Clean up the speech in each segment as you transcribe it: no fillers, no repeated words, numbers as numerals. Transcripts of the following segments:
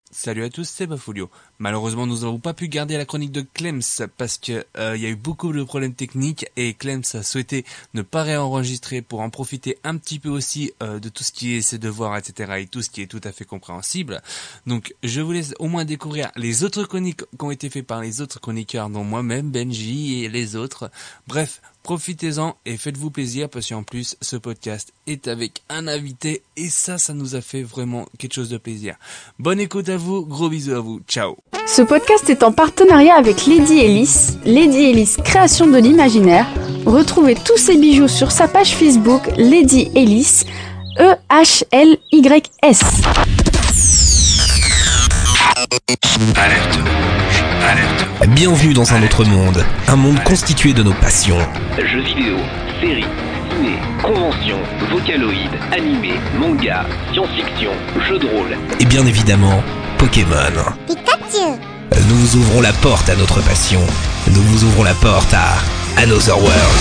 Salut à tous, c'est Bafoulio. Malheureusement, nous n'avons pas pu garder la chronique de Clems parce que il y a eu beaucoup de problèmes techniques et Clems a souhaité ne pas réenregistrer pour en profiter un petit peu aussi de tout ce qui est ses devoirs, etc. et tout ce qui est tout à fait compréhensible. Donc, je vous laisse au moins découvrir les autres chroniques qui ont été faites par les autres chroniqueurs, dont moi-même, Benji et les autres. Bref, profitez-en et faites-vous plaisir parce qu'en plus, ce podcast est avec un invité et ça nous a fait vraiment quelque chose de plaisir. Bonne écoute à vous, gros bisous à vous, ciao. Ce podcast est en partenariat avec Lady Ellis, Lady Ellis Création de l'Imaginaire. Retrouvez tous ses bijoux sur sa page Facebook Lady Ellis, EHLYS. Alerte rouge, alerte rouge. Bienvenue dans un autre monde, un monde constitué de nos passions. Jeux vidéo, séries, ciné, conventions, vocaloïdes, animés, mangas, science-fiction, jeux de rôle. Et bien évidemment, Pokémon. Pikachu. Nous vous ouvrons la porte à notre passion. Nous vous ouvrons la porte à Another World.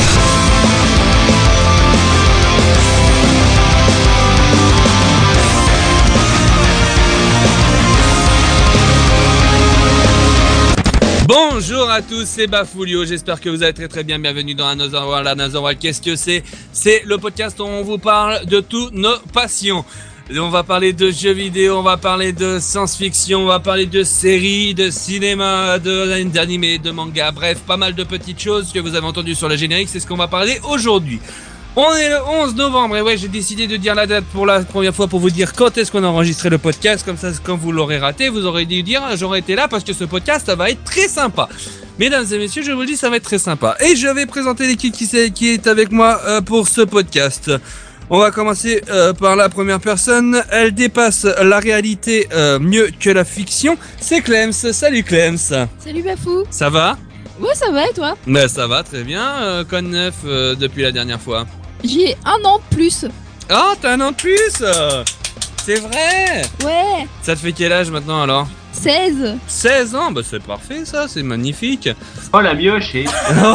Bonjour à tous, c'est Bafoulio, j'espère que vous allez très très bien, bienvenue dans Another World. Another World, qu'est-ce que c'est ? C'est le podcast où on vous parle de toutes nos passions. On va parler de jeux vidéo, on va parler de science-fiction, on va parler de séries, de cinéma, d'animés, de mangas, bref, pas mal de petites choses que vous avez entendues sur le générique, c'est ce qu'on va parler aujourd'hui. On est le 11 novembre et ouais, j'ai décidé de dire la date pour la première fois pour vous dire quand est-ce qu'on a enregistré le podcast. Comme ça, quand vous l'aurez raté, vous aurez dû dire j'aurais été là parce que ce podcast, ça va être très sympa. Mesdames et messieurs, je vous le dis, ça va être très sympa. Et je vais présenter l'équipe qui est avec moi pour ce podcast. On va commencer par la première personne. Elle dépasse la réalité mieux que la fiction. C'est Clems. Salut Clems. Salut Bafou. Ça va ? Ouais, ça va et toi ? Ben ça va très bien. Quoi de neuf depuis la dernière fois ? J'ai 1 an de plus. Oh, t'as un an de plus. C'est vrai. Ouais. Ça te fait quel âge maintenant alors ? 16. 16 ans. Bah c'est parfait ça, c'est magnifique. Oh la mioche et...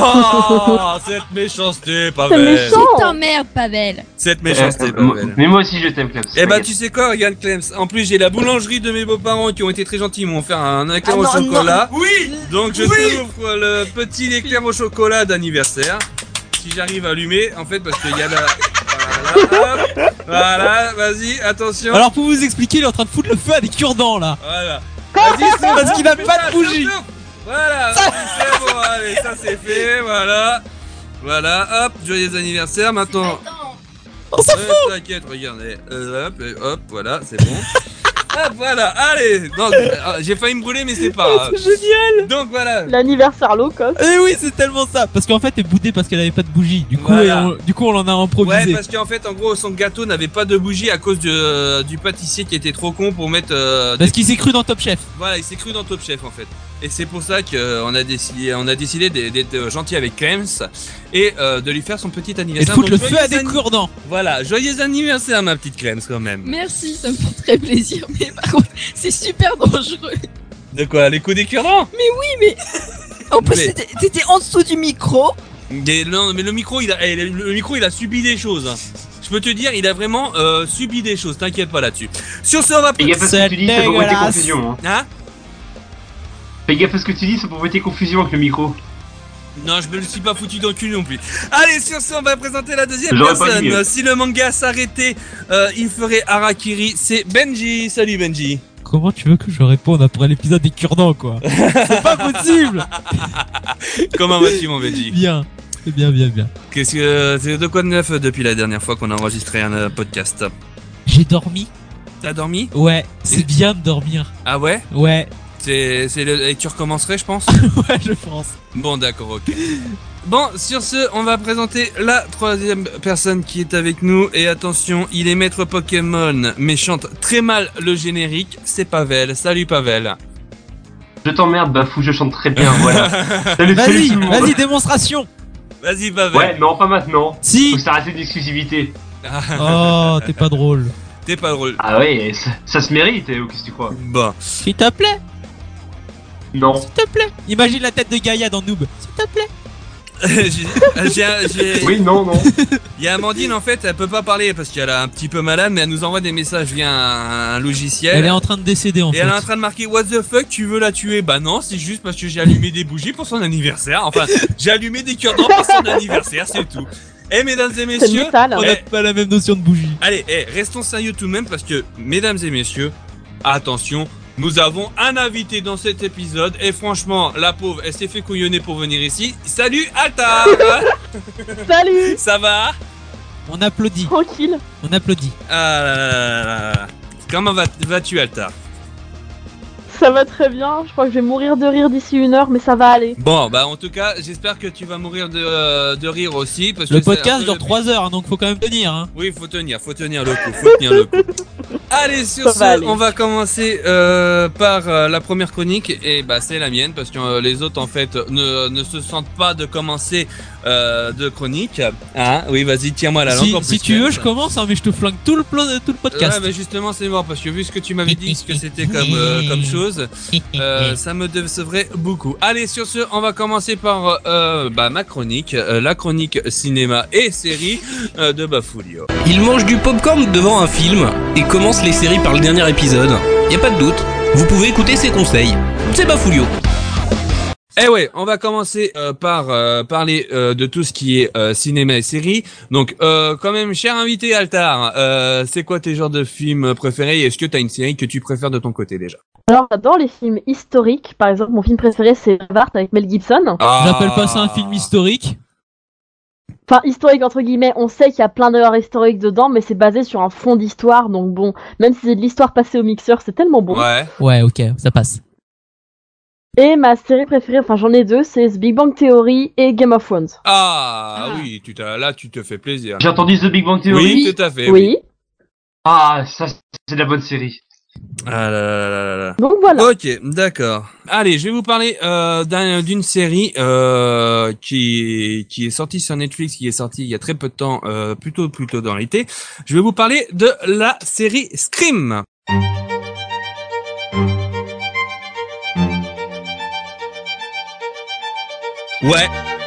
Oh, cette méchanceté, Pavel. méchant. C'est ta mère, Pavel. Cette méchanceté, Pavel. Mais moi aussi je t'aime Clems. Eh bah tu sais quoi, regarde Clems. En plus j'ai la boulangerie de mes beaux-parents qui ont été très gentils, ils m'ont offert un éclair au chocolat. Oui. Donc je t'ouvre le petit éclair au chocolat d'anniversaire. Si j'arrive à allumer, en fait, parce qu'il y a la... Voilà, hop, voilà, vas-y, attention. Alors pour vous expliquer, il est en train de foutre le feu à des cure-dents là. Voilà. Vas-y, c'est Parce bon, qu'il a fais pas ça, de bougie. chauffe. Voilà, vas-y, c'est bon, allez, ça c'est fait, voilà. Voilà, hop, joyeux anniversaire, maintenant. On s'en fout. T'inquiète, regardez. Hop, voilà, c'est bon. Hop, voilà, allez. Non, j'ai failli me brûler, mais c'est pas grave. C'est génial. Donc voilà. L'anniversaire low cost. Eh oui, c'est tellement ça. Parce qu'en fait, elle est boudée parce qu'elle avait pas de bougie. Du coup, Voilà. on en a improvisé. Ouais, parce qu'en fait, en gros, son gâteau n'avait pas de bougie à cause du pâtissier qui était trop con pour mettre. Parce qu'il s'est cru dans Top Chef. Voilà, il s'est cru dans Top Chef en fait. Et c'est pour ça qu'on a décidé d'être gentil avec Clems et de lui faire son petit Et de anniversaire. foutre le Donc, feu à des joyeux cure-dents. Voilà, joyeux anniversaire ma petite Clems quand même. Merci, ça me fait très plaisir. Mais par contre, c'est super dangereux. De quoi, les coups des cure-dents? Mais en plus, Mais- t'étais en dessous du micro. Non, mais le micro il a subi des choses. Hein. Je peux te dire, il a vraiment subi des choses, t'inquiète pas là-dessus. Sur ce, on va... Fais gaffe à ce que tu dis, ça peut prêter dégueulasse. confusion. Hein. Hein? Fais gaffe à ce que tu dis, ça peut prêter confusion avec le micro. Non, je me le suis pas foutu dans le cul non plus. Allez, sur ce, on va présenter la deuxième J'aurais pas dit personne. mieux. Si le manga s'arrêtait, il ferait Harakiri. C'est Benji. Salut Benji. Comment tu veux que je réponde après l'épisode des cure-dents quoi? C'est pas possible. Comment vas-tu mon Benji? Bien. C'est bien. Qu'est-ce que c'est de quoi de neuf depuis la dernière fois qu'on a enregistré un podcast? J'ai dormi. T'as dormi? Ouais, c'est bien de dormir. Ah ouais? Ouais, Et tu recommencerais, je pense? ouais, je pense. Bon, d'accord, ok. Bon, sur ce, on va présenter la troisième personne qui est avec nous. Et attention, il est maître Pokémon, mais chante très mal le générique. C'est Pavel. Salut Pavel. Je t'emmerde, Bafou, je chante très bien, voilà. Salut tout le monde. Vas-y, démonstration. Vas-y Pavel. Ouais, non, pas maintenant. Si. Faut s'arrêter d'exclusivité. Oh, t'es pas drôle. T'es pas drôle. Ah ouais, ça se mérite, qu'est-ce que tu crois? Bon. S'il te plaît. Non. S'il te plaît. Imagine la tête de Gaïa dans Noob. S'il te plaît. Oui, non. Il y a Amandine, en fait, elle peut pas parler parce qu'elle est un petit peu malade, mais elle nous envoie des messages via un logiciel. Elle est en train de décéder, en fait. Et elle est en train de marquer What the fuck, tu veux la tuer? Bah non, c'est juste parce que j'ai allumé des bougies pour son anniversaire. Enfin, j'ai allumé des cure-dents pour son anniversaire, c'est tout. Eh, mesdames et messieurs, On n'a pas la même notion de bougie. allez, restons sérieux tout de même parce que, mesdames et messieurs, attention, nous avons un invité dans cet épisode et franchement, la pauvre, elle s'est fait couillonner pour venir ici. Salut Altar. Salut. Ça va? On applaudit. Tranquille. On applaudit. Ah là là là là. Comment vas-tu Altar? Ça va très bien. Je crois que je vais mourir de rire d'ici 1 heure, mais ça va aller. Bon, bah en tout cas, j'espère que tu vas mourir de rire aussi. Parce que Le c'est un podcast peu dure le- 3 heures, hein, donc faut quand même tenir. Hein. Oui, faut tenir le coup, Allez, sur Ça va aller. on va commencer par la première chronique, et bah c'est la mienne, parce que les autres en fait ne se sentent pas de commencer de chronique. Ah, oui, vas-y, tiens-moi la langue. Si tu veux, je commence, hein, mais je te flingue tout le podcast. Ouais, bah justement, c'est mort, parce que vu ce que tu m'avais dit, ce que c'était comme chose, ça me décevrait beaucoup. Allez, sur ce, on va commencer par ma chronique, la chronique cinéma et série de Bafulio. Il mange du popcorn devant un film et commence les séries par le dernier épisode. Y a pas de doute, vous pouvez écouter ses conseils. C'est Bafulio. Eh ouais, on va commencer par parler de tout ce qui est cinéma et série. Donc, quand même, cher invité Altar, c'est quoi tes genres de films préférés et est-ce que t'as une série que tu préfères de ton côté déjà? Alors, j'adore les films historiques. Par exemple, mon film préféré, c'est Braveheart avec Mel Gibson. J'appelle pas ça un film historique. Enfin, historique entre guillemets, on sait qu'il y a plein d'erreurs historiques dedans, mais c'est basé sur un fond d'histoire, donc bon, même si c'est de l'histoire passée au mixeur, c'est tellement bon. Ouais. Ouais, ok, ça passe. Et ma série préférée, enfin j'en ai 2, c'est The Big Bang Theory et Game of Thrones. Oui, là tu te fais plaisir. J'ai entendu The Big Bang Theory. Oui, tout à fait. Oui. Ah, ça, c'est de la bonne série. Ah là là là là là. Donc voilà. Ok, d'accord. Allez, je vais vous parler d'une série qui est sortie sur Netflix, qui est sortie il y a très peu de temps, plutôt dans l'été. Je vais vous parler de la série Scream. Ouais.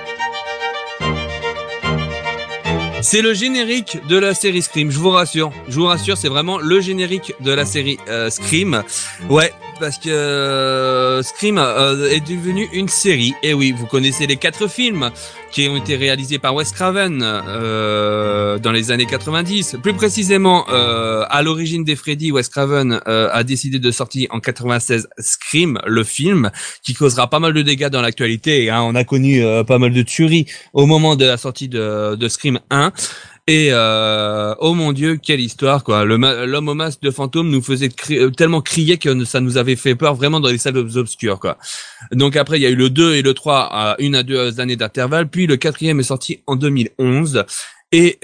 C'est le générique de la série Scream, je vous rassure, c'est vraiment le générique de la série Scream. Ouais, parce que Scream est devenu une série. Et oui, vous connaissez les 4 films qui ont été réalisés par Wes Craven dans les années 90. Plus précisément, à l'origine des Freddy, Wes Craven a décidé de sortir en 96 Scream, le film, qui causera pas mal de dégâts dans l'actualité. Hein. On a connu pas mal de tueries au moment de la sortie de Scream 1. Et oh mon Dieu, quelle histoire quoi. L'homme au masque de fantôme nous faisait tellement crier que ça nous avait fait peur vraiment dans les salles obscures quoi. Donc après il y a eu le 2 et le 3 à 1 à 2 années d'intervalle, puis le 4e est sorti en 2011. Et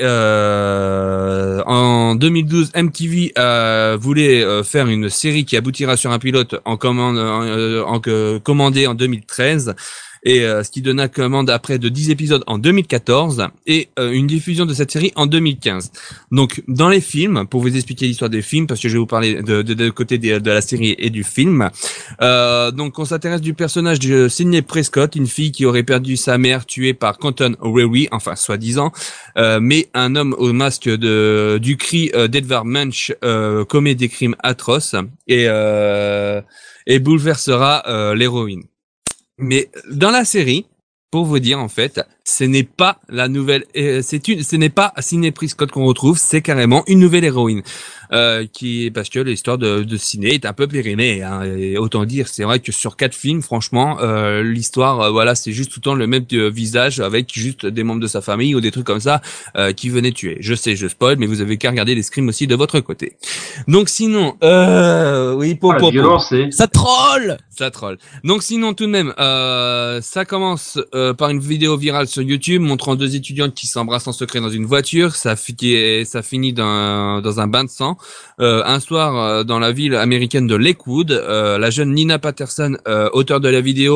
en 2012, MTV voulait faire une série qui aboutira sur un pilote commandé en 2013. Et ce qui donna commande après de 10 épisodes en 2014 et une diffusion de cette série en 2015. Donc dans les films, pour vous expliquer l'histoire des films, parce que je vais vous parler de côté de la série et du film, donc on s'intéresse du personnage de Sidney Prescott, une fille qui aurait perdu sa mère tuée par Quentin O'Reilly, enfin soi-disant, mais un homme au masque du cri d'Edvard Munch commet des crimes atroces et bouleversera l'héroïne. Mais dans la série, pour vous dire en fait, ce n'est pas la nouvelle, ce n'est pas Sidney Prescott qu'on retrouve, c'est carrément une nouvelle héroïne, parce que l'histoire de Sidney est un peu périmée, hein, et autant dire, c'est vrai que sur 4 films, franchement, l'histoire, voilà, c'est juste tout le temps le même visage avec juste des membres de sa famille ou des trucs comme ça qui venaient tuer. Je sais, je spoil, mais vous avez qu'à regarder les Scream aussi de votre côté. Donc sinon, oui, ça troll. Donc sinon tout de même, ça commence par une vidéo virale sur YouTube montrant 2 étudiantes qui s'embrassent en secret dans une voiture. Ça finit dans un bain de sang. Un soir, dans la ville américaine de Lakewood, la jeune Nina Patterson, auteure de la vidéo,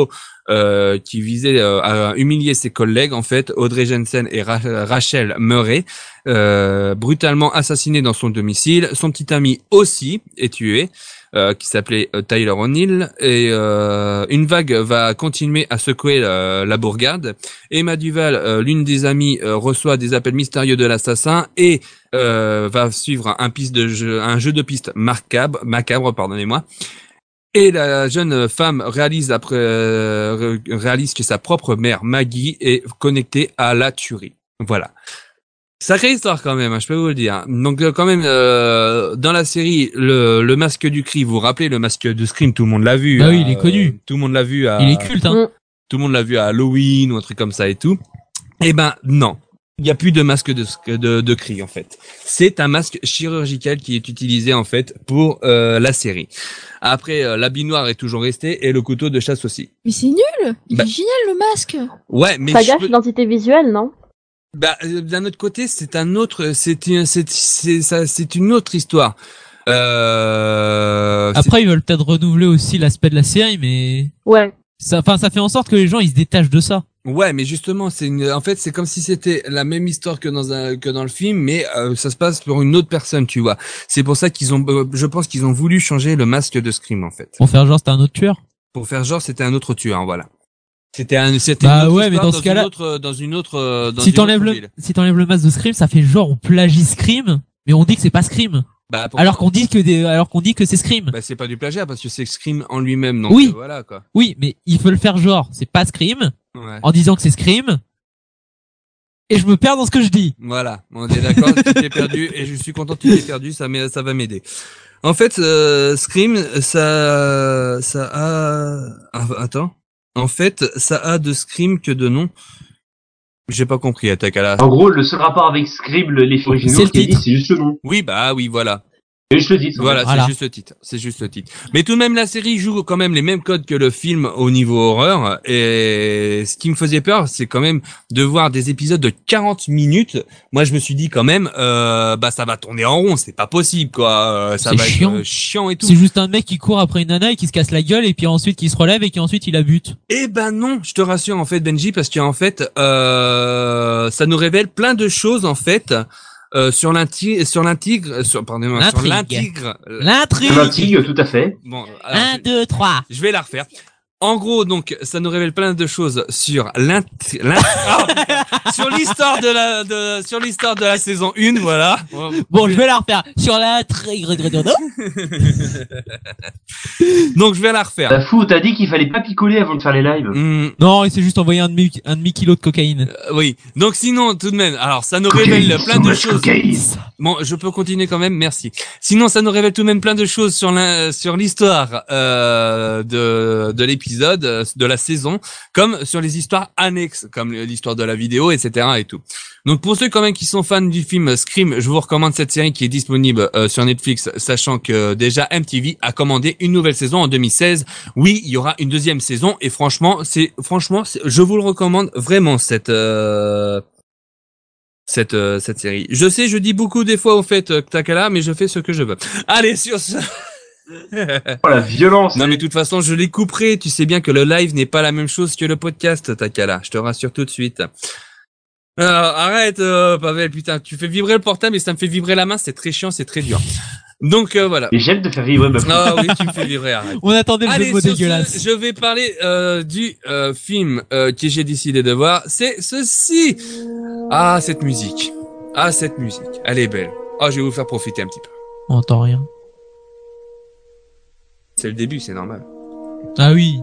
qui visait à humilier ses collègues, en fait, Audrey Jensen et Rachel Murray, brutalement assassinés dans son domicile. Son petit ami aussi est tué, qui s'appelait Tyler O'Neill, et une vague va continuer à secouer la bourgade. Emma Duval, l'une des amies, reçoit des appels mystérieux de l'assassin et va suivre un jeu de piste macabre, pardonnez-moi. Et la jeune femme réalise que sa propre mère Maggie est connectée à la tuerie. Voilà. Sacrée histoire quand même, hein, je peux vous le dire. Donc quand même, dans la série, le masque du cri, vous vous rappelez, le masque de Scream, tout le monde l'a vu. Ah oui, il est connu. Tout le monde l'a vu. Il est culte, hein. Tout le monde l'a vu à Halloween ou un truc comme ça et tout. Eh ben non, il n'y a plus de masque de cri en fait. C'est un masque chirurgical qui est utilisé en fait pour la série. Après, l'habit noir est toujours resté et le couteau de chasse aussi. Mais c'est nul. Il est génial le masque. Ouais, mais ça gâche l'identité visuelle, non? Bah, d'un autre côté, c'est une autre histoire. Après, ils veulent peut-être renouveler aussi l'aspect de la série, mais ouais. Ça fait en sorte que les gens ils se détachent de ça. Ouais, mais justement, en fait, c'est comme si c'était la même histoire que dans le film, mais ça se passe pour une autre personne, tu vois. C'est pour ça je pense qu'ils ont voulu changer le masque de Scream, en fait. Pour faire genre c'était un autre tueur. Pour faire genre c'était un autre tueur, voilà. C'était bah ouais, mais dans ce cas-là, si t'enlèves le masque de Scream, ça fait genre on plagie Scream, mais on dit que c'est pas Scream. Bah, alors qu'on dit que c'est Scream. Bah c'est pas du plagiat parce que c'est Scream en lui-même, donc oui. Voilà quoi. Oui, mais il faut le faire genre c'est pas Scream, en disant que c'est Scream. Et je me perds dans ce que je dis. Voilà, on est d'accord, tu t'es perdu et je suis content que tu t'es perdu, ça va m'aider. En fait, Scream, ça a attends. En fait, ça a de Scream que de nom. J'ai pas compris, Atakala. En gros, le seul rapport avec Scream, les films originaux, c'est juste le nom. Oui, bah oui, voilà. Et je te dis. Voilà, c'est juste le titre. Mais tout de même, la série joue quand même les mêmes codes que le film au niveau horreur. Et ce qui me faisait peur, c'est quand même de voir des épisodes de 40 minutes. Moi, je me suis dit quand même, ça va tourner en rond, c'est pas possible, quoi. Ça va être chiant et tout. C'est juste un mec qui court après une nana et qui se casse la gueule et puis ensuite qui se relève et qui ensuite il la bute. Eh ben non, je te rassure en fait, Benji, parce qu'en fait, ça nous révèle plein de choses en fait. Sur l'intrigue, tout à fait. Bon, alors, 1, 2, 3. Je vais la refaire. En gros, donc, ça nous révèle plein de choses sur sur l'histoire de la saison 1, voilà. Bon, je vais la refaire. Sur l'intrigue. Donc, je vais la refaire. T'as fou, t'as dit qu'il fallait pas picoler avant de faire les lives. Non, il s'est juste envoyé un demi-kilo de cocaïne. Oui. Donc, sinon, tout de même, alors, ça nous révèle plein de choses. Bon, je peux continuer quand même, merci. Sinon, ça nous révèle tout de même plein de choses sur l'histoire, de l'épisode, de la saison, comme sur les histoires annexes, comme l'histoire de la vidéo, etc. et tout. Donc pour ceux quand même qui sont fans du film Scream, je vous recommande cette série qui est disponible sur Netflix, sachant que déjà MTV a commandé une nouvelle saison en 2016. Oui, il y aura une deuxième saison et franchement, je vous le recommande vraiment cette série. Je sais, je dis beaucoup des fois au fait Takala, mais je fais ce que je veux. Allez, sur ce. Oh la violence. Non mais de toute façon je les couperai, tu sais bien que le live n'est pas la même chose que le podcast, Takala, je te rassure tout de suite. Arrête Pavel, putain, tu fais vibrer le portable et ça me fait vibrer la main, c'est très chiant, c'est très dur. Donc voilà. Et j'aime te faire vibrer ma Ah oui, tu me fais vibrer, arrête. On attendait le jeu de mots dégueulasse. Je vais parler du film que j'ai décidé de voir, c'est ceci. Ah cette musique, elle est belle. Ah je vais vous faire profiter un petit peu. On entend rien. C'est le début, c'est normal. Ah oui.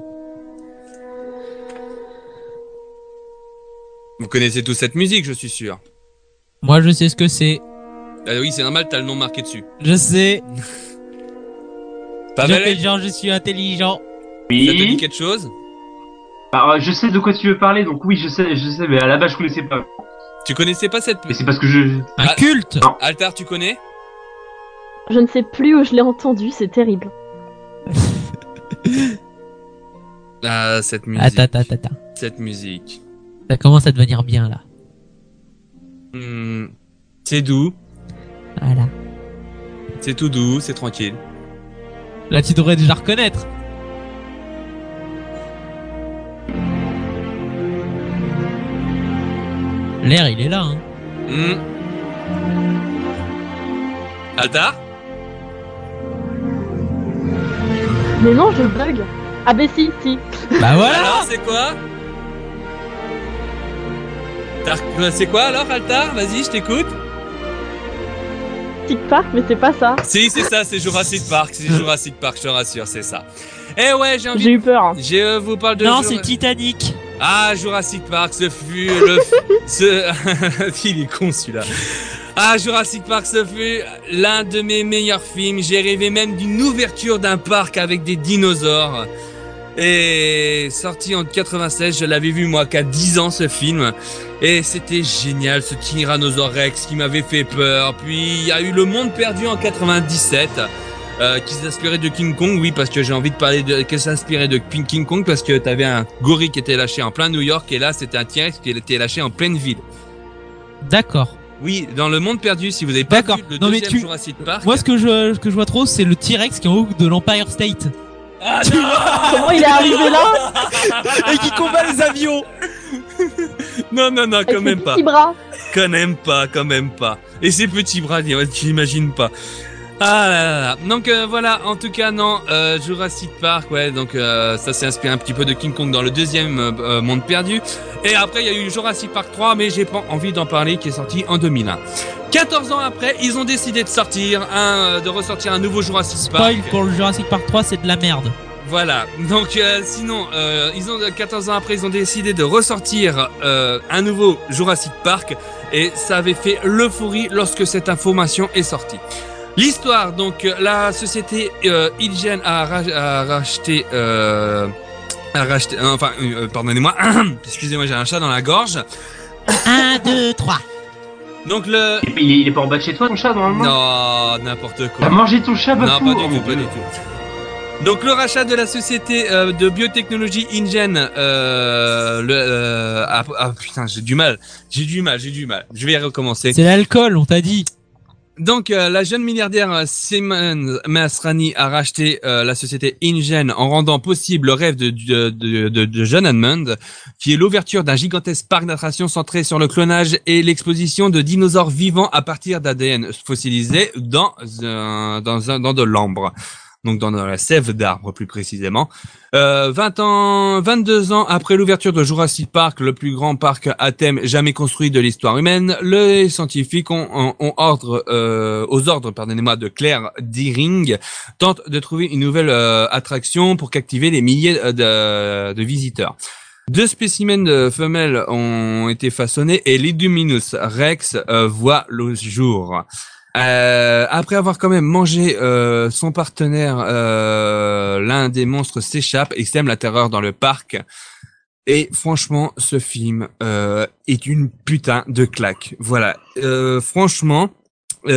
Vous connaissez tous cette musique, je suis sûr. Moi, je sais ce que c'est. Ah oui, c'est normal, t'as le nom marqué dessus. Je sais. Pavel, je suis intelligent. Oui. Ça te dit quelque chose? Alors, je sais de quoi tu veux parler, donc oui, je sais, mais à la base, je connaissais pas. Tu connaissais pas cette... Mais c'est parce que je... Un culte. Non. Altar, tu connais? Je ne sais plus où je l'ai entendu, c'est terrible. Ah, cette musique. Attends. Cette musique. Ça commence à devenir bien, là. C'est doux. Voilà. C'est tout doux, c'est tranquille. Là, tu devrais déjà reconnaître. L'air, il est là, hein. Altar? Mais non, je bug. Ah bah si. Bah voilà. Alors, c'est quoi? C'est quoi alors, Altar? Vas-y, je t'écoute. Jurassic Park, mais c'est pas ça. Si, c'est ça, c'est Jurassic Park. C'est Jurassic Park, je te rassure, c'est ça. Eh ouais, J'ai eu peur. Hein. Je vous parle de... Non, c'est Titanic. Ah, Jurassic Park, ce fut il est con celui-là. Ah, Jurassic Park, ce fut l'un de mes meilleurs films. J'ai rêvé même d'une ouverture d'un parc avec des dinosaures. Et sorti en 96, je l'avais vu moi qu'à 10 ans ce film. Et c'était génial, ce Tyrannosaurus Rex qui m'avait fait peur. Puis il y a eu Le Monde Perdu en 97. Qui s'inspirait de King Kong, oui, parce que j'ai envie de parler de qui s'inspirait de King Kong parce que t'avais un gorille qui était lâché en plein New York et là c'était un T-Rex qui était lâché en pleine ville. D'accord. Oui, dans Le Monde Perdu, si vous avez pas vu le deuxième Jurassic Park. Moi, ce que je vois trop, c'est le T-Rex qui est en haut de l'Empire State. Ah non. Comment il est arrivé là? Et qui combat les avions. Non, quand même pas. Petits bras. Quand même pas. Et ses petits bras, tu n'imagines pas. Ah là là. Donc voilà, en tout cas non, Jurassic Park, ouais, donc ça s'est inspiré un petit peu de King Kong dans le deuxième Monde Perdu. Et après il y a eu Jurassic Park 3, mais j'ai pas envie d'en parler, qui est sorti en 2001. 14 ans après, ils ont décidé de ressortir un nouveau Jurassic Park. Spoil pour le Jurassic Park 3, c'est de la merde. Voilà, donc sinon, 14 ans après, ils ont décidé de ressortir un nouveau Jurassic Park, et ça avait fait l'euphorie lorsque cette information est sortie. L'histoire, donc, la société InGen a racheté, pardonnez-moi, excusez-moi, j'ai un chat dans la gorge. 1, 2, 3. Donc il est pas en bas de chez toi, ton chat, normalement? Non, n'importe quoi. T'as mangé ton chat, Bafou? Non, pas du tout. Donc le rachat de la société de biotechnologie InGen, putain, j'ai du mal. Je vais recommencer. C'est l'alcool, on t'a dit. Donc la jeune milliardaire Simone Masrani a racheté la société InGen en rendant possible le rêve de John Hammond, qui est l'ouverture d'un gigantesque parc d'attractions centré sur le clonage et l'exposition de dinosaures vivants à partir d'ADN fossilisé dans de l'ambre. Donc dans la sève d'arbre plus précisément. 22 ans après l'ouverture de Jurassic Park, le plus grand parc à thème jamais construit de l'histoire humaine, les scientifiques aux ordres de Claire Dearing tentent de trouver une nouvelle attraction pour captiver les milliers de visiteurs. 2 spécimens de femelles ont été façonnés et l'Illuminus Rex voit le jour. Après avoir quand même mangé son partenaire, l'un des monstres s'échappe et sème la terreur dans le parc. Et franchement, ce film est une putain de claque. Voilà, franchement, est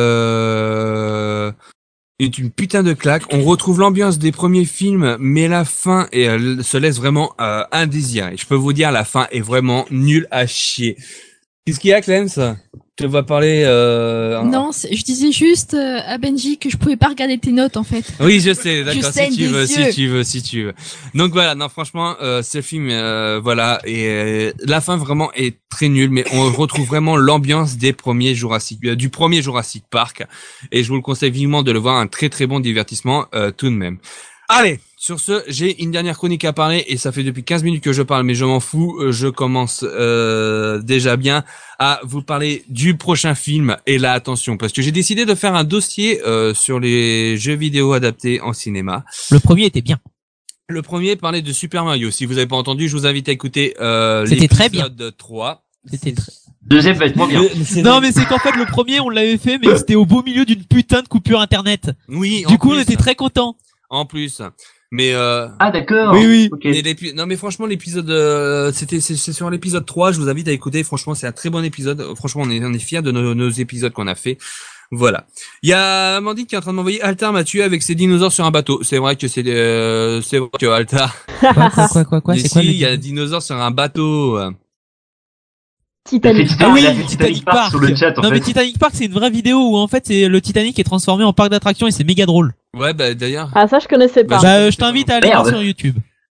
une putain de claque. On retrouve l'ambiance des premiers films, mais la fin se laisse vraiment indésirée. Je peux vous dire, la fin est vraiment nulle à chier. Qu'est-ce qu'il y a, Clems? Tu vas parler Non, je disais juste à Benji que je pouvais pas regarder tes notes en fait. Oui, je sais, d'accord, si tu veux. Donc voilà, non franchement, ce film voilà, et la fin vraiment est très nulle, mais on retrouve vraiment l'ambiance du premier Jurassic Park, et je vous le conseille vivement de le voir, un très très bon divertissement tout de même. Allez, sur ce, j'ai une dernière chronique à parler et ça fait depuis 15 minutes que je parle, mais je m'en fous. Je commence déjà bien à vous parler du prochain film. Et là, attention, parce que j'ai décidé de faire un dossier sur les jeux vidéo adaptés en cinéma. Le premier était bien. Le premier parlait de Super Mario. Si vous n'avez pas entendu, je vous invite à écouter l'épisode 3. C'était très... Deuxième va être moins bien. Non, mais c'est qu'en fait, le premier, on l'avait fait, mais c'était au beau milieu d'une putain de coupure internet. Oui. Du coup, on était très contents. En plus, mais ah d'accord. Oui. Okay. Non mais franchement l'épisode c'est sur l'épisode 3, je vous invite à écouter, franchement c'est un très bon épisode. Franchement on est fiers de nos épisodes qu'on a fait. Voilà. Il y a Amandine qui est en train de m'envoyer Altar m'a tué avec ses dinosaures sur un bateau. C'est vrai que c'est vrai que Altar. Quoi c'est quoi il y a des dinosaures sur un bateau. Titanic. Ah oui, Titanic Park. Sur le chat, en fait. Mais Titanic Park, c'est une vraie vidéo où en fait c'est le Titanic qui est transformé en parc d'attractions et c'est méga drôle. Ouais, bah d'ailleurs. Ah ça je connaissais pas. Bah je t'invite à aller voir sur YouTube.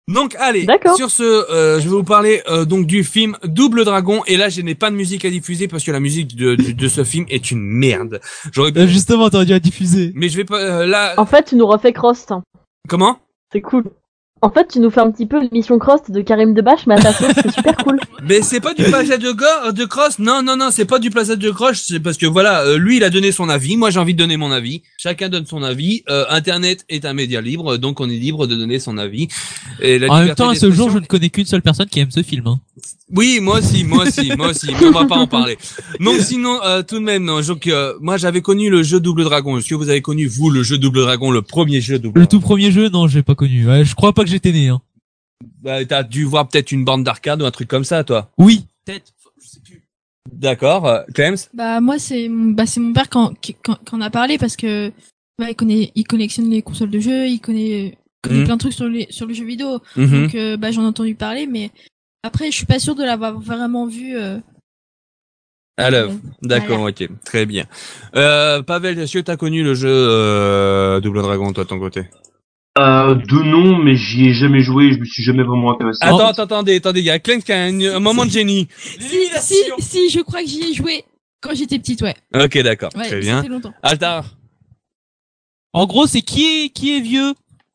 Donc allez, D'accord. sur ce, je vais vous parler donc du film Double Dragon, et là je n'ai pas de musique à diffuser parce que la musique de ce film est une merde. Justement, t'aurais dû la diffuser. Mais je vais pas là. En fait, tu nous refais Crost. Comment? C'est cool. En fait, tu nous fais un petit peu l'émission Crost de Karim Debache, mais à ta sauce, c'est super cool. Mais c'est pas du plagiat de Cross. Non, c'est pas du plagiat de Cross. C'est parce que voilà, lui il a donné son avis. Moi j'ai envie de donner mon avis. Chacun donne son avis. Internet est un média libre, donc on est libre de donner son avis. Et en même temps, à ce jour, je ne connais qu'une seule personne qui aime ce film. Hein. Oui, moi aussi. Mais on va pas en parler. Donc sinon, tout de même, non, donc moi j'avais connu le jeu Double Dragon. Est-ce que vous avez connu vous le jeu Double Dragon, le premier jeu Double Dragon? Le tout premier jeu, non, j'ai pas connu. Ouais, je crois pas que j'étais né. Hein. Bah, t'as dû voir peut-être une bande d'arcade ou un truc comme ça, toi. Oui. Peut-être, je sais plus. D'accord, Clems. Bah moi c'est mon père qui en a parlé parce que il collectionne les consoles de jeux, il connaît plein de trucs sur le jeu vidéo. Donc j'en ai entendu parler, mais après je suis pas sûr de l'avoir vraiment vu. À l'œuvre. D'accord, voilà. ok, très bien. Pavel, est-ce que t'as connu le jeu Double Dragon, toi, de ton côté? De nom, mais j'y ai jamais joué, je me suis jamais vraiment intéressé. Attendez, il y a Clem qui a un moment de génie. Si, je crois que j'y ai joué quand j'étais petite, ouais. Ok, d'accord, Ouais, très bien. ça fait longtemps. Altar. En gros, c'est qui est vieux?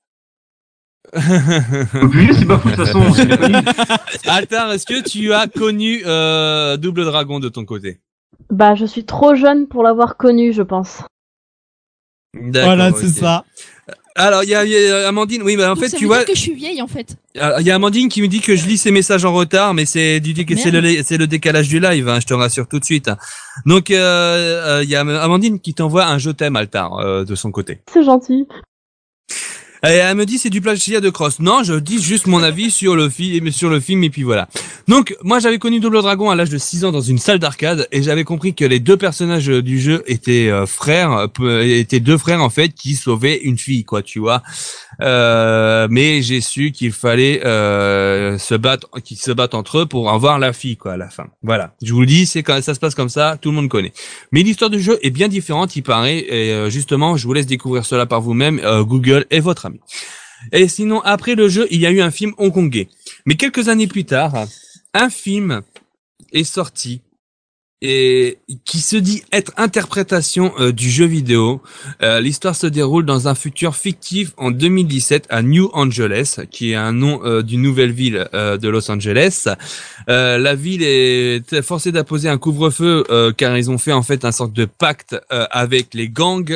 Vieux, c'est pas fou de toute façon, c'est bien connu. Altar, est-ce que tu as connu Double Dragon de ton côté? Bah, je suis trop jeune pour l'avoir connu, je pense. D'accord, voilà, ok. c'est ça. Alors, il y a Amandine. Oui, bah en Donc, fait, ça tu veut vois. dire que je suis vieille en fait. Il y a Amandine qui me dit que je lis ses messages en retard, mais c'est le décalage du live, hein, je te rassure tout de suite. Donc il y a Amandine qui t'envoie un je t'aime, Altar, de son côté. C'est gentil. Et elle me dit c'est du plagiat de Cross. Non, je dis juste mon avis sur le film et puis voilà. Donc moi j'avais connu Double Dragon à l'âge de 6 ans dans une salle d'arcade et j'avais compris que les deux personnages du jeu étaient étaient deux frères en fait qui sauvaient une fille quoi, tu vois. Mais j'ai su qu'il fallait qu'ils se battent entre eux pour avoir la fille quoi à la fin. Voilà, je vous le dis, c'est quand ça se passe comme ça, tout le monde connaît. Mais l'histoire du jeu est bien différente, il paraît, et justement, je vous laisse découvrir cela par vous-même. Google est votre ami. Et sinon, après le jeu, il y a eu un film hongkongais. Mais quelques années plus tard, un film est sorti et qui se dit être interprétation du jeu vidéo. L'histoire se déroule dans un futur fictif en 2017 à New Angeles, qui est un nom d'une nouvelle ville de Los Angeles. La ville est forcée d'imposer un couvre-feu car ils ont fait en fait un sorte de pacte avec les gangs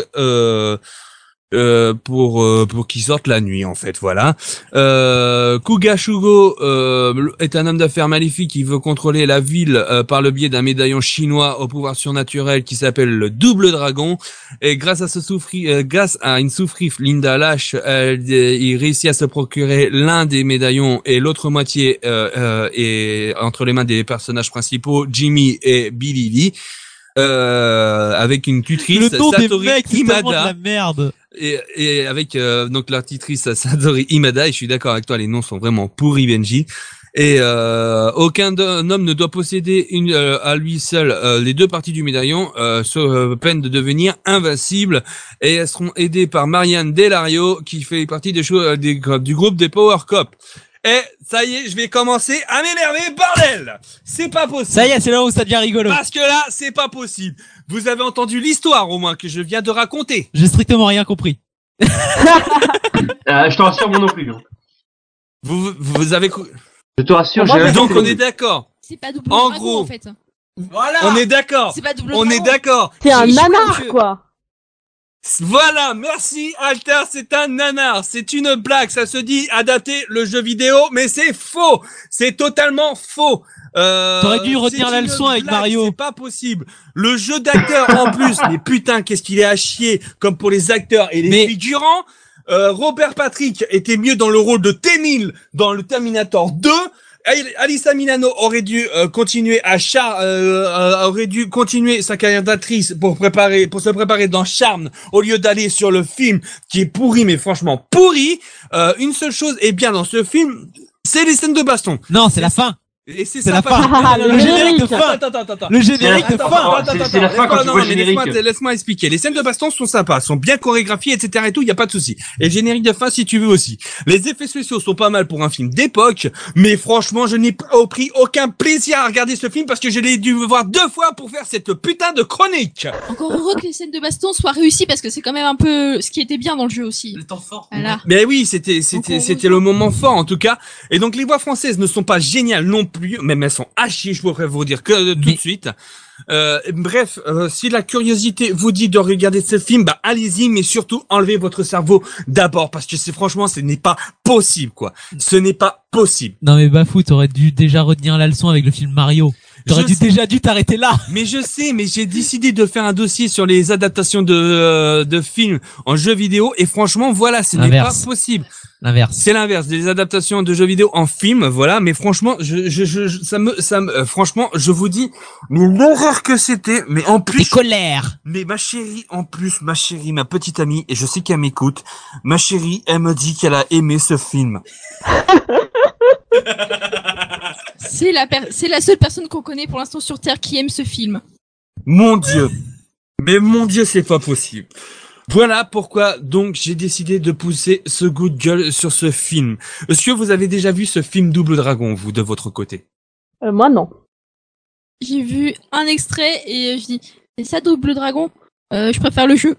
pour qu'ils sortent la nuit en fait, voilà. Kuga Shugo est un homme d'affaires maléfique qui veut contrôler la ville par le biais d'un médaillon chinois au pouvoir surnaturel qui s'appelle le Double Dragon, et grâce à une souffrif Linda Lash, il réussit à se procurer l'un des médaillons et l'autre moitié est entre les mains des personnages principaux Jimmy et Billy Lee. Avec une tutrice le nom Satori des mecs, c'est Imada. tellement de la merde. Et avec donc la titrice Satori Imada, et je suis d'accord avec toi, les noms sont vraiment pourris, Benji. Et aucun homme ne doit posséder à lui seul les deux parties du médaillon, sous peine de devenir invincible. Et elles seront aidées par Marianne Delario, qui fait partie du groupe des Power Cop. Et ça y est, je vais commencer à m'énerver, bordel! C'est pas possible. Ça y est, c'est là où ça devient rigolo. Parce que là, c'est pas possible. Vous avez entendu l'histoire au moins que je viens de raconter. J'ai strictement rien compris. Je te rassure, moi non plus. Hein. Vous avez... Je te rassure, j'ai... Donc on est d'accord. C'est pas Double Dragon en fait. Voilà. On est d'accord. C'est pas Double On Dragon. est d'accord. C'est un nanar quoi. Voilà, merci Alter, c'est un nanar, c'est une blague, ça se dit adapter le jeu vidéo, mais c'est faux, c'est totalement faux. T'aurais dû retenir la leçon avec Mario. C'est pas possible. Le jeu d'acteur en plus, mais putain, qu'est-ce qu'il est à chier, comme pour les acteurs et les figurants. Robert Patrick était mieux dans le rôle de T-1000 dans le Terminator 2. Alyssa Milano aurait dû continuer aurait dû continuer sa carrière d'actrice pour se préparer dans Charmed au lieu d'aller sur le film qui est pourri, mais franchement pourri. Une seule chose est bien dans ce film, c'est les scènes de baston. Non, c'est la fin. Et c'est la fin. Le générique de fin. Attends. Le générique de fin. C'est la fin quand tu vois le générique. Laisse-moi expliquer. Les scènes de baston sont sympas, sont bien chorégraphiées, etc. et tout, y a pas de souci. Et le générique de fin, si tu veux aussi. Les effets spéciaux sont pas mal pour un film d'époque, mais franchement, je n'ai pas pris aucun plaisir à regarder ce film parce que je l'ai dû voir 2 fois pour faire cette putain de chronique. Encore heureux que les scènes de baston soient réussies parce que c'est quand même un peu ce qui était bien dans le jeu aussi. Le temps fort. Voilà. Mais oui, c'était le moment fort en tout cas. Et donc les voix françaises ne sont pas géniales non plus, même elles sont à chier, je pourrais vous dire que tout de suite. Bref, si la curiosité vous dit de regarder ce film, bah allez-y, mais surtout enlevez votre cerveau d'abord parce que franchement, ce n'est pas possible quoi. Ce n'est pas possible. Non mais Bafou, t'aurais dû déjà retenir la leçon avec le film Mario. T'aurais déjà dû t'arrêter là. Mais je sais, mais j'ai décidé de faire un dossier sur les adaptations de films en jeux vidéo et franchement, voilà, ce n'est pas possible. L'inverse. C'est l'inverse, des adaptations de jeux vidéo en film, voilà, mais franchement, franchement, je vous dis, mais l'horreur que c'était, mais en plus. Des colères. Mais ma chérie, ma petite amie, et je sais qu'elle m'écoute, ma chérie, elle me dit qu'elle a aimé ce film. C'est la seule personne qu'on connaît pour l'instant sur Terre qui aime ce film. Mon Dieu. Mais mon Dieu, c'est pas possible. Voilà pourquoi donc j'ai décidé de pousser ce coup de gueule sur ce film. Est-ce que vous avez déjà vu ce film Double Dragon, vous, de votre côté? Moi non. J'ai vu un extrait et je dis c'est ça Double Dragon? Je préfère le jeu.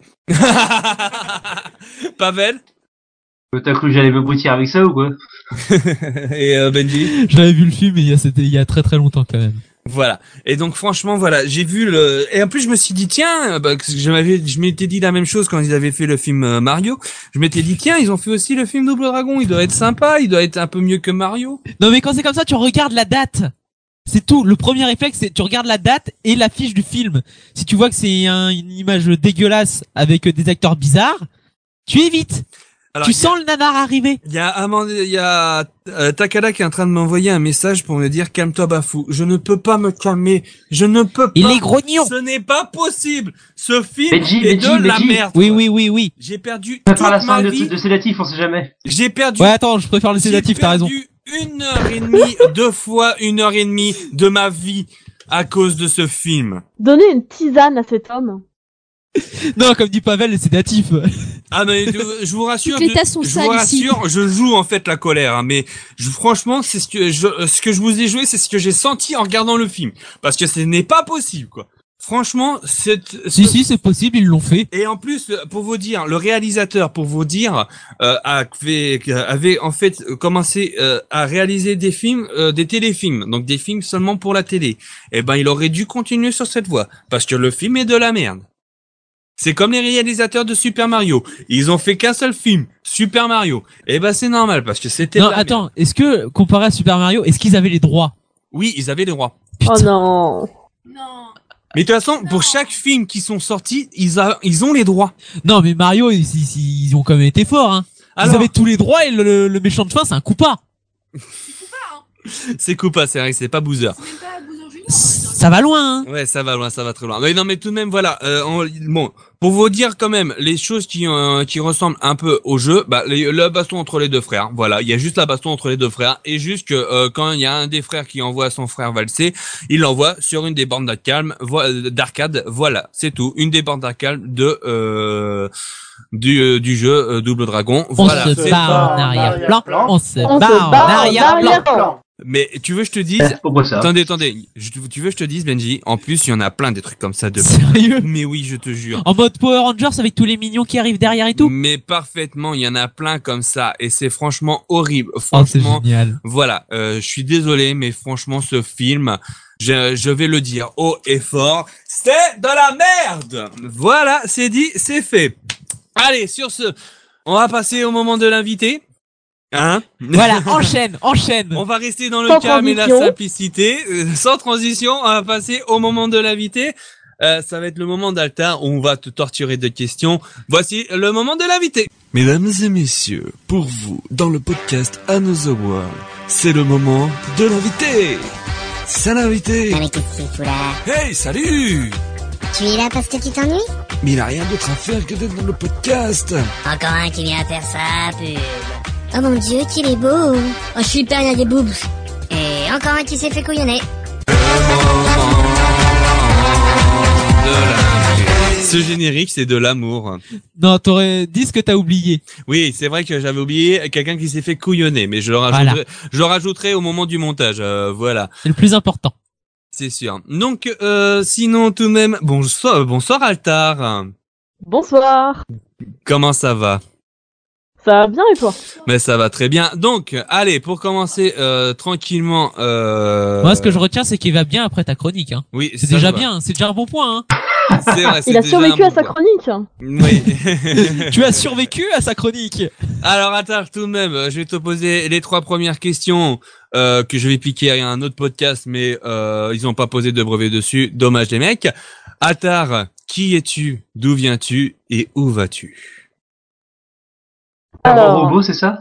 Pavel? T'as cru que j'allais me broutir avec ça ou quoi? Et Benji? J'avais vu le film il y a très très longtemps quand même. Voilà. Et donc franchement voilà, j'ai vu et en plus je me suis dit tiens, je m'étais dit la même chose quand ils avaient fait le film Mario. Je m'étais dit tiens, ils ont fait aussi le film Double Dragon, il doit être sympa, il doit être un peu mieux que Mario. Non mais quand c'est comme ça, tu regardes la date. C'est tout. Le premier réflexe, c'est tu regardes la date et l'affiche du film. Si tu vois que c'est une image dégueulasse avec des acteurs bizarres, tu évites. Alors, tu sens le nanar arriver. Il y a Takada qui est en train de m'envoyer un message pour me dire calme-toi Bafou. Je ne peux pas me calmer. Je ne peux pas. Il est grognon. Ce n'est pas possible. Ce film est de la merde. Oui. J'ai perdu toute ma vie. De sédatif, on sait jamais. J'ai perdu. Ouais, attends, je préfère le sédatif, t'as raison. J'ai perdu 1h30, 2 fois 1h30 de ma vie à cause de ce film. Donnez une tisane à cet homme. Non, comme dit Pavel, le sédatif. Ah mais je vous rassure, je joue en fait la colère, hein, mais franchement, c'est ce que je vous ai joué, c'est ce que j'ai senti en regardant le film, parce que ce n'est pas possible quoi. Franchement, si c'est possible, ils l'ont fait. Et en plus, pour vous dire, le réalisateur, avait en fait commencé à réaliser des films, des téléfilms, donc des films seulement pour la télé. Eh ben, il aurait dû continuer sur cette voie, parce que le film est de la merde. C'est comme les réalisateurs de Super Mario. Ils ont fait qu'un seul film, Super Mario. Eh ben, c'est normal, parce que c'était Non, attends, est-ce que, comparé à Super Mario, est-ce qu'ils avaient les droits? Oui, ils avaient les droits. Putain. Oh non. Non. Mais de toute façon, pour chaque film qui sont sortis, ils ont les droits. Non, mais Mario, ils ont quand même été forts, hein. Ils avaient tous les droits et le méchant de fin, c'est un Koopa. C'est Koopa, c'est vrai que c'est pas Bowser. Ça va loin, hein. Ouais, ça va loin, ça va très loin. Mais non, mais tout de même, voilà. Bon, pour vous dire quand même les choses qui ressemblent un peu au jeu, bah, la baston entre les deux frères. Voilà, il y a juste la baston entre les deux frères et juste que quand il y a un des frères qui envoie son frère valser, il l'envoie sur une des bornes d'arcade. Voilà, c'est tout. Une des bornes d'arcade du jeu Double Dragon. Voilà. On se barre en arrière-plan. On se barre en arrière-plan. Mais tu veux que je te dise Attendez, tu veux que je te dise Benji, en plus il y en a plein des trucs comme ça de Sérieux? Mais oui, je te jure. En mode Power Rangers avec tous les mignons qui arrivent derrière et tout. Mais parfaitement, il y en a plein comme ça et c'est franchement horrible. Franchement, c'est génial. Voilà, je suis désolé mais franchement ce film, je vais le dire haut et fort, c'est de la merde. Voilà, c'est dit, c'est fait. Allez, sur ce, on va passer au moment de l'invité. Hein? Voilà, enchaîne. On va rester dans le calme et la simplicité. Sans transition, on va passer au moment de l'invité. Ça va être le moment d'Alta où on va te torturer de questions. Voici le moment de l'invité. Mesdames et messieurs, pour vous, dans le podcast Another World, c'est le moment de l'invité. C'est l'invité. Non mais qu'est-ce qu'il fout là? Hey, salut! Tu es là parce que tu t'ennuies? Mais il a rien d'autre à faire que d'être dans le podcast. Encore un qui vient faire ça, pub. Oh mon Dieu, qu'il est beau. Oh super, il y a des boobs. Et Encore un qui s'est fait couillonner. Ce générique, c'est de l'amour. Non, t'aurais dit ce que t'as oublié. Oui, c'est vrai que j'avais oublié quelqu'un qui s'est fait couillonner, mais je le rajouterai au moment du montage. Voilà. C'est le plus important. C'est sûr. Donc, sinon, tout de même, bonsoir Altar. Bonsoir. Comment ça va? Ça va bien et toi? Mais ça va très bien. Donc, allez, pour commencer tranquillement. Moi, ce que je retiens, c'est qu'il va bien après ta chronique. Hein. Oui, c'est déjà bien. C'est déjà un bon point. Hein. C'est vrai. Il a survécu à sa chronique. Oui. Tu as survécu à sa chronique. Alors, attends, tout de même, je vais te poser les 3 premières questions que je vais piquer à un autre podcast, mais ils n'ont pas posé de brevet dessus. Dommage les mecs. Attar, qui es-tu? D'où viens-tu? Et où vas-tu? Un grand robot, c'est ça?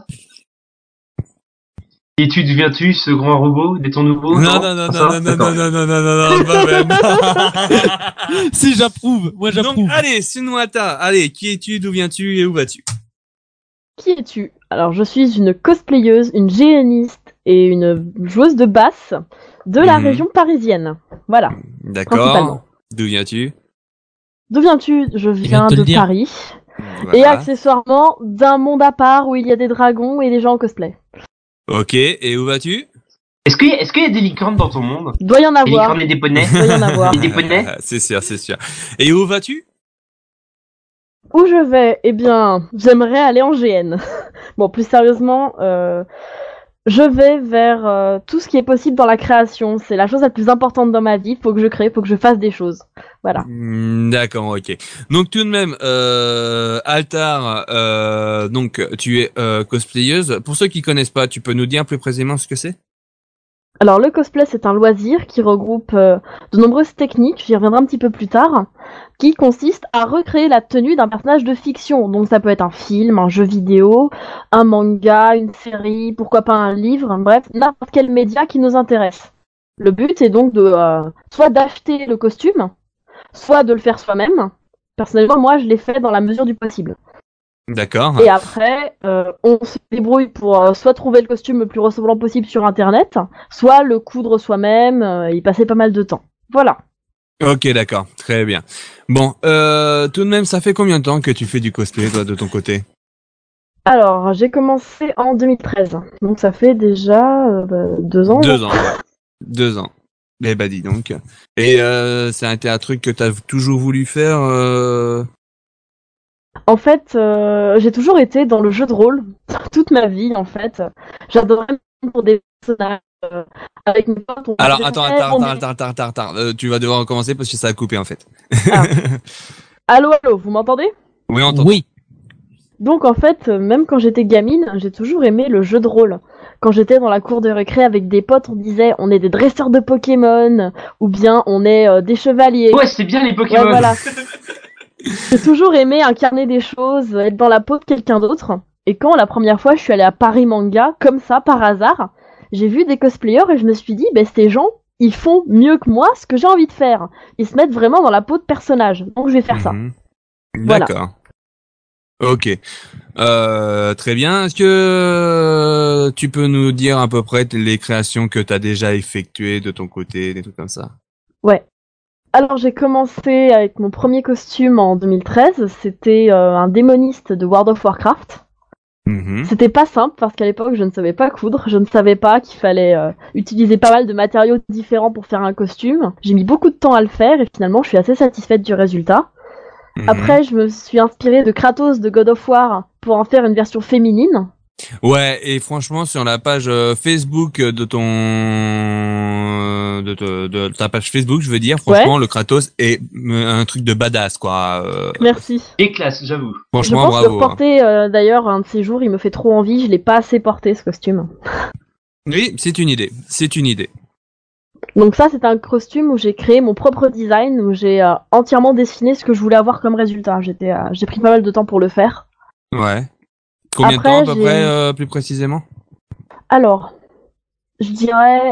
Et tu deviens-tu ce grand robot dès ton nouveau? Non, pas même. Si, j'approuve. Moi, j'approuve. Donc, allez, Sunuata, allez, qui es-tu, d'où viens-tu et où vas-tu? Qui es-tu? Alors, je suis une cosplayeuse, une géaniste et une joueuse de basse de la région parisienne. Voilà. D'accord. D'où viens-tu? D'où viens-tu? Je viens de Paris. Voilà. Et accessoirement, d'un monde à part où il y a des dragons et des gens en cosplay. Ok, et où vas-tu? Est-ce qu'il y a des licornes dans ton monde? Doit y en avoir. Des licornes et des poneys? Doit y en avoir. Et des poneys? C'est sûr. Et où vas-tu? Où je vais? Eh bien, j'aimerais aller en GN. Bon, plus sérieusement, je vais vers tout ce qui est possible dans la création. C'est la chose la plus importante dans ma vie. Faut que je crée, faut que je fasse des choses. Voilà. D'accord, ok. Donc tout de même, Altar, donc tu es cosplayeuse. Pour ceux qui connaissent pas, tu peux nous dire plus précisément ce que c'est? Alors le cosplay, c'est un loisir qui regroupe de nombreuses techniques, j'y reviendrai un petit peu plus tard, qui consiste à recréer la tenue d'un personnage de fiction. Donc ça peut être un film, un jeu vidéo, un manga, une série, pourquoi pas un livre, bref, n'importe quel média qui nous intéresse. Le but est donc de soit d'acheter le costume, soit de le faire soi-même. Personnellement, moi, je l'ai fait dans la mesure du possible. D'accord. Et après, on se débrouille pour soit trouver le costume le plus ressemblant possible sur Internet, soit le coudre soi-même, y passer pas mal de temps. Voilà. Ok, d'accord. Très bien. Bon, tout de même, ça fait combien de temps que tu fais du cosplay, toi, de ton côté? Alors, j'ai commencé en 2013. Donc ça fait déjà 2 ans. 2 ans, ouais. 2 ans. Eh bah dis donc. Et ça a été un truc que t'as toujours voulu faire En fait, j'ai toujours été dans le jeu de rôle toute ma vie. En fait, j'adorais pour des personnages avec mes potes. Alors attends, tu vas devoir recommencer parce que ça a coupé en fait. Ah. Allô, vous m'entendez? Oui, on t'entend. Oui. Donc en fait, même quand j'étais gamine, j'ai toujours aimé le jeu de rôle. Quand j'étais dans la cour de récré avec des potes, on disait on est des dresseurs de Pokémon, ou bien on est des chevaliers. Ouais, c'est bien les Pokémon. Ouais, voilà. J'ai toujours aimé incarner des choses, être dans la peau de quelqu'un d'autre. Et quand la première fois je suis allée à Paris Manga, comme ça, par hasard, j'ai vu des cosplayers et je me suis dit, ces gens, ils font mieux que moi ce que j'ai envie de faire. Ils se mettent vraiment dans la peau de personnage. Donc je vais faire ça. D'accord. Voilà. Ok. Très bien. Est-ce que tu peux nous dire à peu près les créations que tu as déjà effectuées de ton côté, des trucs comme ça? Ouais. Alors j'ai commencé avec mon premier costume en 2013. C'était un démoniste de World of Warcraft. C'était pas simple parce qu'à l'époque je ne savais pas coudre, je ne savais pas qu'il fallait utiliser pas mal de matériaux différents pour faire un costume. J'ai mis beaucoup de temps à le faire et finalement je suis assez satisfaite du résultat. Après, je me suis inspirée de Kratos de God of War pour en faire une version féminine. Ouais, et franchement, sur la page Facebook de ta page Facebook, je veux dire, franchement, le Kratos est un truc de badass, quoi. Merci. Et classe, j'avoue. Franchement, je pense bravo. Le porter, d'ailleurs, un de ces jours, il me fait trop envie. Je l'ai pas assez porté, ce costume. Oui, c'est une idée. C'est une idée. Donc ça, c'est un costume où j'ai créé mon propre design, où j'ai entièrement dessiné ce que je voulais avoir comme résultat. J'ai pris pas mal de temps pour le faire. Ouais. Combien de temps à peu près, plus précisément? Alors, je dirais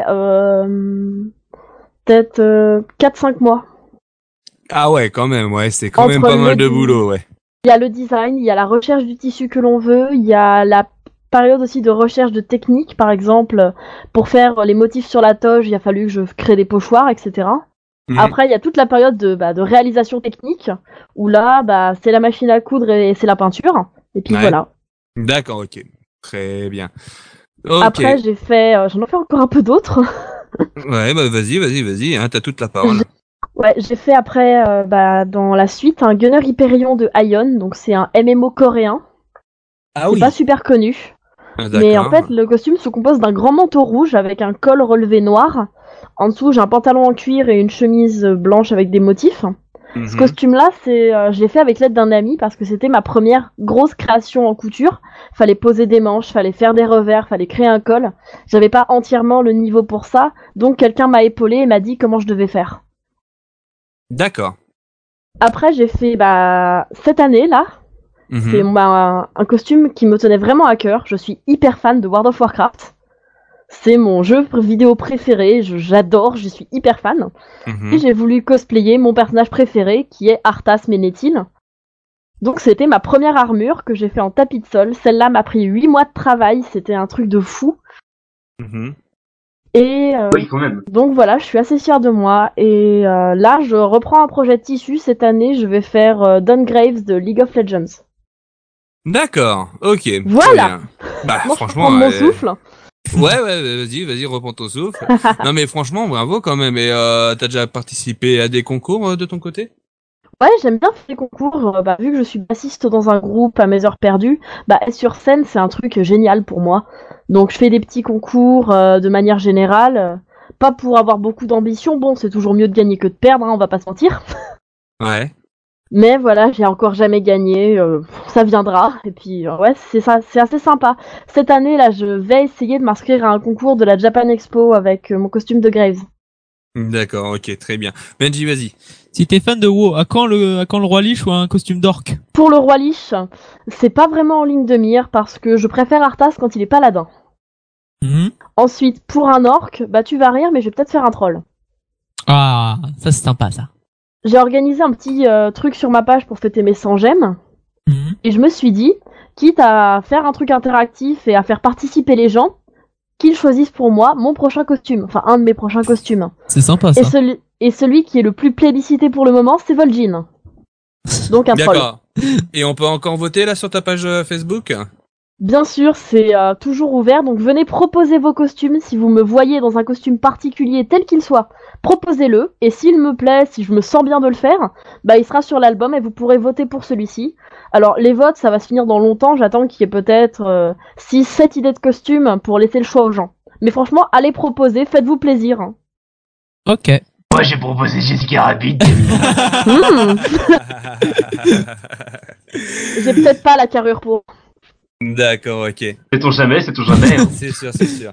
peut-être 4-5 mois. Ah ouais, quand même, ouais, c'est quand même pas mal de boulot, ouais. Il y a le design, il y a la recherche du tissu que l'on veut, il y a la période aussi de recherche de techniques, par exemple, pour faire les motifs sur la toge, il a fallu que je crée des pochoirs, etc. Après, il y a toute la période de réalisation technique, où là, c'est la machine à coudre et c'est la peinture. Et puis voilà. D'accord, ok. Très bien. Okay. Après, j'en ai fait encore un peu d'autres. Ouais, vas-y, hein, t'as toute la parole. J'ai fait après, dans la suite, un Gunner Hyperion de Ion, donc c'est un MMO coréen. Ah c'est pas super connu. Mais en fait, le costume se compose d'un grand manteau rouge avec un col relevé noir. En dessous, j'ai un pantalon en cuir et une chemise blanche avec des motifs. Ce costume-là, je l'ai fait avec l'aide d'un ami parce que c'était ma première grosse création en couture. Fallait poser des manches, fallait faire des revers, fallait créer un col. J'avais pas entièrement le niveau pour ça, donc quelqu'un m'a épaulé et m'a dit comment je devais faire. D'accord. Après, j'ai fait cette année là. C'est un costume qui me tenait vraiment à cœur. Je suis hyper fan de World of Warcraft. C'est mon jeu vidéo préféré. J'adore, je suis hyper fan. Et j'ai voulu cosplayer mon personnage préféré qui est Arthas Menethil. Donc c'était ma première armure que j'ai fait en tapis de sol. Celle-là m'a pris 8 mois de travail. C'était un truc de fou. Et oui, quand même. Donc voilà, je suis assez fière de moi. Et là, je reprends un projet de tissu. Cette année, je vais faire Dungraves de League of Legends. D'accord, ok. Voilà. Franchement, je prends mon souffle. Ouais, vas-y, reprends ton souffle. Non mais franchement, bravo quand même. Et t'as déjà participé à des concours de ton côté ? Ouais, j'aime bien faire des concours. Vu que je suis bassiste dans un groupe à mes heures perdues, être sur scène, c'est un truc génial pour moi. Donc je fais des petits concours de manière générale. Pas pour avoir beaucoup d'ambition. Bon, c'est toujours mieux de gagner que de perdre, hein, on va pas se mentir. Ouais. Mais voilà, j'ai encore jamais gagné, ça viendra. Et puis c'est ça, c'est assez sympa. Cette année là, je vais essayer de m'inscrire à un concours de la Japan Expo avec mon costume de Graves. D'accord, ok, très bien. Benji, vas-y. Si t'es fan de WoW, à quand le roi Lich ou un costume d'orc ? Pour le roi Lich, c'est pas vraiment en ligne de mire parce que je préfère Arthas quand il est paladin. Ensuite, pour un orc, tu vas rire, mais je vais peut-être faire un troll. Ah, ça c'est sympa ça. J'ai organisé un petit truc sur ma page pour fêter mes 100 gemmes. Et je me suis dit, quitte à faire un truc interactif et à faire participer les gens, qu'ils choisissent pour moi mon prochain costume. Enfin, un de mes prochains costumes. C'est sympa ça. Et celui qui est le plus plébiscité pour le moment, c'est Vol'jin. Donc un troll. D'accord. Et on peut encore voter là sur ta page Facebook ? Bien sûr, c'est toujours ouvert, donc venez proposer vos costumes. Si vous me voyez dans un costume particulier, tel qu'il soit, proposez-le. Et s'il me plaît, si je me sens bien de le faire, il sera sur l'album et vous pourrez voter pour celui-ci. Alors, les votes, ça va se finir dans longtemps. J'attends qu'il y ait peut-être 6-7 idées de costumes pour laisser le choix aux gens. Mais franchement, allez proposer, faites-vous plaisir. Hein. Ok. Moi, j'ai proposé Jessica Rabbit. J'ai peut-être pas la carrure pour... D'accord, ok. Sait-on jamais, hein. C'est sûr.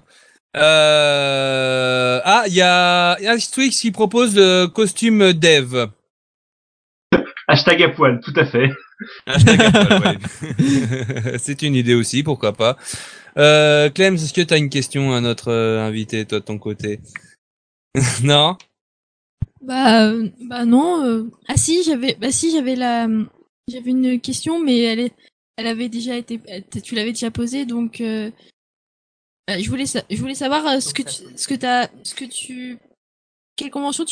Il y a Twix qui propose le costume dev. Hashtag à poil, tout à fait. Hashtag à poil, ouais. C'est une idée aussi, pourquoi pas. Clem, est-ce que t'as une question à notre invité, toi, de ton côté ? Non ? Non. J'avais une question, mais elle avait déjà été, tu l'avais déjà posée, donc je voulais savoir à quelle convention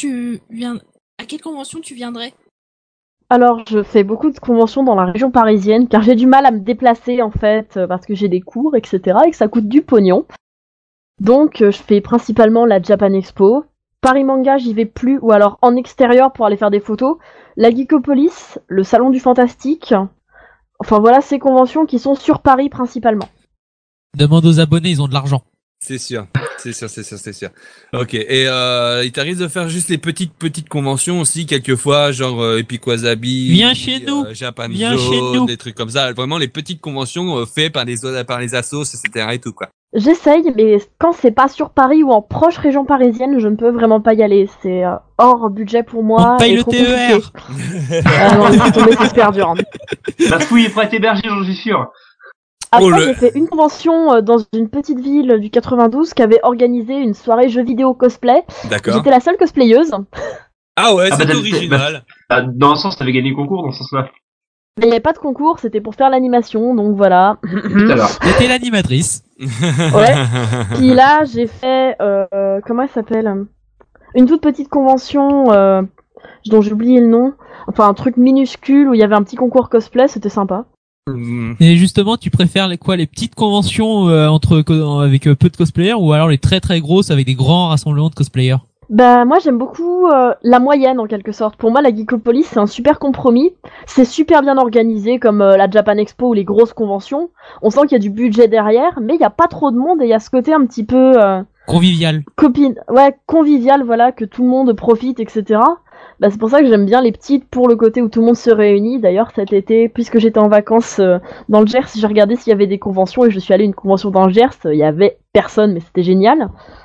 tu viendrais? Alors, je fais beaucoup de conventions dans la région parisienne, car j'ai du mal à me déplacer, en fait, parce que j'ai des cours, etc., et que ça coûte du pognon. Donc, je fais principalement la Japan Expo. Paris Manga, j'y vais plus, ou alors en extérieur pour aller faire des photos. La Geekopolis, le Salon du Fantastique. Enfin, voilà ces conventions qui sont sur Paris, principalement. Demande aux abonnés, ils ont de l'argent. C'est sûr. Ok. Et il t'arrive de faire juste les petites conventions aussi quelquefois, genre Epic Wasabi, viens chez nous, Japan viens Zone, chez nous, des trucs comme ça. Vraiment les petites conventions faites par les assos, etc. et tout quoi. J'essaye, mais quand c'est pas sur Paris ou en proche région parisienne, je ne peux vraiment pas y aller. C'est hors budget pour moi. On paye le trop TER. Non, laisse tomber, c'est super dur. La fouille est prête à héberger, j'en suis sûr. Après, j'ai fait une convention dans une petite ville du 92 qui avait organisé une soirée jeux vidéo cosplay. D'accord. J'étais la seule cosplayeuse. Ah ouais, c'est original. Dans un sens, t'avais gagné le concours dans ce sens-là. Mais il n'y avait pas de concours, c'était pour faire l'animation, donc voilà. C'était l'animatrice. Ouais. Puis là, j'ai fait, comment elle s'appelle? Une toute petite convention, dont j'ai oublié le nom. Enfin, un truc minuscule où il y avait un petit concours cosplay, c'était sympa. Et justement, tu préfères les petites conventions avec peu de cosplayers ou alors les très très grosses avec des grands rassemblements de cosplayers? Bah moi j'aime beaucoup la moyenne en quelque sorte. Pour moi la Geekopolis c'est un super compromis. C'est super bien organisé comme la Japan Expo ou les grosses conventions. On sent qu'il y a du budget derrière, mais il n'y a pas trop de monde et il y a ce côté un petit peu convivial. Convivial, voilà, que tout le monde profite, etc. Bah c'est pour ça que j'aime bien les petites pour le côté où tout le monde se réunit. D'ailleurs cet été, puisque j'étais en vacances dans le Gers, j'ai regardé s'il y avait des conventions et je suis allée à une convention dans le Gers. Il y avait personne, mais c'était génial.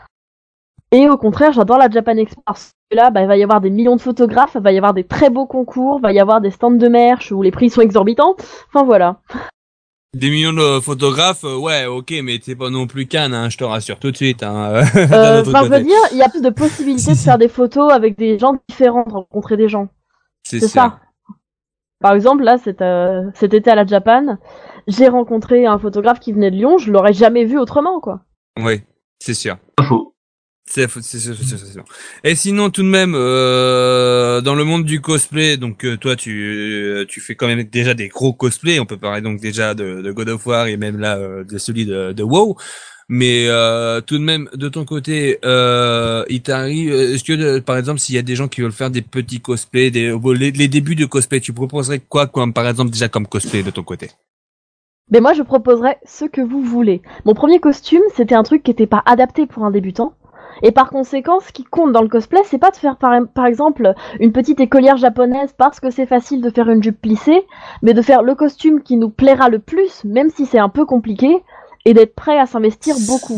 Et au contraire, j'adore la Japan Expo parce que là, il va y avoir des millions de photographes, il va y avoir des très beaux concours, il va y avoir des stands de merch où les prix sont exorbitants. Enfin voilà. Des millions de photographes, ouais, ok, mais t'es pas non plus Cannes, hein, je te rassure tout de suite. Hein, je veux dire, il y a plus de possibilités de faire des photos avec des gens différents, de rencontrer des gens. C'est ça. Par exemple, là, cet été à la Japan, j'ai rencontré un photographe qui venait de Lyon, je l'aurais jamais vu autrement, quoi. Oui, c'est sûr. C'est sûr. Et sinon, tout de même, dans le monde du cosplay, donc toi, tu fais quand même déjà des gros cosplays. On peut parler donc déjà de God of War et même là de celui de WoW. Mais tout de même, de ton côté, il t'arrive, est-ce que par exemple, s'il y a des gens qui veulent faire des petits cosplays, les débuts de cosplay, tu proposerais quoi, comme par exemple déjà comme cosplay de ton côté? Mais moi, je proposerais ce que vous voulez. Mon premier costume, c'était un truc qui n'était pas adapté pour un débutant. Et par conséquent, ce qui compte dans le cosplay, c'est pas de faire par exemple une petite écolière japonaise parce que c'est facile de faire une jupe plissée, mais de faire le costume qui nous plaira le plus, même si c'est un peu compliqué, et d'être prêt à s'investir beaucoup.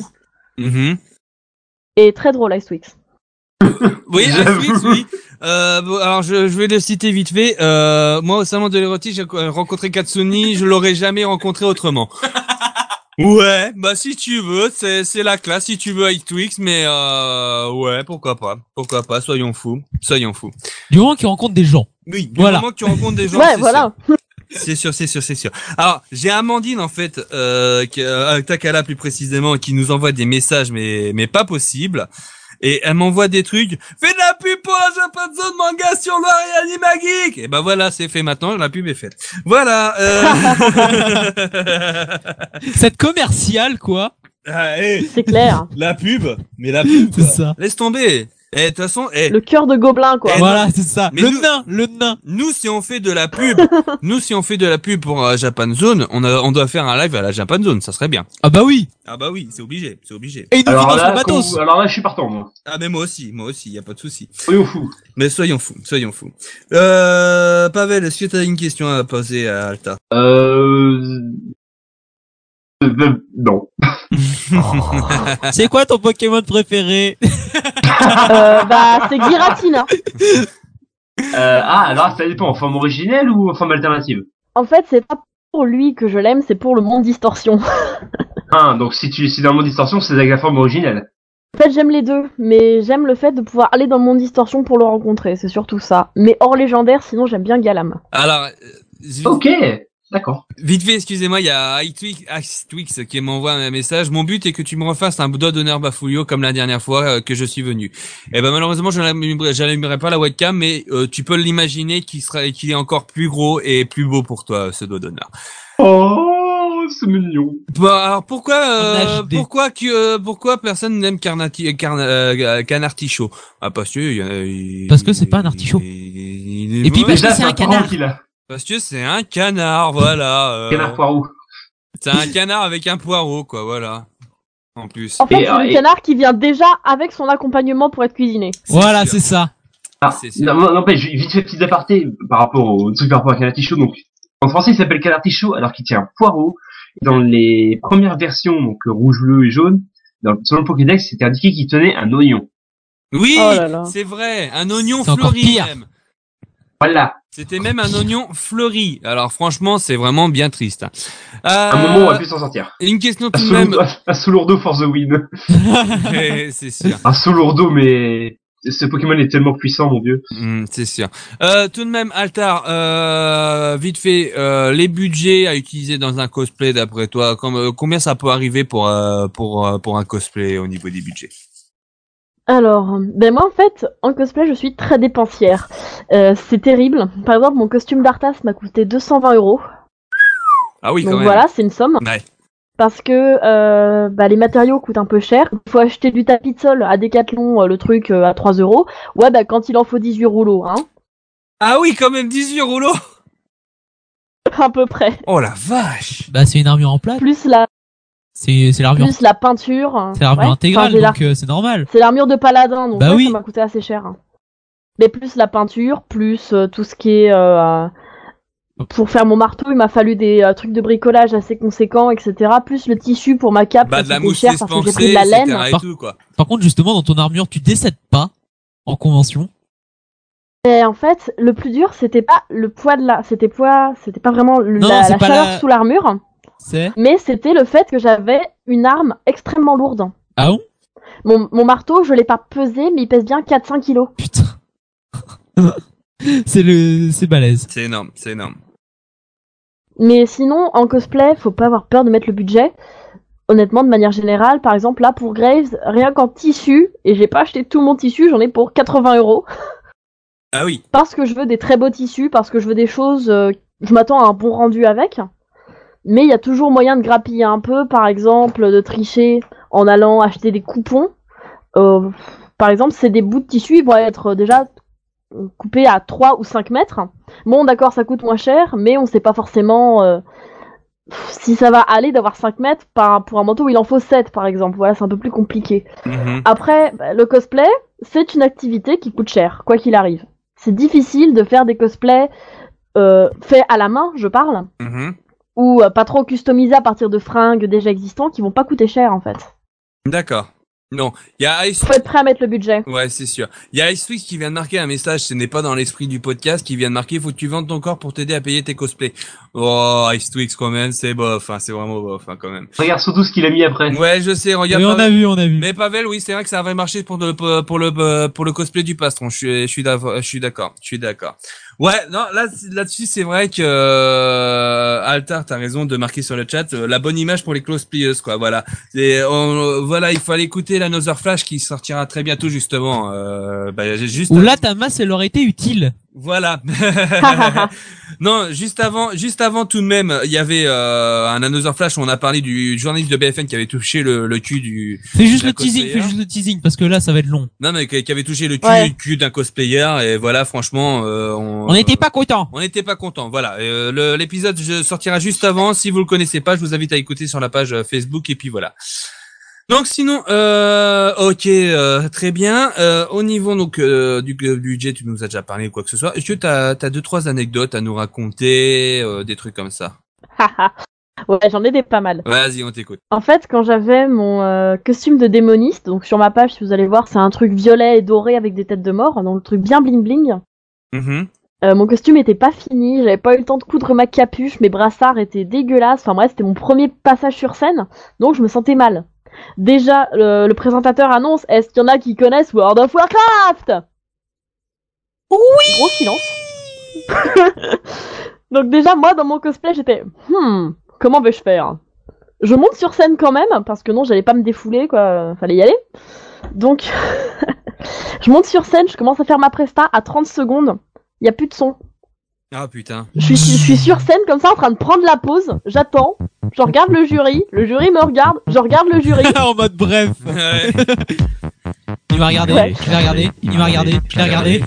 Et très drôle, Icewix. Oui, Icewix, oui. Alors je vais le citer vite fait. Moi, au salon de l'érotique, j'ai rencontré Katsuni, je l'aurais jamais rencontré autrement. Ouais, bah si tu veux, c'est la classe si tu veux Icewix, mais ouais, pourquoi pas, soyons fous. Du moment que tu rencontres des gens. Oui, du moment que tu rencontres des gens. Ouais, voilà. C'est sûr. Alors, j'ai Amandine en fait, Takala plus précisément, qui nous envoie des messages, mais pas possible. Et elle m'envoie des trucs. Fais de la pub pour la Japan Zone manga sur Noir et Anima Geek. Et ben voilà, c'est fait maintenant, la pub est faite. Voilà. Cette commerciale, quoi. C'est clair. La pub, c'est ça. Laisse tomber. De toute façon, le cœur de gobelin, quoi. Voilà, c'est ça. Mais le nain. Nous, si on fait de la pub, pour Japan Zone, on doit faire un live à la Japan Zone, ça serait bien. Ah bah oui, c'est obligé. Et il nous finance le matos. Alors là, je suis partant, moi. Ah, mais moi aussi, y a pas de souci. Soyons fous. Mais soyons fous. Pavel, est-ce que t'as une question à poser à Alta? Non. C'est quoi ton Pokémon préféré? C'est Giratina. Alors ça dépend, en forme originelle ou en forme alternative? En fait, c'est pas pour lui que je l'aime, c'est pour le monde distorsion. Donc si dans le monde distorsion, c'est avec la forme originelle. En fait, j'aime les deux, mais j'aime le fait de pouvoir aller dans le monde distorsion pour le rencontrer, c'est surtout ça. Mais hors légendaire, sinon j'aime bien Galam. Alors, ok. D'accord. Vite fait, excusez-moi, il y a Icewix qui m'envoie un message. Mon but est que tu me refasses un doigt d'honneur Bafouillot comme la dernière fois que je suis venu. Et ben malheureusement, je n'allumerai pas la webcam, mais tu peux l'imaginer qu'il est encore plus gros et plus beau pour toi, ce doigt d'honneur. Oh, c'est mignon. Bah alors pourquoi personne n'aime Canartichaud? Ah parce que c'est pas un artichaut. Et puis parce que c'est un canard. Parce que c'est un canard, voilà. Canard poireau. C'est un canard avec un poireau, quoi, voilà. En plus. En fait, c'est un canard qui vient déjà avec son accompagnement pour être cuisiné. Voilà, c'est ça. Non, vite fait petit aparté par rapport au truc par rapport à Canartichaud. Donc, en français, il s'appelle Canartichaud alors qu'il tient un poireau. Dans les premières versions, donc rouge, bleu et jaune, selon le Pokédex, c'était indiqué qu'il tenait un oignon. Oui, c'est vrai, un oignon fleuri même. Voilà. C'était même un oignon fleuri. Alors franchement, c'est vraiment bien triste. À un moment, on va plus s'en sortir. Une question tout de même. Un Soulourdeau for the win. C'est sûr. Un Soulourdeau, mais Ce Pokémon est tellement puissant, mon dieu. C'est sûr. Tout de même, Altar, vite fait, les budgets à utiliser dans un cosplay, d'après toi, combien ça peut arriver pour un cosplay au niveau des budgets? Alors, ben moi en fait, en cosplay, je suis très dépensière. C'est terrible. Par exemple, mon costume d'Arthas m'a coûté 220 €. Ah oui, quand Donc même. voilà, c'est une somme. Ouais. Parce que les matériaux coûtent un peu cher. Il faut acheter du tapis de sol à Decathlon, le truc à 3 €. Ouais, bah quand il en faut 18 rouleaux, hein. Ah oui, quand même 18 rouleaux. À peu près. Oh la vache. Bah c'est une armure en plate. Plus l'armure. Plus la peinture. C'est l'armure intégrale, donc c'est normal. C'est l'armure de paladin, donc bah oui. Ça m'a coûté assez cher. Mais plus la peinture, plus tout ce qui est... pour faire mon marteau, il m'a fallu des trucs de bricolage assez conséquents, etc. Plus le tissu pour ma cape, de la c'était mousse cher parce que j'ai pris de la laine. et tout, quoi. Par contre, justement, dans ton armure, tu décèdes pas en convention. Et en fait, le plus dur, c'était pas le poids c'était pas vraiment la chaleur sous l'armure. Mais c'était le fait que j'avais une arme extrêmement lourde. Ah bon? Mon marteau, je l'ai pas pesé, mais il pèse bien 4-5 kilos. Putain. C'est balèze. C'est énorme, c'est énorme. Mais sinon, en cosplay, faut pas avoir peur de mettre le budget. Honnêtement, de manière générale, par exemple, là, pour Graves, rien qu'en tissu, et j'ai pas acheté tout mon tissu, j'en ai pour 80 €. Ah oui. Parce que je veux des très beaux tissus, parce que je veux des choses, je m'attends à un bon rendu avec. Mais il y a toujours moyen de grappiller un peu, par exemple, de tricher en allant acheter des coupons. Par exemple, c'est des bouts de tissu, ils vont être déjà coupés à 3 ou 5 mètres. Bon, d'accord, ça coûte moins cher, mais on sait pas forcément si ça va aller d'avoir 5 mètres pour un manteau où il en faut 7, par exemple. Voilà, c'est un peu plus compliqué. Après, le cosplay, c'est une activité qui coûte cher, quoi qu'il arrive. C'est difficile de faire des cosplays faits à la main, je parle, ou pas trop customisés à partir de fringues déjà existants qui vont pas coûter cher, en fait. D'accord. Non, il y a Faut être prêt à mettre le budget. Ouais, c'est sûr. Il y a Icewix qui vient de marquer un message, ce n'est pas dans l'esprit du podcast, qui vient de marquer, faut que tu vendes ton corps pour t'aider à payer tes cosplays. Oh, Icewix quand même, c'est bof, hein, c'est vraiment bof, hein, quand même. Regarde surtout ce qu'il a mis après. Ouais, je sais, regarde. Oui, on a vu. Mais Pavel, oui, c'est vrai que ça avait marché pour le cosplay du pastron. Je suis d'accord. Ouais, non, là-dessus, c'est vrai que Altar, t'as raison de marquer sur le chat la bonne image pour les cosplayers, quoi. Voilà. Voilà, il faut aller écouter l'Another Flash qui sortira très bientôt justement. Où là, ta masse, elle aurait été utile. Voilà. Non, juste avant tout de même, il y avait un Another Flash où on a parlé du journaliste de BFM qui avait touché le cul du. Fais juste le teasing parce que là, ça va être long. Non, mais qui avait touché le cul d'un cosplayer et voilà, franchement, on n'était pas content. On n'était pas content. Voilà. L'épisode sortira juste avant. Si vous le connaissez pas, je vous invite à écouter sur la page Facebook et puis voilà. Donc sinon, ok, très bien. Au niveau donc du budget, tu nous as déjà parlé ou quoi que ce soit. Est-ce que t'as 2-3 anecdotes à nous raconter, des trucs comme ça? Ouais, j'en ai des pas mal. Vas-y, on t'écoute. En fait, quand j'avais mon costume de démoniste, donc sur ma page, si vous allez voir, c'est un truc violet et doré avec des têtes de mort, donc le truc bien bling bling. Mon costume était pas fini, j'avais pas eu le temps de coudre ma capuche, mes brassards étaient dégueulasses. Enfin bref, c'était mon premier passage sur scène, donc je me sentais mal. Déjà, le présentateur annonce, est-ce qu'il y en a qui connaissent World of Warcraft? Oui. Gros silence. Donc déjà, moi, dans mon cosplay, j'étais, comment vais-je faire? Je monte sur scène quand même, parce que non, j'allais pas me défouler, quoi, fallait y aller. Donc, je monte sur scène, je commence à faire ma presta, à 30 secondes, y a plus de son. Ah putain. Je suis sur scène comme ça en train de prendre la pause, j'attends, je regarde le jury me regarde, je regarde le jury. En mode bref. Ouais. Il m'a regardé, je l'ai regardé, il m'a regardé, je l'ai regardé.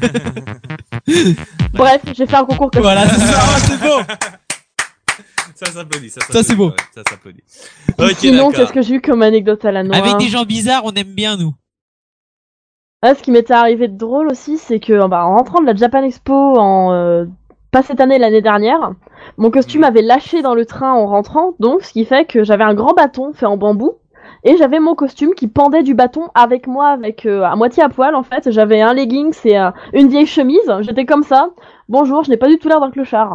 Bref, j'ai fait un concours comme voilà, c'est ça, c'est beau. Ça s'applaudit, ça c'est beau. Ouais, ça s'applaudit. Ok, sinon, d'accord. qu'est-ce que j'ai eu comme anecdote à la noix? Avec des gens bizarres, on aime bien nous. Ah, ce qui m'était arrivé de drôle aussi, c'est que en rentrant de la Japan Expo pas cette année, l'année dernière, mon costume avait lâché dans le train en rentrant, donc ce qui fait que j'avais un grand bâton fait en bambou, et j'avais mon costume qui pendait du bâton avec moi, avec à moitié à poil en fait. J'avais un leggings et une vieille chemise, j'étais comme ça. Bonjour, je n'ai pas du tout l'air d'un clochard.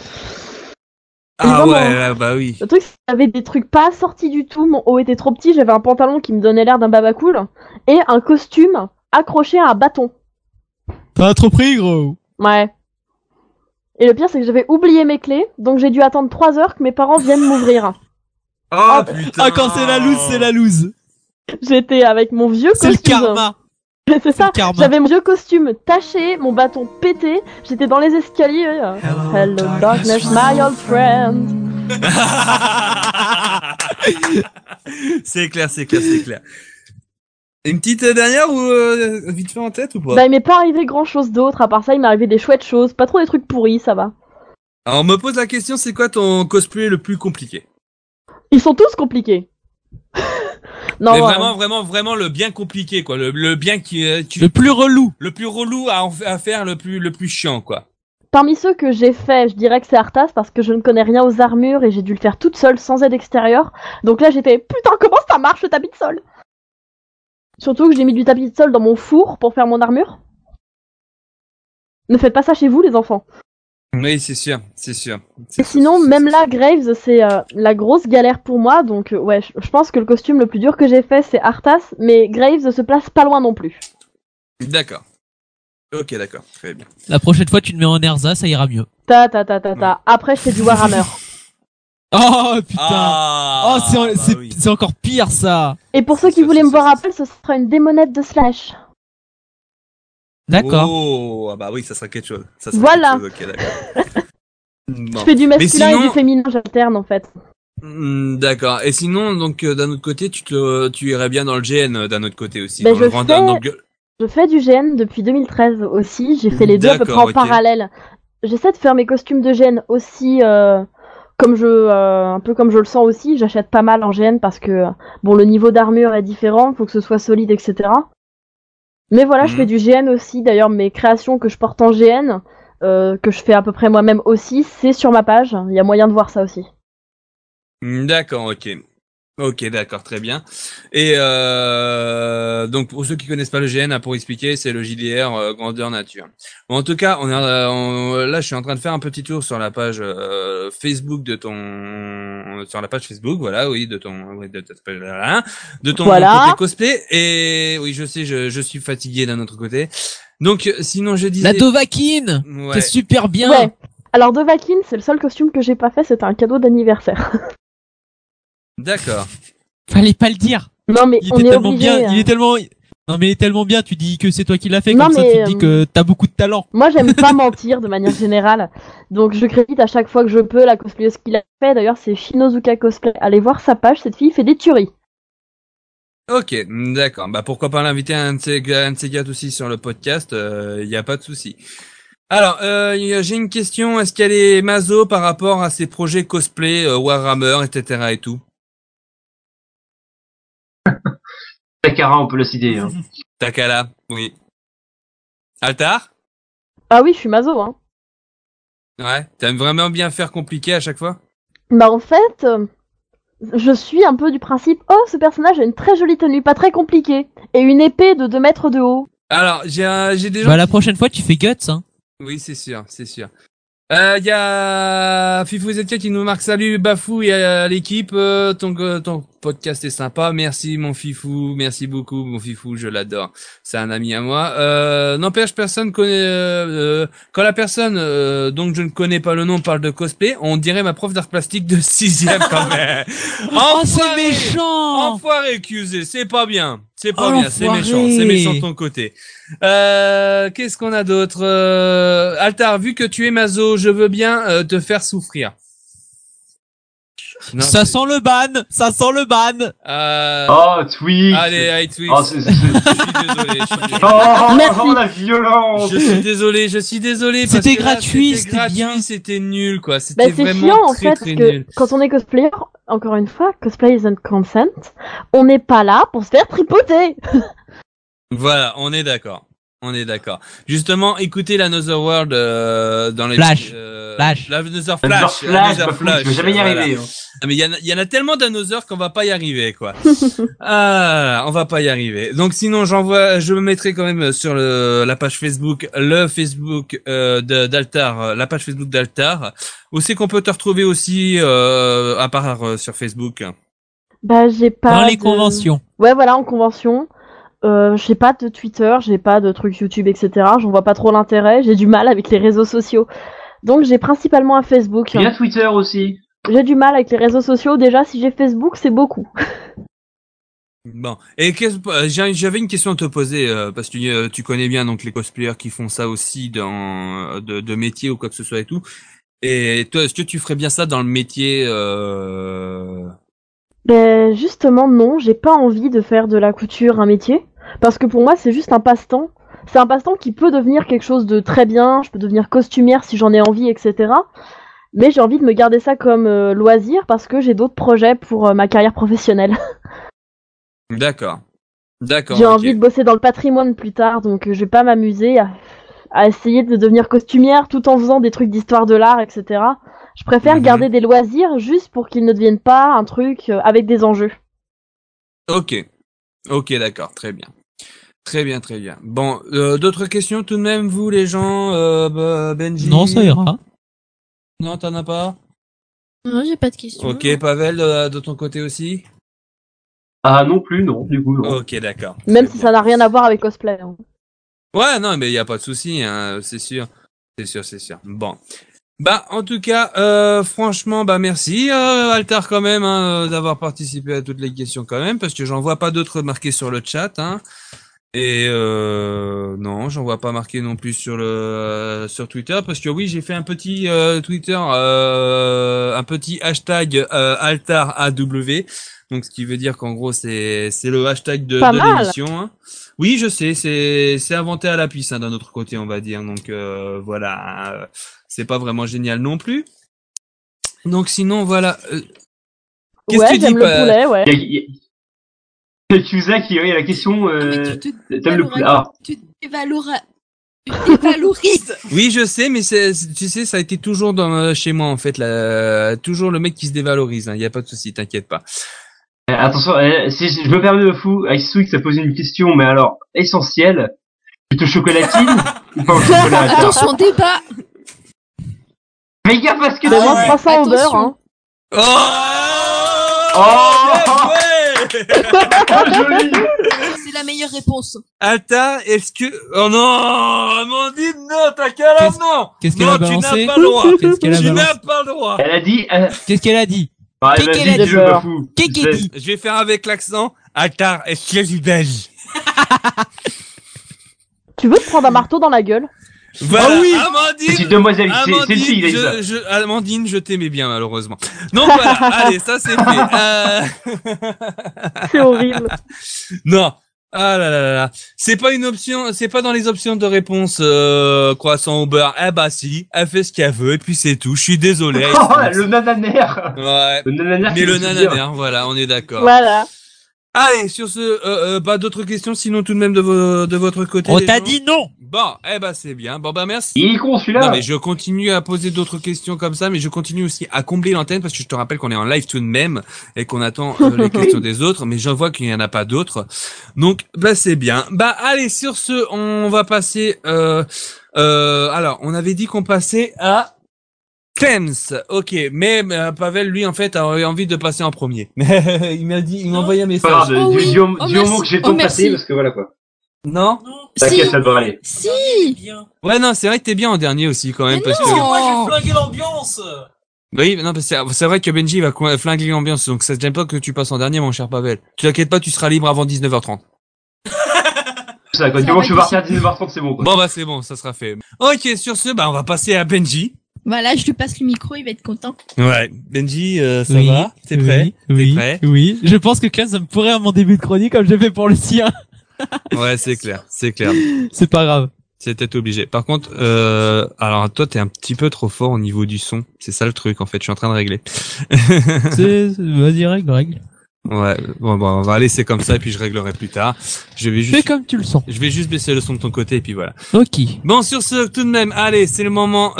Ah ouais, bah oui. Le truc, c'est que j'avais des trucs pas assortis du tout, mon haut était trop petit, j'avais un pantalon qui me donnait l'air d'un baba cool, et un costume accroché à un bâton. T'as trop pris, gros. Ouais. Et le pire, c'est que j'avais oublié mes clés, donc j'ai dû attendre 3 heures que mes parents viennent m'ouvrir. Oh putain. Ah, quand c'est la loose, c'est la loose. J'étais avec mon vieux C'est costume. le karma. C'est ça. le karma. J'avais mon vieux costume taché, mon bâton pété. J'étais dans les escaliers. Hello darkness, my old friend. C'est clair. Une petite dernière ou vite fait en tête ou pas? Bah, il m'est pas arrivé grand chose d'autre. À part ça, il m'est arrivé des chouettes choses. Pas trop des trucs pourris, ça va. Alors on me pose la question, c'est quoi ton cosplay le plus compliqué? Ils sont tous compliqués. Non, mais vraiment le bien compliqué quoi, le bien qui le plus relou à faire, le plus chiant quoi. Parmi ceux que j'ai fait, je dirais que c'est Arthas parce que je ne connais rien aux armures et j'ai dû le faire toute seule sans aide extérieure. Donc là j'étais putain comment ça marche le tapis de sol. Surtout que j'ai mis du tapis de sol dans mon four pour faire mon armure. Ne faites pas ça chez vous les enfants. Oui c'est sûr. Et sinon même là Graves c'est la grosse galère pour moi donc ouais je pense que le costume le plus dur que j'ai fait c'est Arthas mais Graves se place pas loin non plus. D'accord. Ok d'accord, très bien. La prochaine fois tu te mets en Erza, ça ira mieux. Après je fais du Warhammer. Oh putain. C'est encore pire ça. Et pour ceux qui voulaient me voir à poil, ce sera une démonette de Slash. D'accord. Oh, ah bah oui, ça sera quelque chose. Voilà. Ok, d'accord. Bon. Je fais du masculin et du féminin, j'alterne en fait. D'accord. Et sinon, donc d'un autre côté, tu irais bien dans le GN d'un autre côté aussi. Ben, je fais du GN depuis 2013 aussi. J'ai fait les deux à peu près en parallèle. J'essaie de faire mes costumes de GN aussi un peu comme je le sens aussi. J'achète pas mal en GN parce que bon le niveau d'armure est différent, faut que ce soit solide, etc. Mais voilà, je fais du GN aussi. D'ailleurs, mes créations que je porte en GN, que je fais à peu près moi-même aussi, c'est sur ma page. Il y a moyen de voir ça aussi. D'accord, ok. Ok, d'accord, très bien. Et donc pour ceux qui connaissent pas le GN, pour expliquer, c'est le JDR grandeur nature. Bon, en tout cas, là, je suis en train de faire un petit tour sur la page Facebook sur la page Facebook, voilà, oui, de ton côté cosplay. Et oui, je sais, je suis fatigué d'un autre côté. Donc, sinon, je disais la Dovahkiin, c'est super bien. Ouais. Alors Dovahkiin, c'est le seul costume que j'ai pas fait, c'était un cadeau d'anniversaire. D'accord. Fallait pas le dire. Non mais il est tellement bien, tu dis que c'est toi qui l'as fait, ça tu dis que t'as beaucoup de talent. Moi j'aime pas mentir de manière générale, donc je crédite à chaque fois que je peux la cosplayeuse qu'il a fait, d'ailleurs c'est Shinozuka Cosplay, allez voir sa page, cette fille fait des tueries. Ok, d'accord, bah pourquoi pas l'inviter un de ces quatre aussi sur le podcast, y a pas de souci. Alors, j'ai une question, est-ce qu'elle est maso par rapport à ses projets cosplay, Warhammer, etc. et tout? Takara, on peut la citer. Hein. Takara, oui. Altar? Ah oui, je suis maso, hein. Ouais, t'aimes vraiment bien faire compliqué à chaque fois? Bah en fait, je suis un peu du principe, oh ce personnage a une très jolie tenue, pas très compliquée, et une épée de 2 mètres de haut. Alors, j'ai des gens... Bah la prochaine fois tu fais Guts, hein. Oui, c'est sûr. Y a Fifou Zetia qui nous marque salut Bafou et à l'équipe, ton podcast est sympa, merci mon Fifou, merci beaucoup mon Fifou, je l'adore, c'est un ami à moi. N'empêche, personne connaît, quand la personne dont je ne connais pas le nom parle de cosplay, on dirait ma prof d'art plastique de 6ème quand même. Oh c'est méchant. Enfoiré accusé, c'est pas bien, c'est méchant de ton côté. Qu'est-ce qu'on a d'autre? Altar, vu que tu es maso, je veux bien te faire souffrir. Non, ça sent le ban. Oh, Twix. Allez, Twix. Oh, je suis désolé. Oh, la violence. Je suis désolé. C'était gratuit, c'était bien. C'était nul, quoi. C'était vraiment chiant, en très, fait, très parce nul. que quand on est cosplayer, encore une fois, cosplay isn't consent, on n'est pas là pour se faire tripoter. Voilà, on est d'accord. Justement, écoutez l'Another World dans les Flash. L'Another Flash. Je vais jamais y arriver. Hein. Mais il y en a tellement d'Another qu'on va pas y arriver, quoi. On va pas y arriver. Donc sinon, je me mettrai quand même sur la page Facebook, le Facebook d'Altar, la page Facebook d'Altar. Où c'est qu'on peut te retrouver aussi à part sur Facebook? Bah j'ai pas. Dans les conventions. Ouais, voilà, en convention. j'ai pas de Twitter, j'ai pas de trucs YouTube, etc. J'en vois pas trop l'intérêt. J'ai du mal avec les réseaux sociaux. Donc j'ai principalement un Facebook. Il y a Twitter aussi. J'ai du mal avec les réseaux sociaux. Déjà, si j'ai Facebook, c'est beaucoup. Bon, et j'avais une question à te poser parce que tu connais bien donc les cosplayers qui font ça aussi dans de métier ou quoi que ce soit et tout. Et toi, est-ce que tu ferais bien ça dans le métier Ben justement non, j'ai pas envie de faire de la couture un métier parce que pour moi c'est juste un passe-temps. C'est un passe-temps qui peut devenir quelque chose de très bien. Je peux devenir costumière si j'en ai envie, etc. Mais j'ai envie de me garder ça comme loisir parce que j'ai d'autres projets pour ma carrière professionnelle. D'accord. D'accord. J'ai ok. envie de bosser dans le patrimoine plus tard, donc je vais pas m'amuser à essayer de devenir costumière tout en faisant des trucs d'histoire de l'art, etc. Je préfère garder des loisirs juste pour qu'ils ne deviennent pas un truc avec des enjeux. Ok. Ok, d'accord. Très bien. Très bien, très bien. Bon, d'autres questions tout de même, vous les gens, Benji? Non, ça ira. Non, t'en as pas? Non, j'ai pas de questions. Ok, Pavel, de ton côté aussi? Ah non plus, non, du coup, non. Ok, d'accord. Même Très si bien. ça n'a rien à voir avec cosplay. Hein. Ouais, non, mais il y a pas de souci, hein, c'est sûr. C'est sûr, c'est sûr. Bon. Bah, en tout cas, franchement, bah merci, Altar, quand même, hein, d'avoir participé à toutes les questions quand même, parce que j'en vois pas d'autres marquées sur le chat, hein. Et non, j'en vois pas marqué non plus sur Twitter, parce que oui, j'ai fait un petit Twitter, un petit hashtag Altar AW, donc ce qui veut dire qu'en gros c'est le hashtag de l'émission. Hein. Oui, je sais, c'est inventé à la puce hein, d'un autre côté, on va dire. Donc voilà, c'est pas vraiment génial non plus. Donc sinon voilà. Qu'est-ce que tu dis j'aime le poulet, ouais. Cusa qui a la question. T'aimes le poulet. Tu dévalorises. Oui, je sais, mais tu sais, ça a été toujours chez moi en fait, toujours le mec qui se dévalorise. Il y a pas de souci, t'inquiète pas. Attention, si je me permets de fou, Ice Week, ça pose une question, mais alors essentielle. Plutôt chocolatine ou pas au chocolat? Attention, débat. Fais gaffe parce que moi 300 au beurre. Hein. Joli. C'est la meilleure réponse. Alta, est-ce que... Oh non, Amandine, non, t'as qu'à la non. Qu'est-ce qu'elle a balancé? Tu n'as pas le droit. Qu'est-ce qu'elle a Tu balancé? n'as pas le droit. Elle a dit. Qu'est-ce qu'elle a dit? Qu'est-ce qu'elle a dit? Je vais faire avec l'accent. Altar, est-ce que tu belge? Tu veux te prendre un marteau dans la gueule? Voilà, oh oui. Amandine, c'est une demoiselle, c'est une fille, Amandine, je t'aimais bien, malheureusement. Donc voilà, allez, ça c'est fait. C'est horrible. Non. Ah là là là là. C'est pas une option, c'est pas dans les options de réponse, croissant au beurre. Eh bah si, elle fait ce qu'elle veut, et puis c'est tout. Je suis désolé. Oh, le nananaire. Ouais. Le nananaire. Mais le nananaire, voilà, on est d'accord. Voilà. Allez, sur ce, bah d'autres questions, sinon tout de même de votre côté. On t'a dit non. Bon, eh bah c'est bien. Bon bah merci. Il est con celui-là. Non mais je continue à poser d'autres questions comme ça, mais je continue aussi à combler l'antenne parce que je te rappelle qu'on est en live tout de même et qu'on attend les questions des autres, mais je vois qu'il y en a pas d'autres. Donc bah c'est bien. Bah allez, sur ce, on va passer. Alors, on avait dit qu'on passait à Thames, ok, mais Pavel, lui, en fait, avait envie de passer en premier. Il m'a envoyé un message. Du moment que j'ai le temps de passer, parce que voilà quoi. Non? T'inquiète, ça devrait aller. Si. Ouais, non, c'est vrai que t'es bien en dernier aussi, quand même, Mais parce non. que... Moi, j'ai flingué l'ambiance. Oui, non, parce que c'est vrai que Benji va flinguer l'ambiance, donc ça te gêne pas que tu passes en dernier, mon cher Pavel. Tu t'inquiètes pas, tu seras libre avant 19h30. Ça, quand du moment que je vais partir à 19h30, c'est bon, quoi. Bon, bah, c'est bon, ça sera fait. Ok, sur ce, bah, on va passer à Benji. Voilà, je lui passe le micro, il va être content. Ouais. Benji, ça Oui, va? T'es prêt? Oui, T'es prêt? oui. Je pense que Claire, ça me pourrait à mon début de chronique comme j'ai fait pour le sien. Ouais, c'est clair, c'est clair. C'est pas grave. C'était obligé. Par contre, alors toi, t'es un petit peu trop fort au niveau du son. C'est ça le truc, en fait. Je suis en train de régler. Vas-y, règle. Ouais. Bon, on va laisser comme ça et puis je réglerai plus tard. Fais comme tu le sens. Je vais juste baisser le son de ton côté et puis voilà. Ok. Bon, sur ce, tout de même, allez, c'est le moment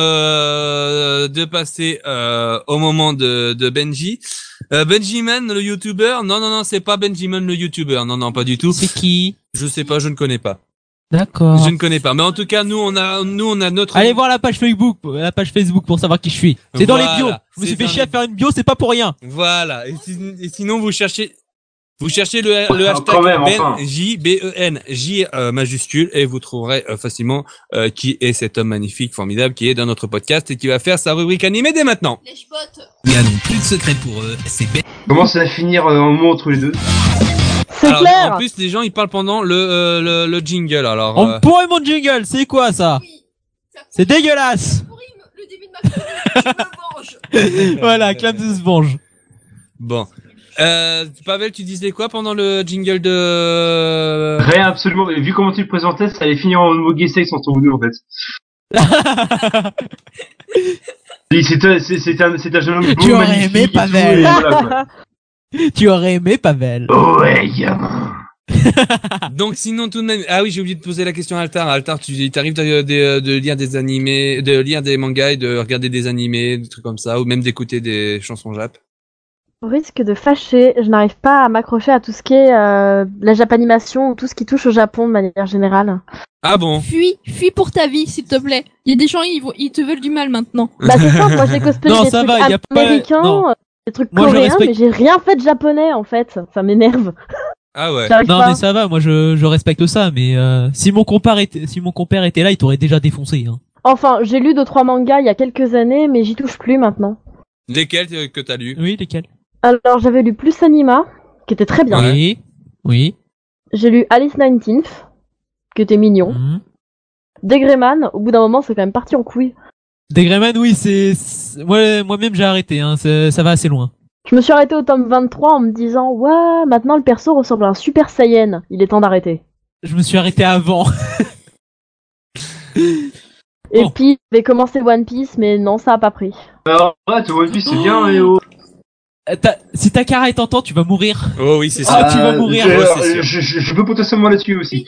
de passer au moment de Benji. Benjiman, le YouTuber. Non, c'est pas Benjiman, le YouTuber. Non, pas du tout. C'est qui? Je sais pas, je ne connais pas. D'accord. Je ne connais pas. Mais en tout cas, nous, on a notre... Allez voir la page Facebook pour savoir qui je suis. C'est dans les bios. Je me suis fait chier à faire une bio, c'est pas pour rien. Voilà. Et sinon, vous cherchez Vous cherchez le hashtag Quand même, enfin. J majuscule et vous trouverez facilement qui est cet homme magnifique, formidable, qui est dans notre podcast et qui va faire sa rubrique animée dès maintenant. Lèche-bottes. Il y a donc plus de secret pour eux, c'est bête. Comment ça va finir un moment entre les deux? C'est Alors, clair. en plus, les gens ils parlent pendant le jingle. Alors, On pourrait mon jingle, c'est quoi ça? Oui. C'est dégueulasse. Pourri le début de ma chronique. Je me venge. Voilà, Clam se venge. bon. Pavel, tu disais quoi pendant le jingle de Rien, absolument. Vu comment tu le présentais, ça allait finir en mot sexe entre vous deux, en fait. C'est un jeune homme beau, Tu aurais magnifique aimé et tout, Pavel. et voilà, quoi. Tu aurais aimé Pavel. Oh ouais, gamin. Donc sinon tout de même, ah oui, j'ai oublié de poser la question à Altar. Altar, tu t'arrives de lire des animés, de lire des mangas et de regarder des animés, des trucs comme ça, ou même d'écouter des chansons jap. Au risque de fâcher, je n'arrive pas à m'accrocher à tout ce qui est la japanimation ou tout ce qui touche au Japon de manière générale. Ah bon? Fuis pour ta vie, s'il te plaît. Il y a des gens, ils te veulent du mal maintenant. Bah c'est ça, moi j'ai cosplayé Non, des ça trucs va, y a pas- américains, non. des trucs Moi, je coréens, respecte- mais j'ai rien fait de japonais en fait. Ça m'énerve. Ah ouais. J'arrive Non pas. mais ça va, moi je respecte ça, mais si mon compère était là, il t'aurait déjà défoncé. Hein. Enfin, j'ai lu 2-3 mangas il y a quelques années, mais j'y touche plus maintenant. Lesquels que t'as lu? Oui, lesquels? Alors j'avais lu Plus Anima, qui était très bien. Ouais. Oui, oui. J'ai lu Alice 19th, qui était mignon. Mhm. Degreyman, au bout d'un moment, c'est quand même parti en couille. Degreyman, oui, moi-même j'ai arrêté, hein, ça va assez loin. Je me suis arrêtée au tome 23 en me disant, ouais, maintenant le perso ressemble à un Super Saiyan. Il est temps d'arrêter. Je me suis arrêté avant. Et Bon. puis, j'ai commencé One Piece, mais non, ça a pas pris. Alors, ouais, One Piece, c'est bien, et oh. Si ta cara est tentant, tu vas mourir. Oh oui, c'est Ah, ça. tu vas mourir. Ouais, c'est sûr. Je peux potentiellement là-dessus aussi.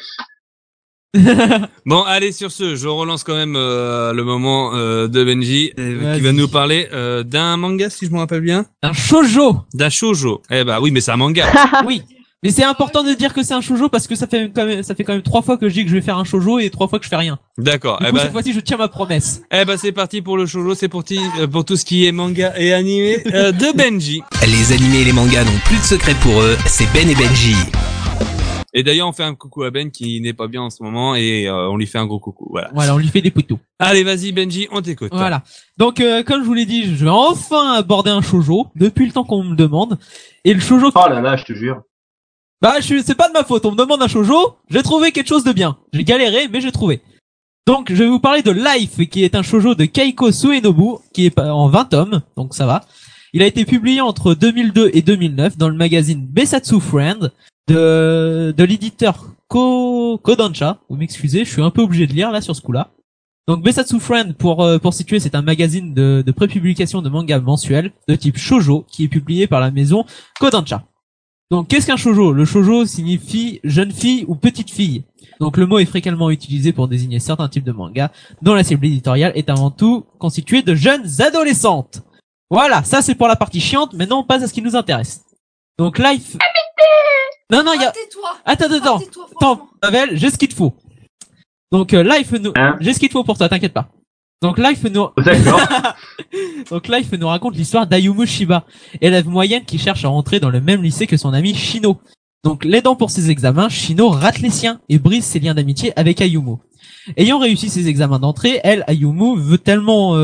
Bon, allez, sur ce, je relance quand même le moment de Benji qui Vas-y. va nous parler d'un manga, si je me rappelle bien. Un shoujo. D'un shoujo. Eh bah oui, mais c'est un manga. Oui. Mais c'est important de dire que c'est un shoujo parce que ça fait quand même 3 fois que je dis que je vais faire un shoujo et 3 fois que je fais rien. D'accord. Du Eh coup, bah, cette fois-ci, je tiens ma promesse. c'est parti pour le shoujo, c'est pour tout ce qui est manga et animé de Benji. Les animés et les mangas n'ont plus de secret pour eux, c'est Ben et Benji. Et d'ailleurs, on fait un coucou à Ben qui n'est pas bien en ce moment et on lui fait un gros coucou. Voilà. Voilà, on lui fait des poutous. Allez, vas-y Benji, on t'écoute. Voilà. Donc, comme je vous l'ai dit, je vais enfin aborder un shoujo depuis le temps qu'on me demande. Et le shoujo, Oh là là, je te jure. bah, c'est pas de ma faute. On me demande un shoujo, j'ai trouvé quelque chose de bien. J'ai galéré, mais j'ai trouvé. Donc, je vais vous parler de Life, qui est un shoujo de Keiko Suenobu, qui est en 20 tomes, donc ça va. Il a été publié entre 2002 et 2009 dans le magazine Besatsu Friend de l'éditeur Kodansha. Vous m'excusez, je suis un peu obligé de lire là sur ce coup-là. Donc Besatsu Friend, pour situer, c'est un magazine de prépublication de manga mensuel de type shoujo qui est publié par la maison Kodansha. Donc qu'est-ce qu'un shoujo? Le shoujo signifie jeune fille ou petite fille. Donc le mot est fréquemment utilisé pour désigner certains types de mangas dont la cible éditoriale est avant tout constituée de jeunes adolescentes. Voilà, ça c'est pour la partie chiante, mais non, pas à ce qui nous intéresse. Donc Life... Non, il y a... Tais-toi. Attends, Tais-toi, attends, franchement. Pavel, j'ai ce qu'il te faut. Donc Life nous... Hein? J'ai ce qu'il te faut pour toi, t'inquiète pas. Donc Life nous... D'accord. Donc Life nous raconte l'histoire d'Ayumu Shiba, élève moyenne qui cherche à rentrer dans le même lycée que son ami Shino. Donc l'aidant pour ses examens, Shino rate les siens et brise ses liens d'amitié avec Ayumu. Ayant réussi ses examens d'entrée, Ayumu veut tellement...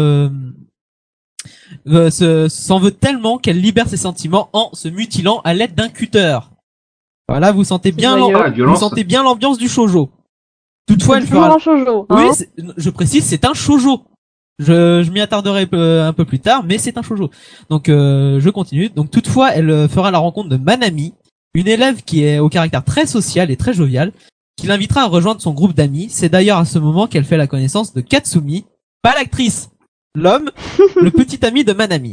s'en veut tellement qu'elle libère ses sentiments en se mutilant à l'aide d'un cutter. Voilà, vous sentez bien Joyeux. Ah, la violence. l'ambiance du shoujo. Toutefois, elle Toujours fera... un shoujo. Oui, Hein. je précise, c'est un shoujo. Je m'y attarderai un peu plus tard, mais c'est un shoujo. Donc, je continue. Donc, toutefois, elle fera la rencontre de Manami, une élève qui est au caractère très social et très jovial, qui l'invitera à rejoindre son groupe d'amis. C'est d'ailleurs à ce moment qu'elle fait la connaissance de Katsumi, pas l'actrice, l'homme, le petit ami de Manami.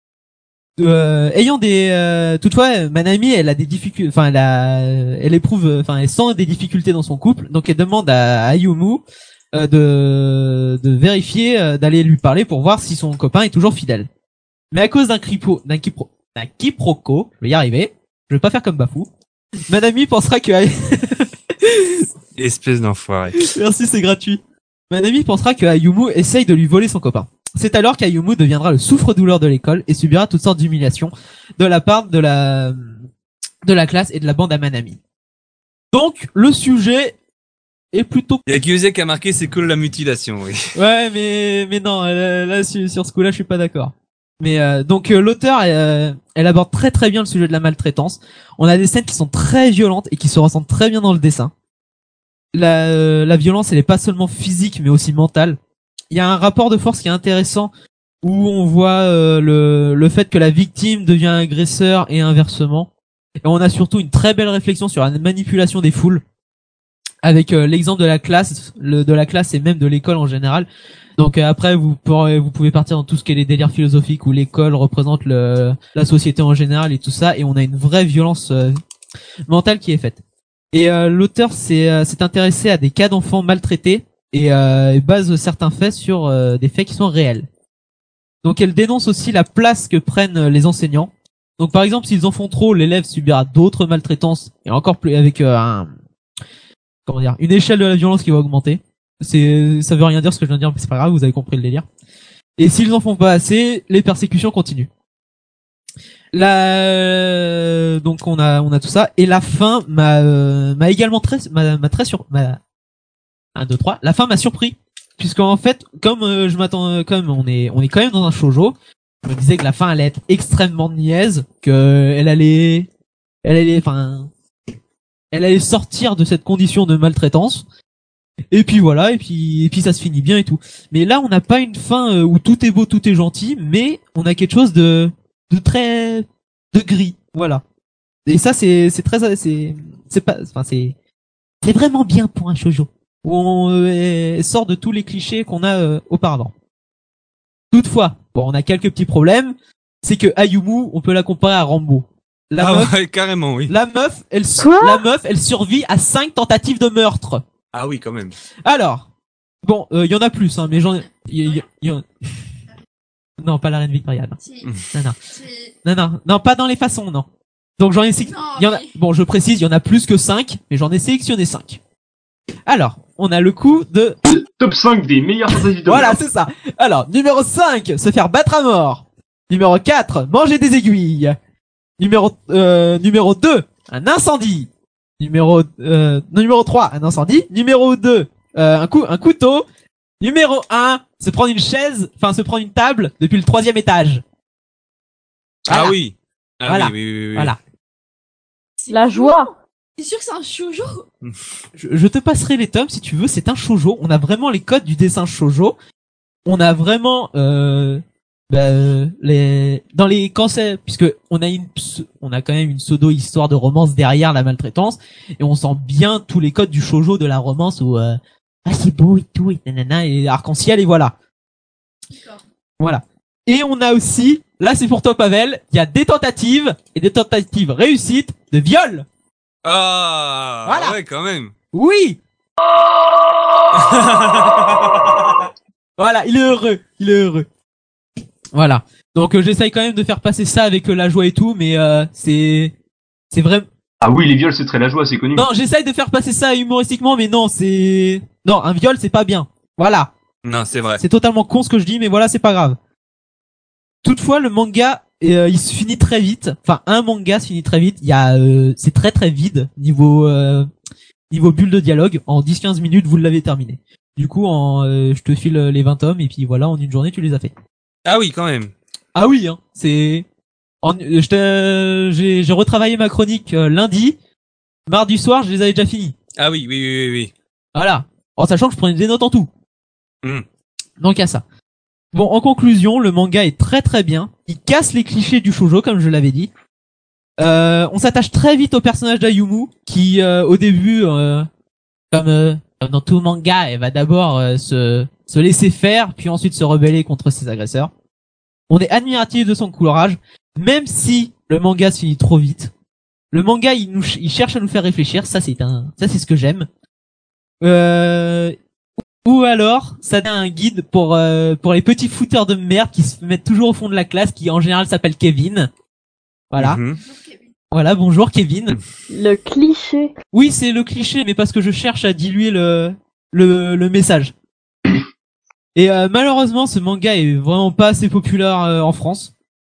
Toutefois, Manami, elle a des difficultés, enfin, elle sent des difficultés dans son couple, donc elle demande à Ayumu de vérifier, d'aller lui parler pour voir si son copain est toujours fidèle. Mais à cause d'un quiproquo, je vais y arriver, je vais pas faire comme Bafou, Manami pensera que Espèce d'enfoiré. merci, c'est gratuit. Manami pensera que Ayumu essaye de lui voler son copain. C'est alors qu'Ayumu deviendra le souffre-douleur de l'école et subira toutes sortes d'humiliations de la part de de la classe et de la bande à Manami. Donc le sujet est plutôt... Il y a Kyusei qui a marqué c'est cool la mutilation, oui. Ouais, mais non, là sur ce coup-là, je suis pas d'accord. Mais donc l'auteur, elle aborde très très bien le sujet de la maltraitance. On a des scènes qui sont très violentes et qui se ressentent très bien dans le dessin. La violence, elle est pas seulement physique, mais aussi mentale. Il y a un rapport de force qui est intéressant où on voit le fait que la victime devient agresseur et inversement. Et on a surtout une très belle réflexion sur la manipulation des foules, avec l'exemple de la classe, et même de l'école en général. Donc après vous pouvez partir dans tout ce qui est les délires philosophiques où l'école représente la société en général et tout ça, et on a une vraie violence mentale qui est faite. Et l'auteur s'est intéressé à des cas d'enfants maltraités et base certains faits sur des faits qui sont réels. Donc elle dénonce aussi la place que prennent les enseignants. Donc par exemple, s'ils en font trop, l'élève subira d'autres maltraitances et encore plus avec une échelle de la violence qui va augmenter. Ça veut rien dire ce que je viens de dire, mais c'est pas grave, vous avez compris le délire. Et s'ils en font pas assez, les persécutions continuent. Donc on a tout ça, et la fin m'a également la fin m'a surpris, puisqu'en fait, comme on est quand même dans un shoujo, je me disais que la fin allait être extrêmement niaise, que elle allait sortir de cette condition de maltraitance. Et puis voilà, et puis ça se finit bien et tout. Mais là, on n'a pas une fin où tout est beau, tout est gentil, mais on a quelque chose de gris, voilà. Et ça, c'est vraiment bien pour un shoujo, où on sort de tous les clichés qu'on a auparavant. Toutefois, on a quelques petits problèmes. C'est que Ayumu, on peut la comparer à Rambo. Ouais, carrément, oui. La meuf, elle survit à 5 tentatives de meurtre. Ah oui, quand même. Alors, bon, il y en a plus, hein, mais non, pas la reine Victoria. Non, pas dans les façons, non. Donc j'en ai bon, je précise, il y en a plus que 5, mais j'en ai sélectionné 5. Alors, on a le coup de top 5 des meilleures tentatives de Voilà, c'est ça. Alors, numéro 5, se faire battre à mort. Numéro 4, manger des aiguilles. Numéro 2, un incendie. Numéro 3, un incendie. Numéro 2, un couteau. Numéro 1, se prendre une table depuis le 3e étage. Voilà. Ah oui. Voilà. Oui. Voilà. La joie. T'es sûr que c'est un shoujo? Je te passerai les tomes si tu veux, c'est un shoujo. On a vraiment les codes du dessin shoujo. On a vraiment puisque on a quand même une pseudo histoire de romance derrière la maltraitance, et on sent bien tous les codes du shoujo de la romance où c'est beau et tout et nanana et arc-en-ciel et voilà. Voilà. Et on a aussi, là c'est pour toi Pavel, il y a des tentatives et des tentatives réussites de viol. Ah, voilà. Ouais, quand même. Oui. Voilà, il est heureux. Voilà. Donc j'essaye quand même de faire passer ça avec la joie et tout, mais c'est vrai. Ah oui, les viols c'est très la joie, c'est connu. Non, j'essaye de faire passer ça humoristiquement, mais non, un viol c'est pas bien. Voilà. Non, c'est vrai. C'est totalement con ce que je dis, mais voilà, c'est pas grave. Toutefois, le manga, il se finit très vite. Enfin, un manga se finit très vite. C'est très très vide niveau bulle de dialogue. En 10-15 minutes, vous l'avez terminé. Du coup, je te file les 20 tomes et puis voilà, en une journée, tu les as fait. Ah oui, quand même. Ah oui, hein. J'ai retravaillé ma chronique lundi. Mardi soir, je les avais déjà finis. Ah oui. Voilà. En sachant que je prenais des notes en tout. Donc à ça. Bon, en conclusion, le manga est très très bien. Il casse les clichés du shoujo, comme je l'avais dit. On s'attache très vite au personnage d'Ayumu, qui au début, comme dans tout manga, elle va d'abord se laisser faire, puis ensuite se rebeller contre ses agresseurs. On est admiratif de son courage, même si le manga se finit trop vite. Le manga, il cherche à nous faire réfléchir. Ça, c'est ce que j'aime. Ou alors, ça donne un guide pour les petits fouteurs de merde qui se mettent toujours au fond de la classe, qui en général s'appelle Kevin. Voilà. Voilà, bonjour Kevin. Le cliché. Oui, c'est le cliché, mais parce que je cherche à diluer le message. Et malheureusement, ce manga est vraiment pas assez populaire en France.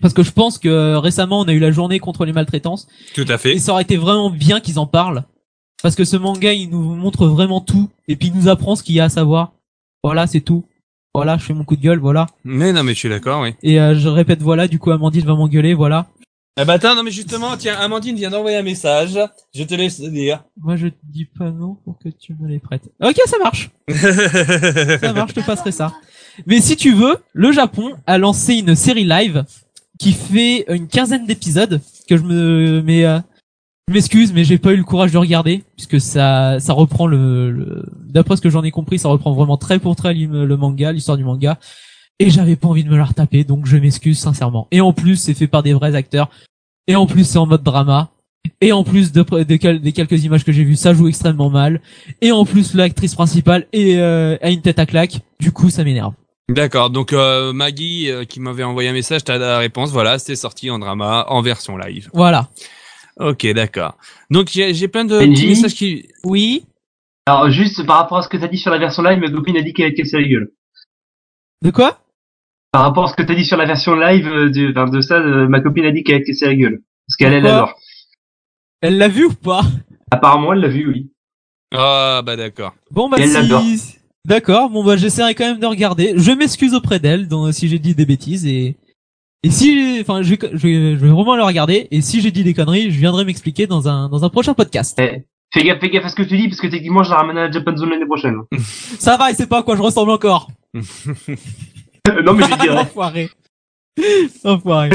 Parce que je pense que récemment on a eu la journée contre les maltraitances. Tout à fait. Et ça aurait été vraiment bien qu'ils en parlent. Parce que ce manga il nous montre vraiment tout. Et puis il nous apprend ce qu'il y a à savoir. Voilà, c'est tout. Voilà, je fais mon coup de gueule, voilà. Mais non, mais je suis d'accord, oui. Et je répète voilà, du coup Amandine va m'engueuler, voilà. Eh ben attends, non mais justement, tiens, Amandine vient d'envoyer un message. Je te laisse dire. Moi je te dis pas non pour que tu me les prêtes. Ok, ça marche. Ça marche, je te passerai ça. Mais si tu veux, le Japon a lancé une série live qui fait une 15aine d'épisodes que je m'excuse, mais j'ai pas eu le courage de regarder puisque ça reprend d'après ce que j'en ai compris, ça reprend vraiment trait pour trait le manga, l'histoire du manga. Et j'avais pas envie de me la retaper, donc je m'excuse sincèrement. Et en plus, c'est fait par des vrais acteurs. Et en plus, c'est en mode drama. Et en plus des quelques images que j'ai vues, ça joue extrêmement mal. Et en plus, l'actrice principale a une tête à claque. Du coup, ça m'énerve. D'accord, donc Maggie qui m'avait envoyé un message, t'as la réponse, voilà, c'est sorti en drama, en version live. Voilà. Ok, d'accord. Donc j'ai plein de Benji petits messages qui... Oui. Alors, juste par rapport à ce que t'as dit sur la version live, ma copine a dit qu'elle allait te casser la gueule. De quoi? Par rapport à ce que t'as dit sur la version live de ça, ma copine a dit qu'elle allait te casser la gueule. Parce qu'elle l'adore. Elle l'a vu ou pas? Apparemment, elle l'a vu, oui. Ah, bah d'accord. Bon, bah Elle l'adore. D'accord, bon bah j'essaierai quand même de regarder. Je m'excuse auprès d'elle si j'ai dit des bêtises et si, enfin, je vais vraiment le regarder et si j'ai dit des conneries, je viendrai m'expliquer dans un prochain podcast. Fais gaffe à ce que tu dis parce que techniquement, je la ramène à la Japan Zone l'année prochaine. Ça va, il sait pas à quoi je ressemble encore. Non, mais je dirais. Enfoiré. Enfoiré.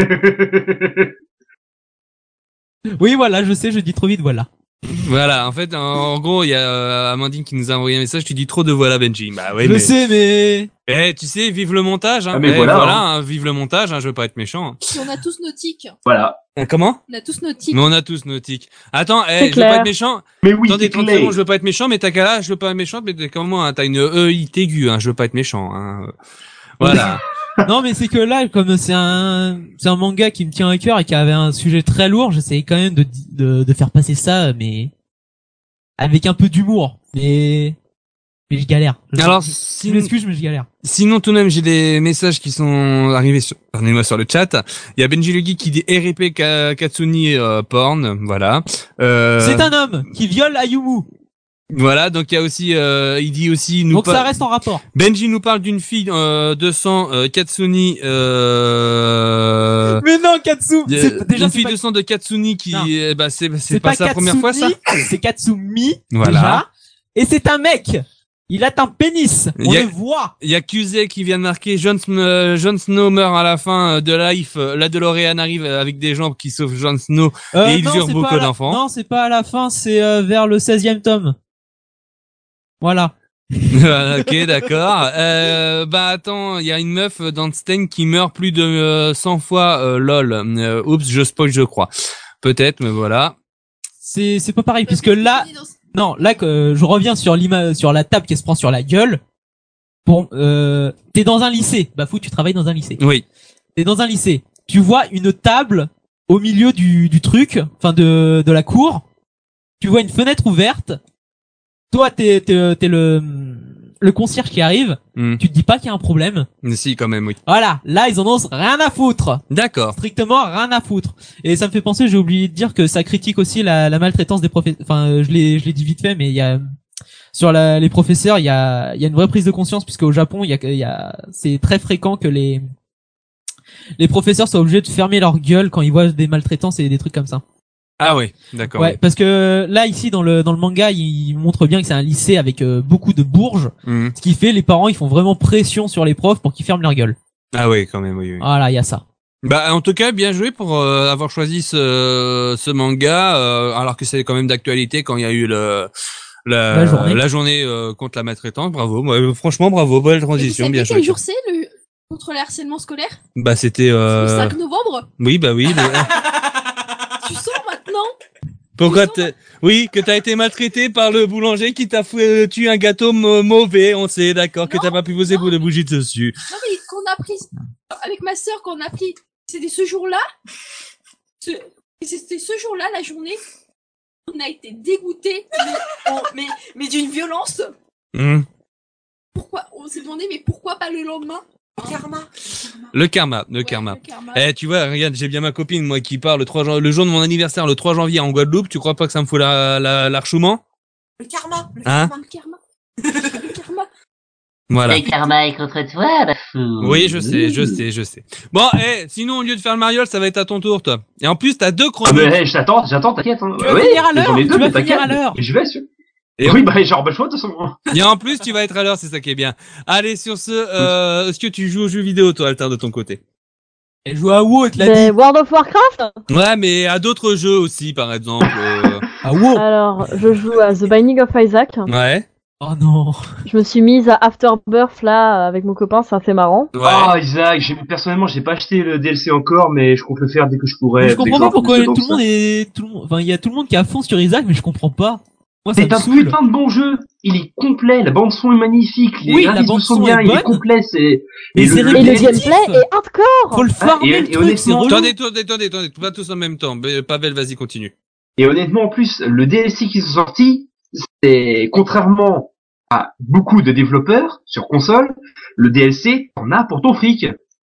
Oui, voilà, je sais, je dis trop vite, voilà. Voilà, en fait, en gros, il y a Amandine qui nous a envoyé un message, tu dis trop de voilà Benji. Bah ouais, je sais, mais... Eh, tu sais, vive le montage, hein. Ah, mais voilà, hein. Hein, vive le montage, hein, je veux pas être méchant. Puis on a tous nos tics. Voilà. Comment? On a tous nos tics. Mais on a tous nos tics. Attends, C'est je veux pas clair. être méchant. Mais oui, Attendez, c'est 30 clair. secondes, je veux pas être méchant, mais t'as qu'à là, je veux pas être méchant, mais t'es comme moi, hein, t'as une EIT aiguë, hein, je veux pas être méchant, hein. Voilà. Non, mais c'est que là, comme c'est un manga qui me tient à cœur et qui avait un sujet très lourd, j'essaye quand même de faire passer ça, mais avec un peu d'humour. Mais je galère. Alors, je m'excuse, mais je galère. Sinon, tout de même, j'ai des messages qui sont arrivés pardonnez-moi, sur le chat. Il y a Benji Lugi qui dit RP Katsuni porn, voilà. C'est un homme qui viole Ayumu. Voilà, donc il y a aussi, il dit aussi, Donc ça reste en rapport. Benji nous parle d'une fille de sang Katsuni. Mais non, Katsu. Déjà une fille de sang de Katsuni qui, c'est pas sa première fois ça. C'est Katsumi. Voilà. Déjà. Et c'est un mec. Il a un pénis. On le voit. Il y a QZ qui vient de marquer Jon Snow meurt à la fin de Life. La DeLorean arrive avec des jambes qui sauvent Jon Snow et ils eurent beaucoup d'enfants. Non, c'est pas à la fin, c'est vers le 16e tome. Voilà. Ok, d'accord. Attends, il y a une meuf dans Stain qui meurt plus de 100 fois. Lol. Oups, je spoil, je crois. Peut-être, mais voilà. C'est pas pareil puisque là, non, là que je reviens sur la table qui se prend sur la gueule. Bon, t'es dans un lycée. Bah fou, tu travailles dans un lycée. Oui. T'es dans un lycée. Tu vois une table au milieu du truc, enfin de la cour. Tu vois une fenêtre ouverte. Toi, t'es le concierge qui arrive. Tu te dis pas qu'il y a un problème. Mais si, quand même, oui. Voilà. Là, ils en ont rien à foutre. D'accord. Strictement rien à foutre. Et ça me fait penser, j'ai oublié de dire que ça critique aussi la maltraitance des professeurs. Enfin, je l'ai dit vite fait, mais il y a, sur les professeurs, il y a une vraie prise de conscience puisque au Japon, c'est très fréquent que les professeurs soient obligés de fermer leur gueule quand ils voient des maltraitances et des trucs comme ça. Ah oui, d'accord. Ouais, oui. parce que là ici dans le manga, il montre bien que c'est un lycée avec beaucoup de bourges, ce qui fait les parents ils font vraiment pression sur les profs pour qu'ils ferment leur gueule. Ah oui, quand même, oui. Voilà, il y a ça. Bah en tout cas, bien joué pour avoir choisi ce manga alors que c'est quand même d'actualité quand il y a eu la journée contre la maltraitance. Bravo. Franchement, bravo, belle transition, bien joué. Quel jour c'est contre le harcèlement scolaire? Bah c'était le 5 novembre. Oui, bah oui. Tu sens maintenant? Pourquoi que t'as été maltraité par le boulanger qui t'a foutu un gâteau mauvais, on sait, d'accord, que t'as pas pu poser pour de bougies dessus. Non mais qu'on a pris avec ma sœur, qu'on a pris, c'était ce jour-là, c'était ce jour-là la journée, on a été dégoûtés, mais d'une violence. Pourquoi? On s'est demandé mais pourquoi pas le lendemain? Le karma. Eh, tu vois, regarde, j'ai bien ma copine, moi, qui part le jour de mon anniversaire, le 3 janvier en Guadeloupe. Tu crois pas que ça me fout l'archouement? Le karma. Hein? Le karma. Voilà. Le karma est contre toi, Bafou. Oui, je sais. Bon, sinon, au lieu de faire le mariole, ça va être à ton tour, toi. Et en plus, t'as 2 chroniques. Ah, mais j'attends, t'inquiète. Hein. Tu vas finir à l'heure. J'en ai 2, Tu vas mais finir t'inquiète. à l'heure. Je vais sûr. Et oui, bah, genre, le choix, de toute façon. Et en plus, tu vas être à l'heure, c'est ça qui est bien. Allez, sur ce, est-ce que tu joues aux jeux vidéo, toi, Altar, de ton côté? Elle joue à WoW, tu l'as Mais dit. World of Warcraft. Ouais, mais à d'autres jeux aussi, par exemple. À WoW. Alors, je joue à The Binding of Isaac. Ouais. Oh non. Je me suis mise à Afterbirth là avec mon copain, ça fait marrant. Ouais. Ah, Isaac, personnellement, j'ai pas acheté le DLC encore, mais je compte le faire dès que je pourrai. Je comprends pas pourquoi tout le monde enfin, il y a tout le monde qui est à fond sur Isaac, mais je comprends pas. Moi, ça C'est me un saoule. putain de bon jeu. Il est complet, la bande son est magnifique, Oui, les la graphismes bande sont son bien, est il est bonne. complet, c'est. Mais c'est Et le répétitif. gameplay est hardcore. Faut le farmer, et le truc, c'est honnêtement- relou. Attendez, pas tous en même temps. Pavel, vas-y, continue. Et honnêtement, en plus, le DLC qui sont sortis, c'est contrairement à beaucoup de développeurs sur console, le DLC, t'en as pour ton fric.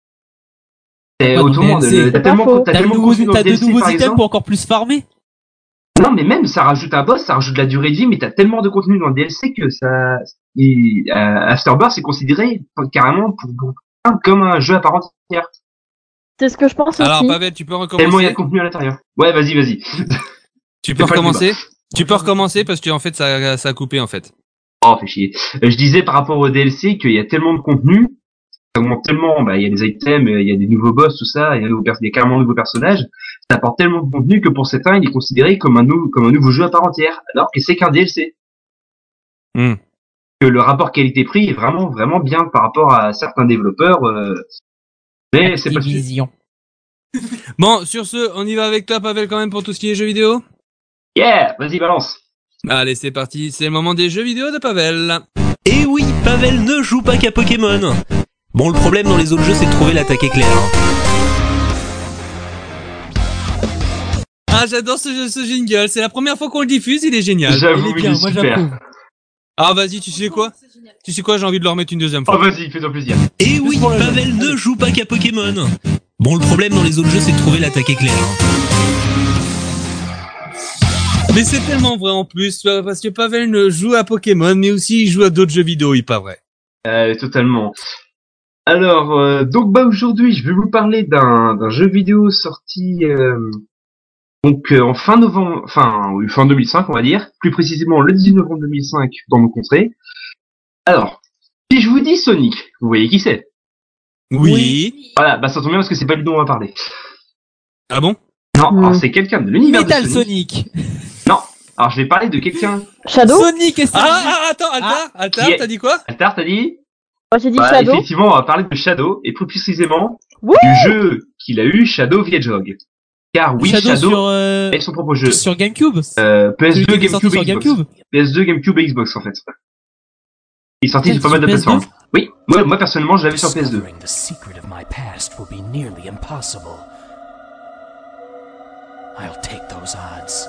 C'est Pas dans le autrement, DLC. t'as tellement T'as de contenu dans de le DLC, nouveaux par items exemple. pour encore plus farmer. Non, mais même, ça rajoute un boss, ça rajoute de la durée de vie, mais t'as tellement de contenu dans le DLC que ça, Afterbirth c'est considéré carrément comme un jeu à part entière. C'est ce que je pense Alors, aussi. Pavel, tu peux Tellement il y a recommencer? de contenu à l'intérieur. Ouais, vas-y. Tu peux recommencer? Tu peux recommencer parce que, en fait, ça a coupé, en fait. Oh, fait chier. Je disais par rapport au DLC qu'il y a tellement de contenu, ça augmente tellement, il y a des items, il y a des nouveaux boss, tout ça, il y a carrément de nouveaux personnages, ça apporte tellement de contenu que pour certains, il est considéré comme un nouveau jeu à part entière, alors que c'est qu'un DLC. Hmm. Que le rapport qualité-prix est vraiment, vraiment bien par rapport à certains développeurs, mais c'est pas sûr. Vision. Bon, sur ce, on y va avec toi, Pavel, quand même, pour tout ce qui est jeux vidéo? Yeah, vas-y, balance. Allez, c'est parti, c'est le moment des jeux vidéo de Pavel. Et oui, Pavel ne joue pas qu'à Pokémon. Bon, le problème dans les autres jeux, c'est de trouver l'attaque éclair. Ah, j'adore ce jingle, c'est la première fois qu'on le diffuse, il est génial. J'avoue, Il est bien, moi super. j'approuve. Ah, vas-y, tu sais quoi? Tu sais quoi, j'ai envie de le remettre une deuxième Oh, fois. vas-y, fais-toi plaisir. Et oui, pour le jeu. Pavel ne joue pas qu'à Pokémon. Bon, le problème dans les autres jeux, c'est de trouver l'attaque éclair. Mais c'est tellement vrai en plus, parce que Pavel ne joue à Pokémon, mais aussi il joue à d'autres jeux vidéo, il est pas vrai. Totalement. Alors, donc aujourd'hui, je vais vous parler d'un jeu vidéo sorti en fin 2005, on va dire, plus précisément le 19 novembre 2005 dans nos contrées. Alors, si je vous dis Sonic, vous voyez qui c'est? Oui. Voilà, ça tombe bien parce que c'est pas lui dont on va parler. Ah bon? Non, alors c'est quelqu'un de l'univers Metal de Sonic. Sonic. Non, alors je vais parler de quelqu'un. Shadow. Sonic et Sonic. Attends, Altar, Qui est- t'as dit quoi? Altar, t'as dit? Moi j'ai dit Bah, Shadow. effectivement, on va parler de Shadow, et plus précisément, Oui. du jeu qu'il a eu, Shadow the Hedgehog. Car oui, Shadow sur, est son propre jeu. sur GameCube. PS2, Celui qui est sorti GameCube, sur Xbox. GameCube. PS2, GameCube et Xbox, en fait. Il est sorti Ah, sur pas mal de sur PS2? plateformes. Oui, moi personnellement, je l'avais sur PS2. Discovering the secret of my past will be nearly impossible. I'll take those odds.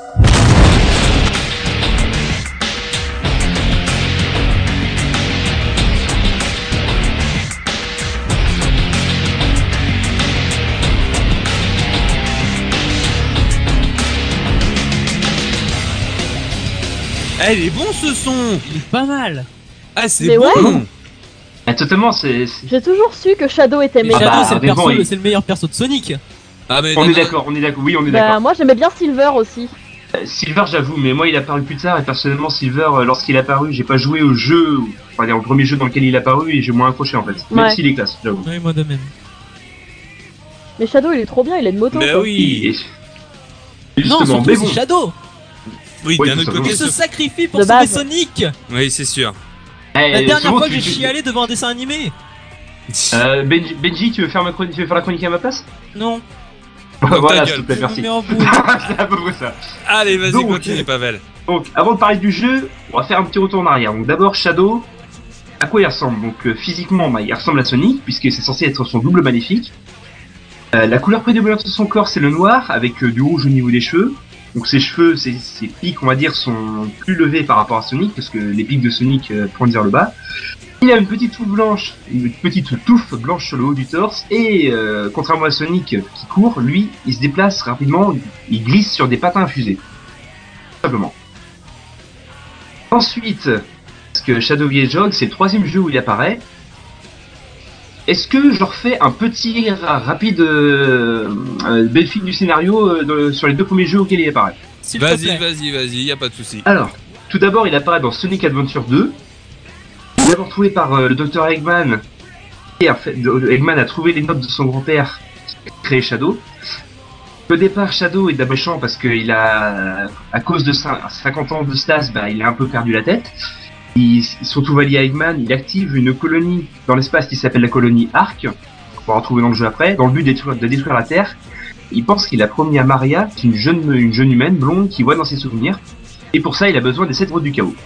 Eh, il est bon ce son! Il est pas mal. Ah, c'est Mais bon! ouais. Ah, totalement, c'est... J'ai toujours su que Shadow était Mais meilleur. Shadow, bah, c'est le honnêtement, perso, il- c'est le meilleur perso de Sonic. Ah, mais On est d'accord, oui, on est Bah, d'accord. moi j'aimais bien Silver aussi. Silver, j'avoue, mais moi, il a apparu plus tard, et personnellement, Silver, lorsqu'il est apparu, j'ai pas joué au jeu, enfin, au premier jeu dans lequel il est apparu, et j'ai moins accroché, en fait. Même Ouais. s'il est classe, j'avoue. Oui, moi de même. Mais Shadow il est trop bien, il a une moto. Mais quoi. oui! Et Non, justement, surtout mais c'est bon. Shadow. Oui, Oui, d'un autre totalement. côté, Il se sacrifie pour De sauver base. Sonic. oui, c'est sûr. La dernière souvent, fois que tu- j'ai chialé devant un dessin animé. Benji, tu veux faire la chronique à ma place? Non. Voilà, ta s'il gueule. te plaît, Je merci. me mets en boule. C'est à peu près ça. Allez, vas-y, Donc, continue, Pavel. Donc, avant de parler du jeu, on va faire un petit retour en arrière. Donc, d'abord, Shadow, à quoi il ressemble? Donc, physiquement, il ressemble à Sonic, puisque c'est censé être son double maléfique. La couleur prédominante de son corps, c'est le noir, avec du rouge au niveau des cheveux. Donc, ses cheveux, ses pics, on va dire, sont plus levés par rapport à Sonic, parce que les pics de Sonic pointent vers le bas. Il a une petite touffe blanche sur le haut du torse et contrairement à Sonic qui court, lui, il se déplace rapidement, il glisse sur des patins à fusée. Tout simplement. Ensuite, parce que Shadow the Hedgehog, c'est le 3e jeu où il apparaît. Est-ce que je refais un petit rapide belle fille du scénario sur les 2 premiers jeux auxquels il apparaît? Vas-y, y a pas de souci. Alors, tout d'abord, il apparaît dans Sonic Adventure 2. Il est d'abord trouvé par le Dr Eggman. Et en fait, Eggman a trouvé les notes de son grand-père qui a créé Shadow. Au départ, Shadow est d'un méchant parce qu'il a, à cause de 50 ans de stase, il a un peu perdu la tête. Ils sont tout alliés à Eggman, il active une colonie dans l'espace qui s'appelle la colonie Ark, qu'on va retrouver dans le jeu après, dans le but de détruire la Terre. Il pense qu'il a promis à Maria, qui est une jeune humaine blonde qui voit dans ses souvenirs, et pour ça il a besoin des 7 routes du chaos.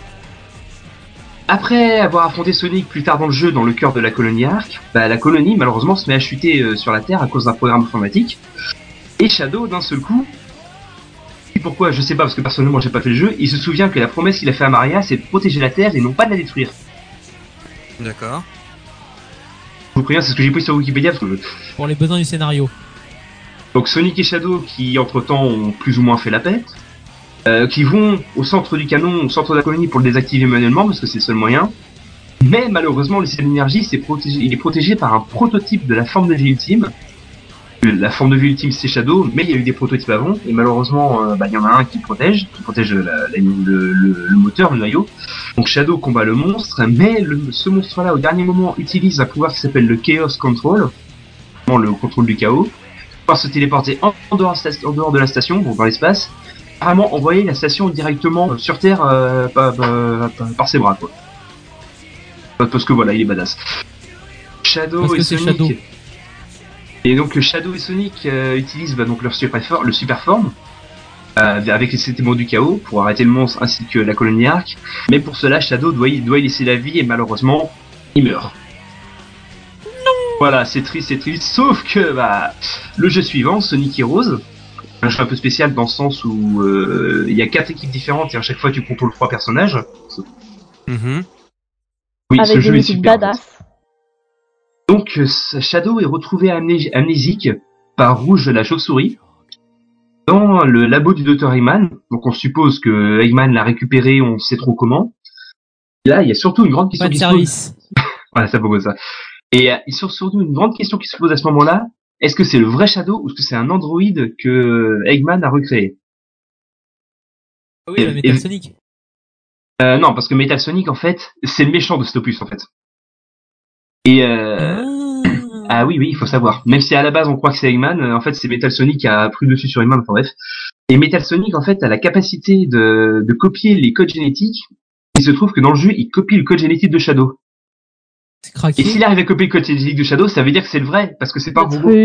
Après avoir affronté Sonic plus tard dans le jeu, dans le cœur de la colonie Ark, la colonie malheureusement se met à chuter sur la Terre à cause d'un programme informatique, et Shadow d'un seul coup, pourquoi je sais pas parce que personnellement j'ai pas fait le jeu, il se souvient que la promesse qu'il a fait à Maria c'est de protéger la Terre et non pas de la détruire. D'accord. Je vous préviens, c'est ce que j'ai pris sur Wikipédia pour les besoins du scénario. Donc Sonic et Shadow qui entre temps ont plus ou moins fait la paix, qui vont au centre du canon, au centre de la colonie pour le désactiver manuellement parce que c'est le seul moyen. Mais malheureusement le système d'énergie il est protégé par un prototype de la forme de vie ultime. La forme de vie ultime c'est Shadow, mais il y a eu des prototypes avant, et malheureusement il y en a un qui protège le moteur, le noyau. Donc Shadow combat le monstre, mais ce monstre-là au dernier moment utilise un pouvoir qui s'appelle le Chaos Control, le contrôle du chaos, pour se téléporter en dehors de la station, donc dans l'espace, carrément envoyer la station directement sur Terre par ses bras, quoi. Parce que voilà, il est badass. Shadow et Sonic. Et donc Shadow et Sonic utilisent donc leur super forme avec les 7 émaux du chaos pour arrêter le monstre ainsi que la colonie Ark. Mais pour cela, Shadow doit y laisser la vie et malheureusement, il meurt. Non. Voilà, c'est triste. Sauf que le jeu suivant, Sonic Heroes, un jeu un peu spécial dans le sens où il y a 4 équipes différentes et à chaque fois tu contrôles 3 personnages. Mm-hmm. Oui, avec ce jeu des est super. badass. Donc Shadow est retrouvé amnésique par Rouge la chauve-souris dans le labo du Dr Eggman. Donc on suppose que Eggman l'a récupéré, on sait trop comment. Et là, il y a surtout une grande question qui se pose. Voilà, c'est pas ça. Et il y a surtout une grande question qui se pose à ce moment-là. Est-ce que c'est le vrai Shadow ou est-ce que c'est un androïde que Eggman a recréé? Oui, Metal Sonic. Non, parce que Metal Sonic, en fait, c'est le méchant de cet opus, en fait. Et ah oui, il faut savoir. Même si à la base on croit que c'est Eggman, en fait c'est Metal Sonic qui a pris dessus sur Eggman, enfin bref. Et Metal Sonic en fait a la capacité de copier les codes génétiques. Il se trouve que dans le jeu, il copie le code génétique de Shadow. C'est craqué. Et s'il arrive à copier le code génétique de Shadow, ça veut dire que c'est le vrai, parce que c'est pas un robot.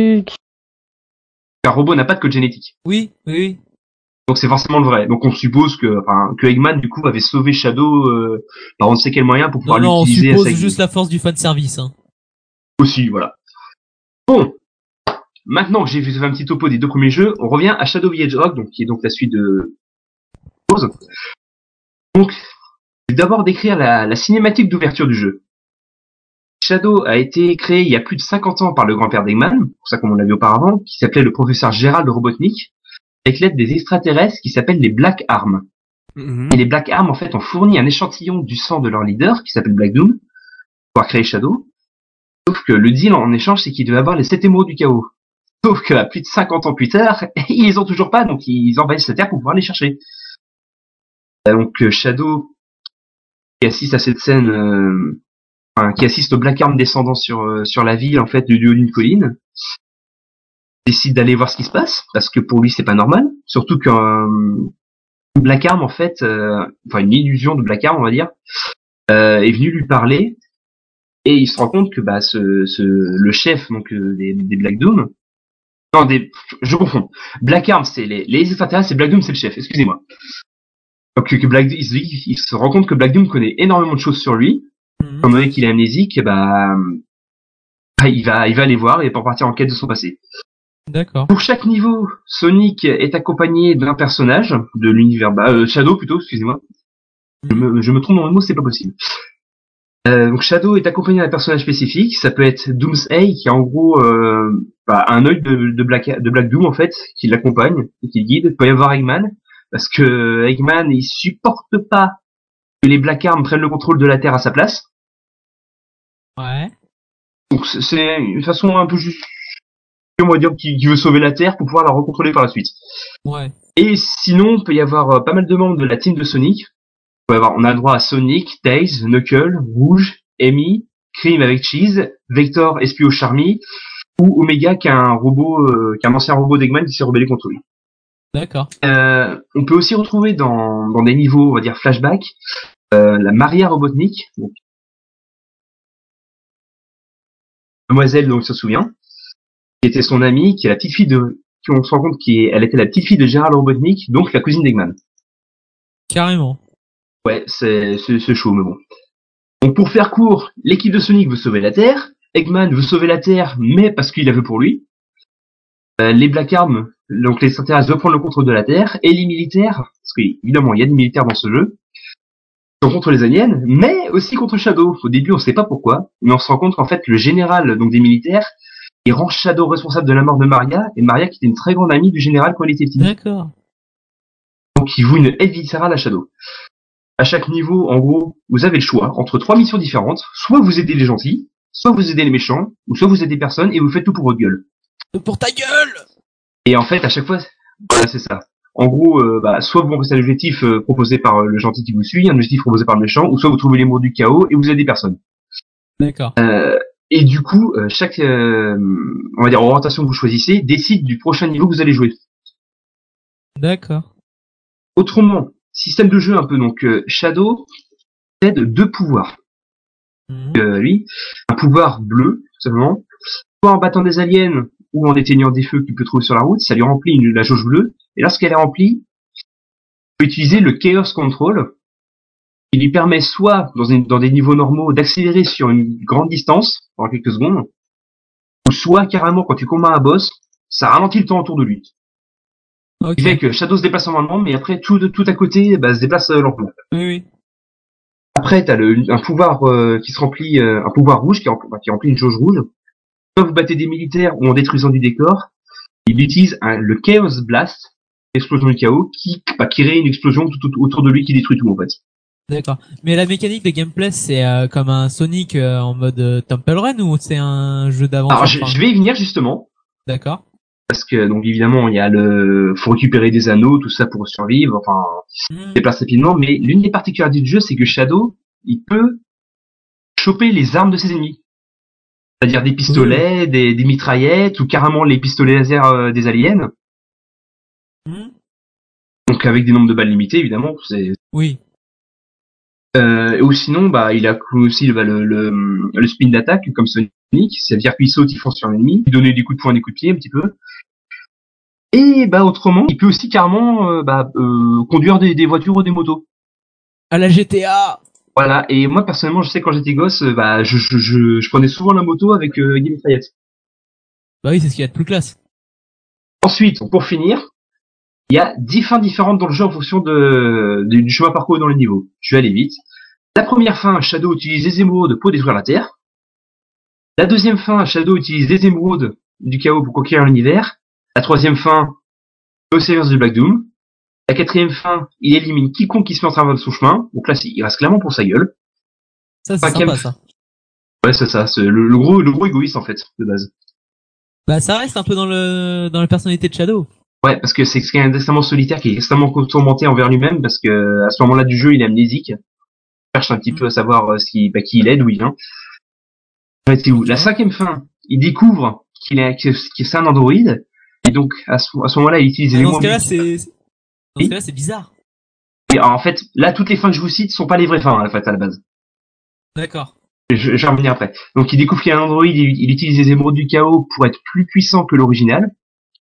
Un robot n'a pas de code génétique. Oui. Donc c'est forcément le vrai. Donc on suppose que Eggman du coup avait sauvé Shadow par on ne sait quel moyen pour pouvoir l'utiliser. Non, on suppose juste la force du fan service. Hein. Aussi, voilà. Bon, maintenant que j'ai fait un petit topo des 2 premiers jeux, on revient à Shadow the Hedgehog, qui est donc la suite de Pause. Donc, je vais d'abord décrire la cinématique d'ouverture du jeu. Shadow a été créé il y a plus de 50 ans par le grand-père d'Eggman, pour ça comme on l'a vu auparavant, qui s'appelait le professeur Gérald Robotnik, avec l'aide des extraterrestres qui s'appellent les Black Arms. Mm-hmm. Et les Black Arms, en fait, ont fourni un échantillon du sang de leur leader, qui s'appelle Black Doom, pour pouvoir créer Shadow. Sauf que le deal en échange, c'est qu'ils devaient avoir les 7 émeraudes du chaos. Sauf que plus de 50 ans plus tard, ils les ont toujours pas, donc ils envahissent la Terre pour pouvoir les chercher. Donc Shadow, qui assiste à cette scène, qui assiste au Black Arm descendant sur la ville, en fait, du haut d'une colline, décide d'aller voir ce qui se passe, parce que pour lui c'est pas normal, surtout qu'un Black Arm, en fait, une illusion de Black Arm, on va dire, est venu lui parler. Et il se rend compte que le chef donc des Black Doom, je confonds. Black Arm c'est les extraterrestres, et Black Doom c'est le chef. Excusez-moi. Donc il se rend compte que Black Doom connaît énormément de choses sur lui, étant donné qu'il est amnésique. Il va aller voir et pour partir en quête de son passé. D'accord. Pour chaque niveau, Sonic est accompagné d'un personnage de l'univers Shadow plutôt. Excusez-moi. Je me trompe dans le mot, c'est pas possible. Donc Shadow est accompagné d'un personnage spécifique, ça peut être Doomsday qui est en gros un œil de Black Doom en fait, qui l'accompagne et qui le guide. Il peut y avoir Eggman, parce que Eggman il supporte pas que les Black Arms prennent le contrôle de la Terre à sa place. Ouais. Donc c'est une façon un peu juste, on va dire, qui veut sauver la Terre pour pouvoir la recontrôler par la suite. Ouais. Et sinon, il peut y avoir pas mal de membres de la team de Sonic. On a le droit à Sonic, Tails, Knuckles, Rouge, Amy, Cream avec Cheese, Vector, Espio Charmy, ou Omega qui est un robot, qui est un ancien robot d'Eggman qui s'est rebellé contre lui. D'accord. On peut aussi retrouver dans des niveaux, on va dire flashback, la Maria Robotnik, donc, demoiselle dont on se souvient, qui était son amie, qui est la petite fille qui on se rend compte elle était la petite fille de Gerald Robotnik, donc la cousine d'Eggman. Carrément. Ouais, c'est chaud, mais bon. Donc pour faire court, l'équipe de Sonic veut sauver la Terre, Eggman veut sauver la Terre, mais parce qu'il la veut pour lui. Les Black Arms, donc les extraterrestres veulent prendre le contrôle de la Terre, et les militaires, parce qu'évidemment il y a des militaires dans ce jeu, sont contre les aliens, mais aussi contre Shadow. Au début on sait pas pourquoi, mais on se rend compte qu'en fait le général donc des militaires, il rend Shadow responsable de la mort de Maria, et Maria qui était une très grande amie du général quand il était petit. D'accord. Donc il voue une aide viscérale à Shadow. À chaque niveau, en gros, vous avez le choix entre 3 missions différentes. Soit vous aidez les gentils, soit vous aidez les méchants, ou soit vous aidez personne et vous faites tout pour votre gueule. Pour ta gueule! Et en fait, à chaque fois, voilà, c'est ça. En gros, soit vous remplissez l'objectif proposé par le gentil qui vous suit, un objectif proposé par le méchant, ou soit vous trouvez les mots du chaos et vous aidez personne. D'accord. Et du coup, chaque, on va dire, orientation que vous choisissez décide du prochain niveau que vous allez jouer. D'accord. Autrement, système de jeu un peu, donc Shadow possède 2 pouvoirs. Lui, un pouvoir bleu, tout simplement, soit en battant des aliens ou en éteignant des feux qu'il peut trouver sur la route, ça lui remplit la jauge bleue, et lorsqu'elle est remplie, il peut utiliser le Chaos Control, qui lui permet soit, dans des niveaux normaux, d'accélérer sur une grande distance, pendant quelques secondes, ou soit, carrément, quand tu combats un boss, ça ralentit le temps autour de lui. Okay. Il fait que Shadow se déplace normalement, mais après tout à côté se déplace lentement. Oui. Après, t'as un pouvoir qui se remplit, un pouvoir rouge qui remplit une jauge rouge. Soit vous battez des militaires ou en détruisant du décor, il utilise le Chaos Blast, l'explosion du chaos, qui crée une explosion tout autour de lui qui détruit tout en fait. D'accord. Mais la mécanique de gameplay, c'est comme un Sonic en mode Temple Run ou c'est un jeu d'aventure? Alors je vais y venir justement. D'accord. Parce que donc évidemment il y a faut récupérer des anneaux, tout ça pour survivre, enfin se déplace rapidement, mais l'une des particularités du jeu c'est que Shadow il peut choper les armes de ses ennemis. C'est-à-dire des pistolets, des mitraillettes ou carrément les pistolets laser des aliens. Donc avec des nombres de balles limités évidemment, c'est. Oui. Ou sinon il a aussi le spin d'attaque comme Sonic, c'est-à-dire qu'il saute, il fonce sur l'ennemi, il donne des coups de poing, des coups de pied un petit peu. Et autrement, il peut aussi carrément conduire des voitures ou des motos. À la GTA. Voilà. Et moi personnellement, je sais quand j'étais gosse, je prenais souvent la moto avec Game Fayette. Bah oui, c'est ce qu'il y a de plus classe. Ensuite, pour finir, il y a 10 fins différentes dans le jeu en fonction du chemin parcouru dans le niveau. Je vais aller vite. La première fin, Shadow utilise des émeraudes pour détruire la Terre. La deuxième fin, Shadow utilise des émeraudes du chaos pour conquérir l'univers. La troisième fin, Osiris de Black Doom. La quatrième fin, il élimine quiconque qui se met en travers de son chemin. Donc là, il reste clairement pour sa gueule. Ça, c'est sympa, ça. Ouais, c'est ça. C'est le gros égoïste, en fait, de base. Bah, ça reste un peu dans la personnalité de Shadow. Ouais, parce que c'est quelqu'un d'extrêmement solitaire, qui est extrêmement tourmenté envers lui-même, parce que à ce moment-là du jeu, il est amnésique. Il cherche un petit peu à savoir qui il est, d'où il vient. La cinquième fin, il découvre que c'est un androïde, et donc à ce moment-là, il utilise les Dans ce cas-là, c'est bizarre. Et alors, en fait, là, toutes les fins que je vous cite sont pas les vraies fins, en fait, à la base. D'accord. Je vais revenir après. Donc, il découvre qu'il y a un androïde, il utilise les émeraudes du chaos pour être plus puissant que l'original.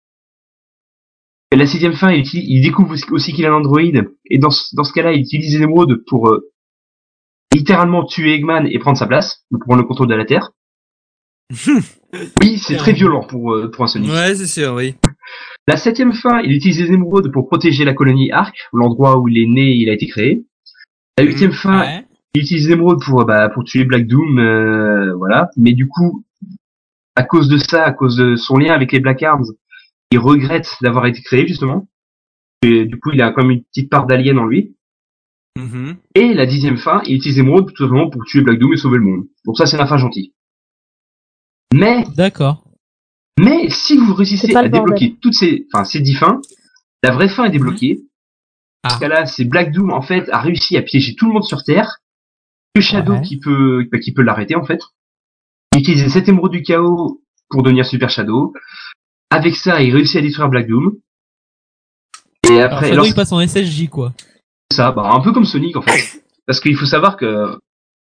Et la sixième fin, il découvre aussi qu'il a un androïde, et dans ce cas-là, il utilise les émeraudes pour littéralement tuer Eggman et prendre sa place, pour prendre le contrôle de la Terre. Oui, c'est très violent pour un Sonic. Ouais, c'est sûr, oui. La septième fin, il utilise les émeraudes pour protéger la colonie Ark, l'endroit où il est né et il a été créé. La huitième fin, Il utilise l'émeraude pour tuer Black Doom, voilà. Mais du coup, à cause de ça, à cause de son lien avec les Black Arms, il regrette d'avoir été créé justement. Et du coup, il a comme une petite part d'alien en lui. Mhm. Et la 10e fin, il utilise l'émeraude tout simplement pour tuer Black Doom et sauver le monde. Donc ça, c'est la fin gentille. D'accord. Mais si vous réussissez C'est pas à le bordel. débloquer ces 10 fins, la vraie fin est débloquée. Dans ce cas-là, c'est Black Doom en fait a réussi à piéger tout le monde sur Terre. Que Shadow Ouais. qui peut l'arrêter en fait. Il utilise cette émeraude du chaos pour devenir Super Shadow. Avec ça, il réussit à détruire Black Doom. Et Alors, après, Shadow, il passe en SSJ, quoi. ça, un peu comme Sonic en fait. Parce qu'il faut savoir que,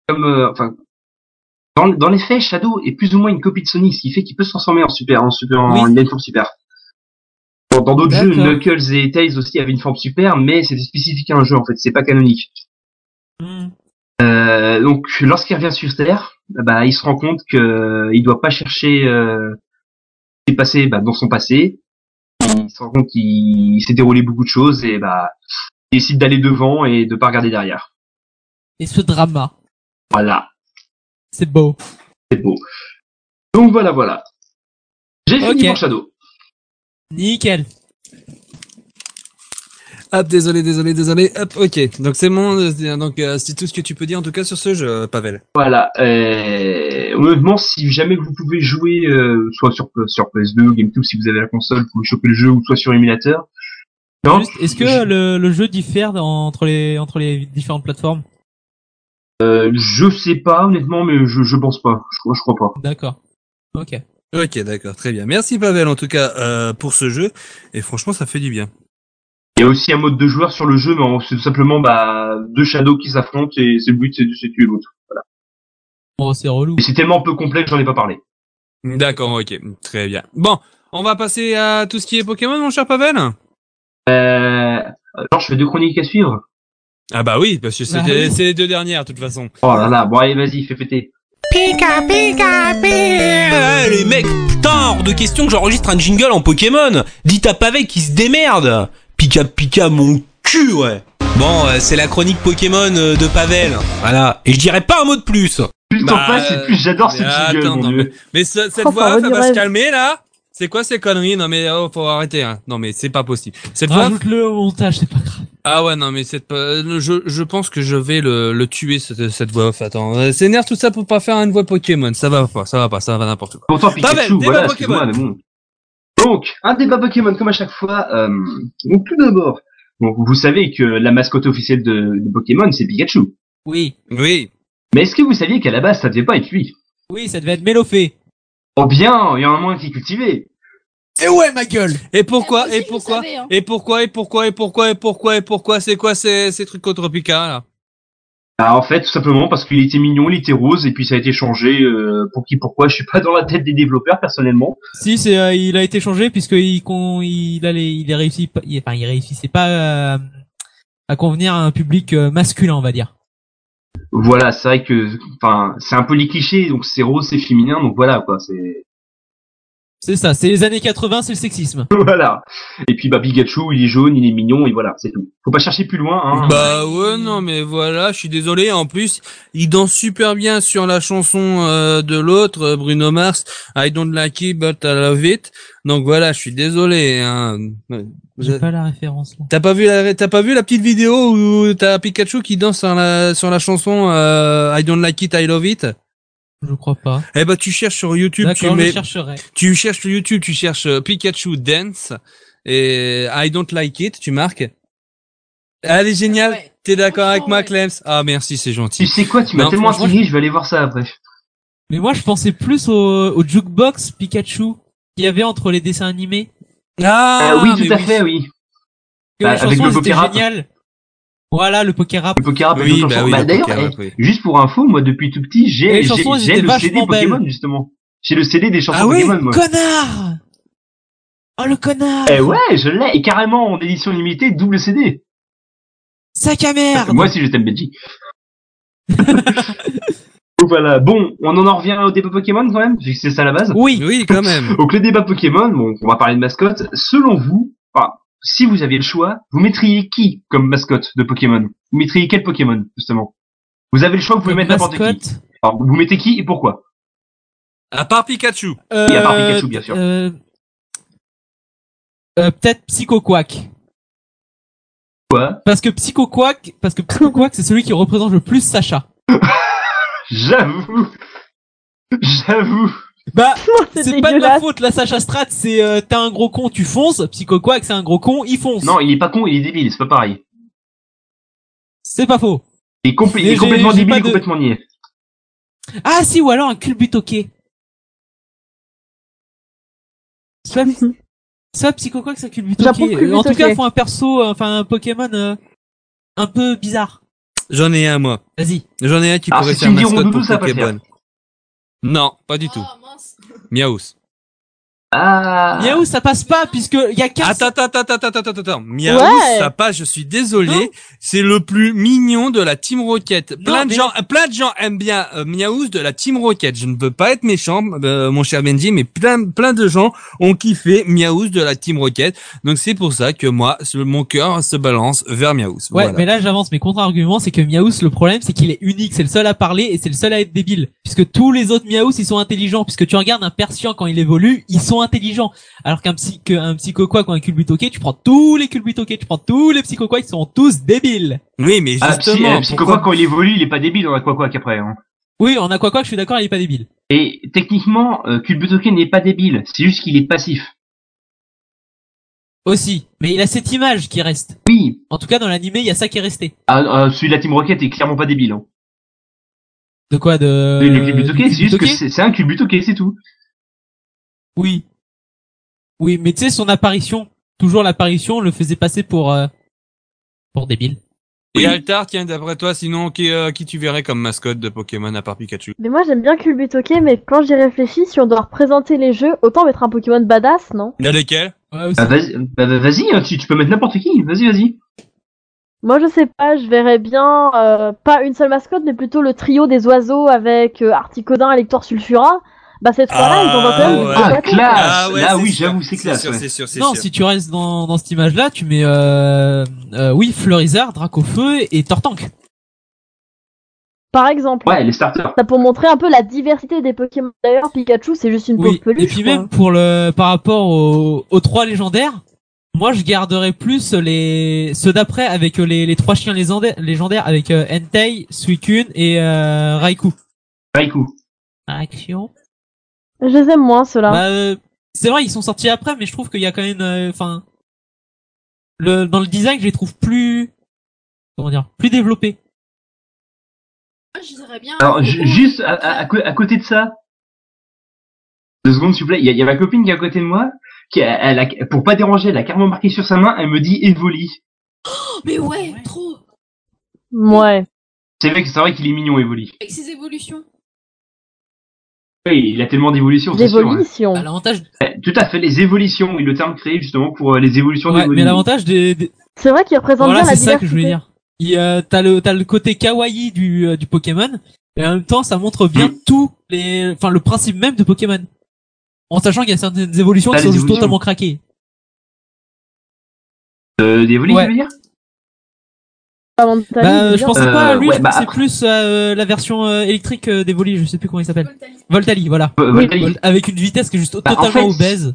dans les faits, Shadow est plus ou moins une copie de Sonic, ce qui fait qu'il peut se transformer en une forme super. Dans d'autres jeux, D'accord. Knuckles et Tails aussi avaient une forme super, mais c'était spécifique à un jeu en fait, c'est pas canonique. Donc, lorsqu'il revient sur Terre, il se rend compte que il doit pas chercher ce qui est passé dans son passé. Il se rend compte qu'il s'est déroulé beaucoup de choses et il décide d'aller devant et de pas regarder derrière. Et ce drama. Voilà. C'est beau. C'est beau. Donc voilà. J'ai fini pour Shadow. Nickel. Hop, désolé. Hop, ok. Donc c'est bon. Donc c'est tout ce que tu peux dire en tout cas sur ce jeu, Pavel. Voilà. Honnêtement, si jamais vous pouvez jouer soit sur PS2 ou GameCube si vous avez la console, vous pouvez choper le jeu ou soit sur émulateur. Juste, est-ce que le jeu diffère entre les différentes plateformes? Je sais pas honnêtement, mais je pense pas. Je crois pas. D'accord. Ok. Ok, d'accord, très bien. Merci Pavel en tout cas pour ce jeu. Et franchement, ça fait du bien. Il y a aussi un mode de joueur sur le jeu, mais c'est tout simplement deux shadows qui s'affrontent et c'est le but c'est de se tuer l'autre. Voilà. Oh, c'est relou. Et c'est tellement peu complet que j'en ai pas parlé. D'accord, ok, très bien. Bon, on va passer à tout ce qui est Pokémon, mon cher Pavel. Genre, je fais 2 chroniques à suivre. Ah bah oui, parce que c'est les 2 dernières de toute façon. Oh là là, bon allez, vas-y, fais péter. Pika. Les mecs, putain, hors de question que j'enregistre un jingle en Pokémon. Dites à Pavé qui se démerde. Pika, mon cul, ouais. Bon, c'est la chronique Pokémon de Pavel. Voilà. Et je dirais pas un mot de plus. Plus le temps passe et plus j'adore ce jingle, attends, mon non, dieu. mais cette voix, elle va se calmer là. C'est quoi ces conneries? Non mais faut arrêter. Hein. Non mais c'est pas possible. Cette voix. Rajoute-le au montage, c'est pas grave. Ah ouais, non mais je pense que je vais le tuer cette voix off. Attends, c'est nerf tout ça pour pas faire une voix Pokémon. Ça va pas n'importe quoi. Pourtant Pikachu, Pavel, voilà, Pokémon. Mais bon. Donc, un débat Pokémon comme à chaque fois. Donc tout d'abord, vous savez que la mascotte officielle de Pokémon c'est Pikachu. Oui. Mais est-ce que vous saviez qu'à la base ça devait pas être lui? Oui, ça devait être Mélofée. Oh bien, il y a un moins qui est cultivé. Et ouais, ma gueule. Et pourquoi C'est quoi ces trucs contre Pika là? En fait, tout simplement parce qu'il était mignon, il était rose, et puis ça a été changé. Pourquoi, je suis pas dans la tête des développeurs personnellement. Si, il a été changé puisque il réussissait pas à convenir à un public masculin, on va dire. Voilà, c'est vrai que, c'est un peu les clichés, donc c'est rose, c'est féminin, donc voilà quoi, C'est ça, c'est les années 80, c'est le sexisme. Voilà. Et puis Pikachu, il est jaune, il est mignon, et voilà, c'est tout. Faut pas chercher plus loin, hein. Bah ouais, non mais voilà, je suis désolé. En plus, il danse super bien sur la chanson de l'autre, Bruno Mars, I Don't Like It But I Love It. Donc voilà, je suis désolé. Hein. J'ai pas la référence là. T'as pas vu la petite vidéo où t'as Pikachu qui danse sur la chanson I Don't Like It I Love It? Je crois pas. Eh ben, tu cherches sur YouTube, je chercherai. Tu cherches sur YouTube, tu cherches Pikachu Dance et I Don't Like It, tu marques. Elle est géniale. Ouais. T'es d'accord avec moi, Clems? Ah, merci, c'est gentil. Tu sais quoi, tu m'as tellement intrigué, je vais aller voir ça après. Mais moi, je pensais plus au jukebox Pikachu qu'il y avait entre les dessins animés. Oui, tout à fait, oui. La chanson était géniale. Voilà, le Pokérap. Le Pokérap, oui, d'ailleurs, juste pour info, moi, depuis tout petit, j'ai le CD Pokémon, justement. J'ai le CD des chansons Pokémon, moi. Connard! Oh, le connard! Ouais, je l'ai, et carrément en édition limitée, double CD. Sac à merde! Moi aussi, je t'aime, Benji. Voilà. Bon, on en revient au débat Pokémon, quand même, vu que c'est ça la base. Oui, quand même. Donc, le débat Pokémon, bon, on va parler de mascotte. Selon vous, si vous aviez le choix, vous mettriez qui comme mascotte de Pokémon? Vous mettriez quel Pokémon, justement? Vous avez le choix, vous pouvez mettre n'importe qui. Alors, vous mettez qui et pourquoi? À part Pikachu. Et à part Pikachu, bien sûr. Peut-être Psycho Quack. Quoi? Parce que Psycho Quack, c'est celui qui représente le plus Sacha. J'avoue. Bah, c'est pas de la faute, la Sacha Strat, c'est t'as un gros con, tu fonces. Psycho Quack, c'est un gros con, il fonce. Non, il est pas con, il est débile, c'est pas pareil. C'est pas faux. Il est complètement débile et complètement niais. Ah si, ou alors un culbutoqué. Soit Psycho Quack, c'est un culbutoqué. En tout cas, il faut un perso, enfin un Pokémon un peu bizarre. J'en ai un, moi. Vas-y. J'en ai un qui pourrait faire mascotte pour Pokémon. Non, pas du tout. Miaous. Miaous, ça passe pas, puisque il y a Attends. Miaous, ça passe, je suis désolé. Non. C'est le plus mignon de la Team Rocket. Plein de gens aiment bien Miaous de la Team Rocket. Je ne veux pas être méchant, mon cher Benji, mais plein de gens ont kiffé Miaous de la Team Rocket. Donc c'est pour ça que moi, mon cœur se balance vers Miaous. Ouais, voilà. Mais là j'avance. Mes contre-arguments, c'est que Miaous, le problème, c'est qu'il est unique. C'est le seul à parler et c'est le seul à être débile. Puisque tous les autres Miaous, ils sont intelligents. Puisque tu regardes un Persian quand il évolue, ils sont intelligents. Alors qu'un Psycho Quack ou un Culbutoqué, tu prends tous les Culbutoqués, tu prends tous les Psycho Quack, ils sont tous débiles. Oui, mais justement, Psycho Quack, quand il évolue, il est pas débile dans Aquaquack après, hein. Oui, en Aquaquack, je suis d'accord, il est pas débile. Et techniquement, Culbutoqué n'est pas débile, c'est juste qu'il est passif. Aussi, mais il a cette image qui reste. Oui. En tout cas, dans l'animé, il y a ça qui est resté. Celui de la Team Rocket est clairement pas débile, hein. De quoi, le Culbutoqué, c'est juste que c'est un Culbutoqué, c'est tout. Oui. Oui, mais tu sais, son apparition, toujours l'apparition, le faisait passer pour débile. Et Altar, tiens, d'après toi, sinon, qui tu verrais comme mascotte de Pokémon à part Pikachu? Mais moi, j'aime bien Culbutoqué, mais quand j'y réfléchis, si on doit représenter les jeux, autant mettre un Pokémon badass, non? Il y a lesquels? Vas-y, tu peux mettre n'importe qui, vas-y. Moi, je sais pas, je verrais bien, pas une seule mascotte, mais plutôt le trio des oiseaux avec Articodin, Elector, Sulfura. Bah cette fois-là, ils ont quand même classe. Là oui, j'avoue, c'est classe. C'est sûr. Non, si tu restes dans cette image-là, tu mets oui, Fleurizard, Dracofeu et Tortank. Par exemple. Ouais, les starters. Ça pour montrer un peu la diversité des Pokémon. D'ailleurs, Pikachu, c'est juste une pauvre peluche. Et puis même par rapport aux trois légendaires, moi je garderais plus ceux d'après avec les trois chiens légendaires avec Entei, Suicune et Raikou. Action. Je les aime moins, ceux-là. Bah, c'est vrai, ils sont sortis après, mais je trouve qu'il y a quand même, dans le design, je les trouve plus développés. Je dirais bien. Alors, juste à côté de ça, 2 secondes, s'il vous plaît, il y a ma copine qui est à côté de moi, pour pas déranger, elle a carrément marqué sur sa main, elle me dit Evoli. Oh, mais ouais, trop. Ouais. C'est vrai qu'il est mignon, Evoli. Avec ses évolutions. Oui, il a tellement d'évolutions. D'évolutions. Bah, l'avantage. Tout à fait, les évolutions. Oui, le terme créé justement pour les évolutions d'évolution. Mais l'avantage C'est vrai qu'il représente bien la diversité. C'est ça que je voulais dire. T'as le côté kawaii du Pokémon, et en même temps, ça montre bien le principe même de Pokémon. En sachant qu'il y a certaines évolutions qui sont juste totalement craquées. D'Evoli, tu veux dire? Je pensais pas à lui, je pensais plus à la version électrique d'Evoli, je sais plus comment il s'appelle. Voltali, voilà. Voltali. Avec une vitesse qui est juste totalement obèse.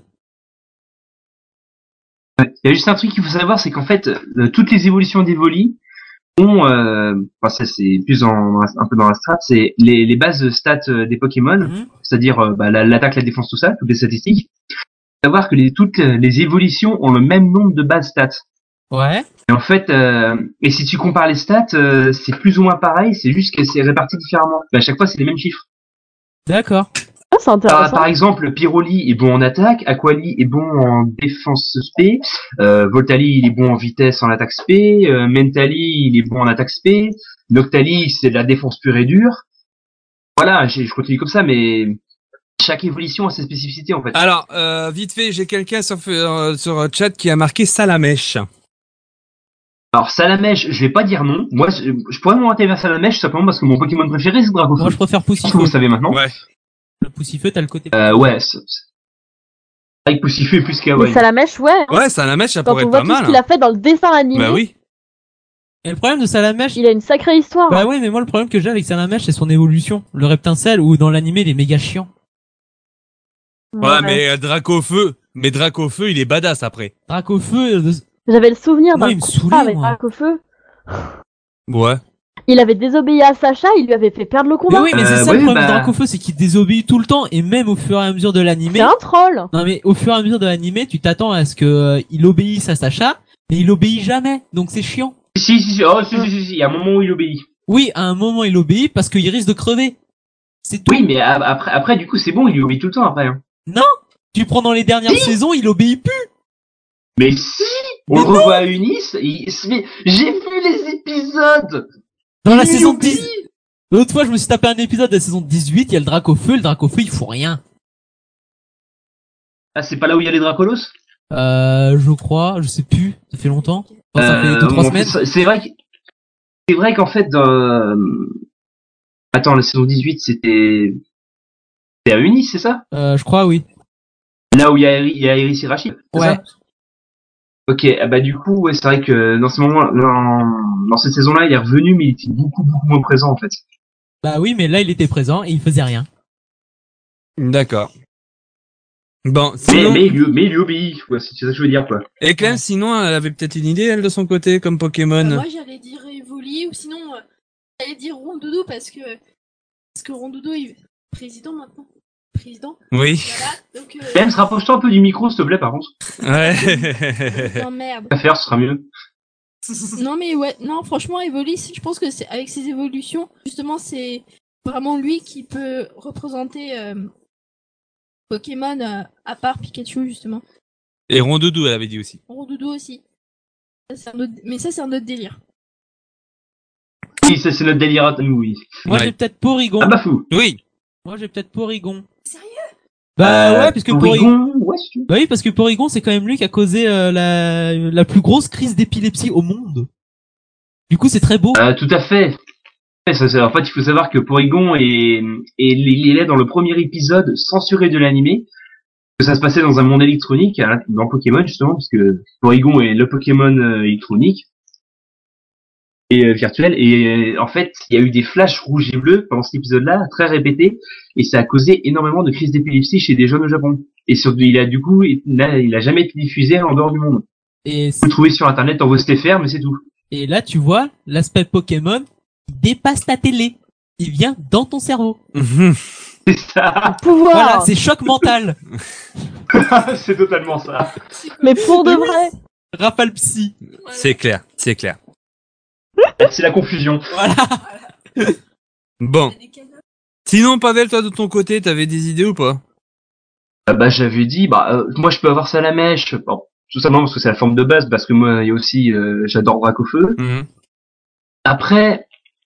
Il y a juste un truc qu'il faut savoir, c'est qu'en fait, toutes les évolutions d'Evoli ont, ça c'est plus un peu dans la strat, c'est les bases stats des Pokémon, c'est-à-dire l'attaque, la défense, tout ça, toutes les statistiques. Il faut savoir que toutes les évolutions ont le même nombre de bases stats. Ouais. Et en fait, et si tu compares les stats, c'est plus ou moins pareil, c'est juste que c'est réparti différemment. À chaque fois, c'est les mêmes chiffres. D'accord. Ah, c'est intéressant. Par exemple, Pyroli est bon en attaque, Aquali est bon en défense spé, Voltali il est bon en vitesse en attaque spé, Mentali il est bon en attaque spé, Noctali c'est de la défense pure et dure. Voilà, je continue comme ça, mais chaque évolution a ses spécificités en fait. Alors, vite fait, j'ai quelqu'un sur chat qui a marqué Salamèche. Alors Salamèche, je vais pas dire non. Moi, je pourrais m'orienter vers Salamèche simplement parce que mon Pokémon préféré c'est Dracofeu. Moi, je préfère Poussifeu. Vous le savez maintenant. Ouais. Le Poussifeu, t'as le côté. Ouais. Avec Poussifeu et plus kawaii. Mais Salamèche, ouais. Ouais, Salamèche, ça pourrait être pas mal. Quand on voit tout ce qu'il a fait dans le dessin animé. Bah oui. Et le problème de Salamèche... Il a une sacrée histoire. Bah oui, mais moi le problème que j'ai avec Salamèche, c'est son évolution. Le Reptincelle, où dans l'animé, il est méga chiant. Ouais, mais Dracofeu, il est badass après. Dracofeu... J'avais le souvenir Moi, d'un il me coup saoulait, avec moi. Dracofeu. Ouais. Il avait désobéi à Sacha, il lui avait fait perdre le Mais combat. oui, mais c'est ça le problème de Dracofeu, c'est qu'il désobéit tout le temps, et même au fur et à mesure de l'animé... C'est un troll. Non mais au fur et à mesure de l'animé, tu t'attends à ce que il obéisse à Sacha, mais il obéit jamais, donc c'est chiant. Si, il y a un moment où il obéit. Oui, à un moment il obéit parce qu'il risque de crever. C'est tout. Oui, mais après, du coup, c'est bon, il obéit tout le temps après. Hein. Non, tu prends dans les dernières saisons, il obéit plus. Mais si, on le revoit à Unis, j'ai vu les épisodes. Dans la saison 10. L'autre fois, je me suis tapé un épisode de la saison 18, il y a le Dracofeu, il fout rien. Ah, c'est pas là où il y a les Dracolos? Je crois, je sais plus, ça fait longtemps. Enfin, ça fait 2-3 semaines. C'est vrai qu'en fait, attends, la saison 18, c'était à Unis, c'est ça? Je crois, oui. Là où il y a Iris Hirachi, c'est ouais. Ça ok, bah du coup, ouais, c'est vrai que dans ce moment, dans cette saison-là, il est revenu, mais il était beaucoup moins présent en fait. Bah oui, mais là, il était présent et il faisait rien. D'accord. Bon, sinon... mais il obéit, quoi, c'est ça que je veux dire, quoi. Et Clem, sinon, elle avait peut-être une idée, elle, de son côté, comme Pokémon. Moi, j'allais dire Evoli, ou sinon, j'allais dire Rondoudou, parce que Rondoudou, il est président maintenant. Président. Oui. Voilà, donc, Clem, rapproche-toi un peu du micro, s'il te plaît, par contre. Ouais. Non, merde. À faire, ce sera mieux. Non, mais ouais, non, franchement, Evoli, je pense que c'est, avec ses évolutions, justement, c'est vraiment lui qui peut représenter, Pokémon, à part Pikachu, justement. Et Rondoudou, elle avait dit aussi. Rondoudou aussi. Mais ça, c'est un autre délire. Oui, ça, c'est notre délire à nous, oui. Moi, j'ai peut-être Porygon. Ah bah fou. Oui. Moi, j'ai peut-être Porygon. Sérieux? Bah ouais, parce que Porygon... Ouais, si tu veux. Bah oui, parce que Porygon, c'est quand même lui qui a causé la plus grosse crise d'épilepsie au monde. Du coup, c'est très beau. Tout à fait. En fait, il faut savoir que Porygon il est dans le premier épisode censuré de l'animé, que ça se passait dans un monde électronique, dans Pokémon justement, puisque Porygon est le Pokémon électronique et virtuel. Et en fait, il y a eu des flashs rouges et bleus pendant cet épisode-là, très répétés, et ça a causé énormément de crises d'épilepsie chez des jeunes au Japon. Et surtout, il a jamais été diffusé en dehors du monde. Et vous le trouvez sur internet dans vos STFR, mais c'est tout. Et là, tu vois, l'aspect Pokémon dépasse ta télé. Il vient dans ton cerveau. C'est ça. Pouvoir. Voilà, c'est choc mental. C'est totalement ça. Mais pour de vrai. Rafale psy. C'est clair, c'est clair. C'est la confusion. Voilà. Bon. Sinon, Pavel, toi, de ton côté, t'avais des idées ou pas? Bah, j'avais dit, moi, je peux avoir Salamèche. Bon, tout simplement parce que c'est la forme de base, parce que moi, il y a aussi, j'adore Dracofeu. Après,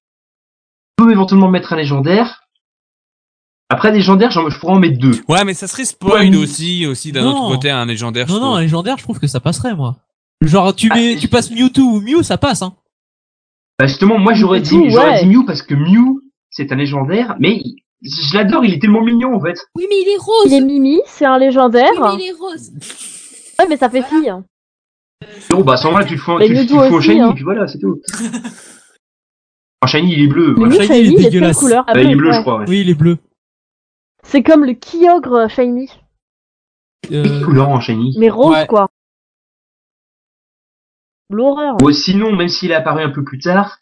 je peux éventuellement mettre un légendaire. Après, légendaire, je pourrais en mettre 2. Ouais, mais ça serait spoil aussi d'un autre côté, un légendaire. Non, un légendaire, je trouve que ça passerait, moi. Genre, tu passes Mewtwo ou Mew, ça passe, hein. Bah, justement, moi, j'aurais dit Mew parce que Mew, c'est un légendaire, mais je l'adore, il est tellement mignon, en fait. Oui, mais il est rose. Il est Mimi, c'est un légendaire. Oui, mais il est rose. Ouais, mais ça fait fille. Bon, bah, sans vrai, tu le fais au shiny, et puis voilà, c'est tout. En shiny, il est bleu. Le Voilà. shiny, il est quelle couleur? Il est bleu, je crois. Ouais. Oui, il est bleu. C'est comme le Kyogre shiny. Couleur en shiny. Mais rose, quoi. L'horreur. Ou sinon, même s'il est apparu un peu plus tard,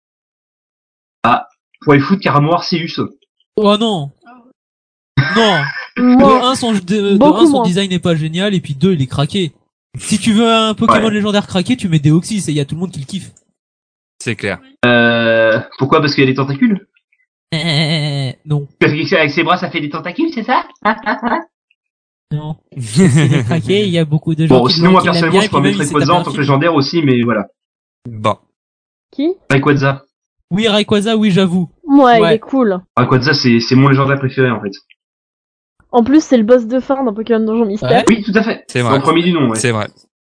pour les foutre carrément Arceus. Oh non. Non. De 1, son design n'est pas génial, et puis 2, il est craqué. Si tu veux un Pokémon légendaire craqué, tu mets Deoxys, et il y a tout le monde qui le kiffe. C'est clair. Pourquoi? Parce qu'il y a des tentacules? Non. Parce qu'avec ses bras, ça fait des tentacules, c'est ça? Non. C'est craqué, il y a beaucoup de gens bon, qui sinon, moi, l'aiment bien, personnellement, je et puis pourrais même, mettre il s'est Rayquaza tapé en tant un que film. légendaire aussi, mais voilà. Bon. Qui? Rayquaza. Oui, Rayquaza, oui, j'avoue. Ouais, il est cool. Rayquaza, c'est mon légendaire préféré, en fait. En plus, c'est le boss de fin dans Pokémon Donjon Mystère. Oui, tout à fait. C'est vrai. En premier du nom, ouais. C'est vrai.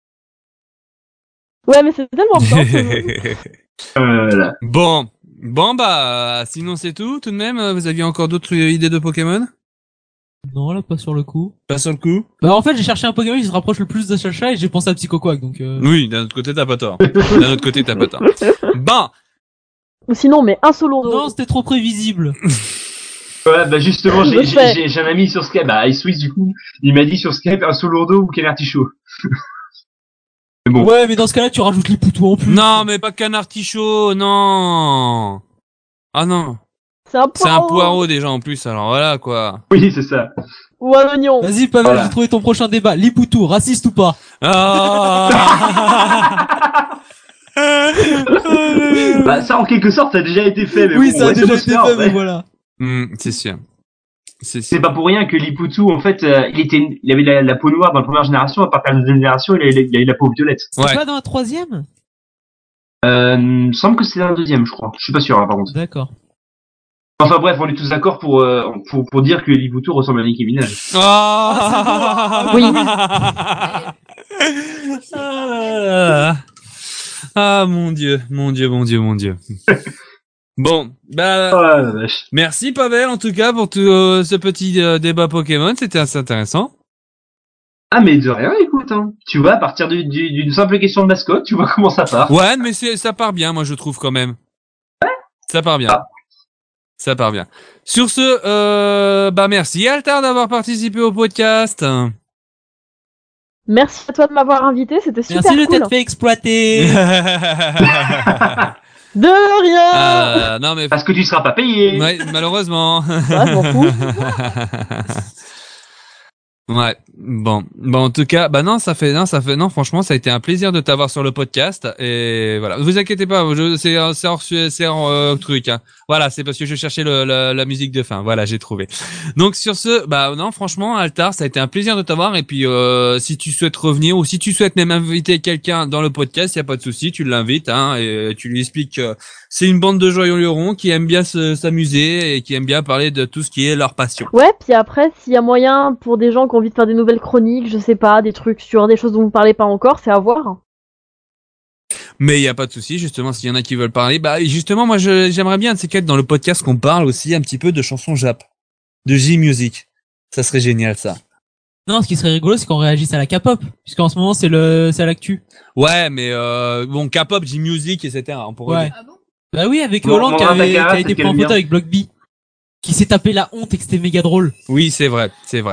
Ouais, mais c'est tellement fort. ce jeu. Voilà. Bon, bah, sinon c'est tout de même. Vous aviez encore d'autres idées de Pokémon? Non, là, pas sur le coup. Pas sur le coup? Bah, en fait, j'ai cherché un Pokémon qui se rapproche le plus de Sacha et j'ai pensé à Psychoquack, donc Oui, d'un autre côté, t'as pas tort. D'un autre côté, t'as pas tort. Bon. Ou sinon, mais un Solourdo. Non, c'était trop prévisible. Ouais, bah justement, j'ai un ami sur Skype, bah Ice du coup, il m'a dit sur Skype un Solourdo ou Canard Tichot. Mais bon. Ouais, mais dans ce cas-là, tu rajoutes les poutous en plus. Non, mais pas Canard Tichot, non. Ah non. C'est un poireau déjà en plus, alors voilà quoi. Oui, c'est ça. Ou un oignon. Vas-y, Pavel, Voilà. j'ai trouvé ton prochain débat. Lipoutou, raciste ou pas? Bah ça en quelque sorte ça a déjà été fait mais oui, bon, ça a ouais, déjà peut été se faire, fait, en mais voilà. C'est sûr. C'est pas pour rien que Lipoutou en fait il avait la peau noire dans la première génération, à partir de la deuxième génération il a eu la peau violette. C'est pas dans la troisième? Me semble que c'est dans la deuxième je crois. Je suis pas sûr hein, par contre. D'accord. Enfin bref, on est tous d'accord pour dire que Lipoutou ressemble à Nicki Minaj. Oui. Ah mon dieu. Bon, bah Oh la vache. merci Pavel en tout cas pour tout ce petit débat Pokémon, c'était assez intéressant. Ah mais de rien, écoute hein. Tu vois à partir d'une simple question de mascotte, tu vois comment ça part. Ouais, mais ça part bien, moi je trouve quand même. Ouais. Ça part bien. Ça part bien. Sur ce, bah merci Altar d'avoir participé au podcast. Merci à toi de m'avoir invité, c'était super Merci de cool. t'être fait exploiter. De rien. Non mais parce que tu seras pas payé. Ouais, malheureusement. Ouais, je m'en fous. Ouais, bon, en tout cas, bah non, franchement, ça a été un plaisir de t'avoir sur le podcast, et voilà. Vous inquiétez pas, c'est hors truc, hein. Voilà, c'est parce que je cherchais la musique de fin. Voilà, j'ai trouvé. Donc, sur ce, bah non, franchement, Altar, ça a été un plaisir de t'avoir, et puis, si tu souhaites revenir, ou si tu souhaites même inviter quelqu'un dans le podcast, y a pas de souci, tu l'invites, hein, et tu lui expliques que c'est une bande de joyeux lurons qui aiment bien s'amuser, et qui aiment bien parler de tout ce qui est leur passion. Ouais, puis après, s'il y a moyen pour des gens qui ont envie de faire des nouvelles chroniques, je sais pas, des trucs sur des choses dont vous parlez pas encore, c'est à voir. Mais il y a pas de souci, justement, s'il y en a qui veulent parler, bah justement, moi j'aimerais bien de ces quatre dans le podcast qu'on parle aussi un petit peu de chansons Jap, de J-Music. Ça serait génial ça. Non, ce qui serait rigolo, c'est qu'on réagisse à la K-pop, puisqu'en ce moment c'est à l'actu. Ouais, mais bon, K-pop, J-Music, etc. On pourrait dire. Ah bon? Bah oui, avec Bon, Hollande qui a été pris en bien. photo avec Block B, qui s'est tapé la honte et que c'était méga drôle. Oui, c'est vrai.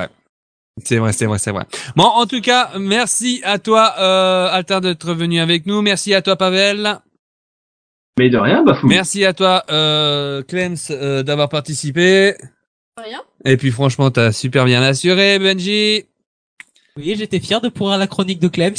Bon, en tout cas, merci à toi, Altar, d'être venu avec nous. Merci à toi, Pavel. Mais de rien, Bafou. Merci à toi, Clems, d'avoir participé. Rien. Et puis, franchement, t'as super bien assuré, Benji. Oui, j'étais fier de pourrir la chronique de Clems.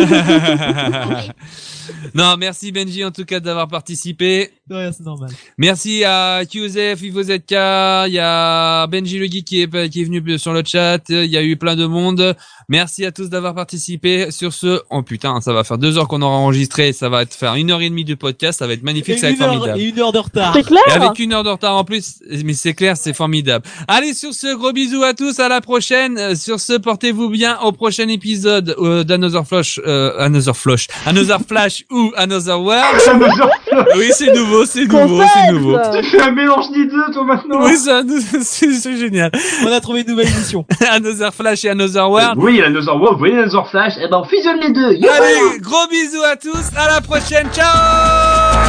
Non, merci Benji en tout cas d'avoir participé. Ouais, c'est normal. Merci à QZF, IvoZK, il y a Benji le Geek qui est venu sur le chat, il y a eu plein de monde. Merci à tous d'avoir participé. Sur ce, oh putain, ça va faire 2 heures qu'on aura enregistré, ça va faire 1h30 de podcast, ça va être magnifique, ça va être formidable. Et 1 heure de retard. C'est clair. Et avec 1 heure de retard en plus, mais c'est clair, c'est formidable. Allez, sur ce, gros bisous à tous, à la prochaine. Sur ce, portez-vous bien au prochain épisode d'Another Flash, Another Flash ou Another World. Oui, c'est nouveau. Tu fais un mélange des deux, toi, maintenant. Oui, c'est génial. On a trouvé une nouvelle émission. Another Flash et Another World. Oui, Another World, oui, Another Flash. Eh ben, on fusionne les deux. Allez, gros bisous à tous, à la prochaine, ciao!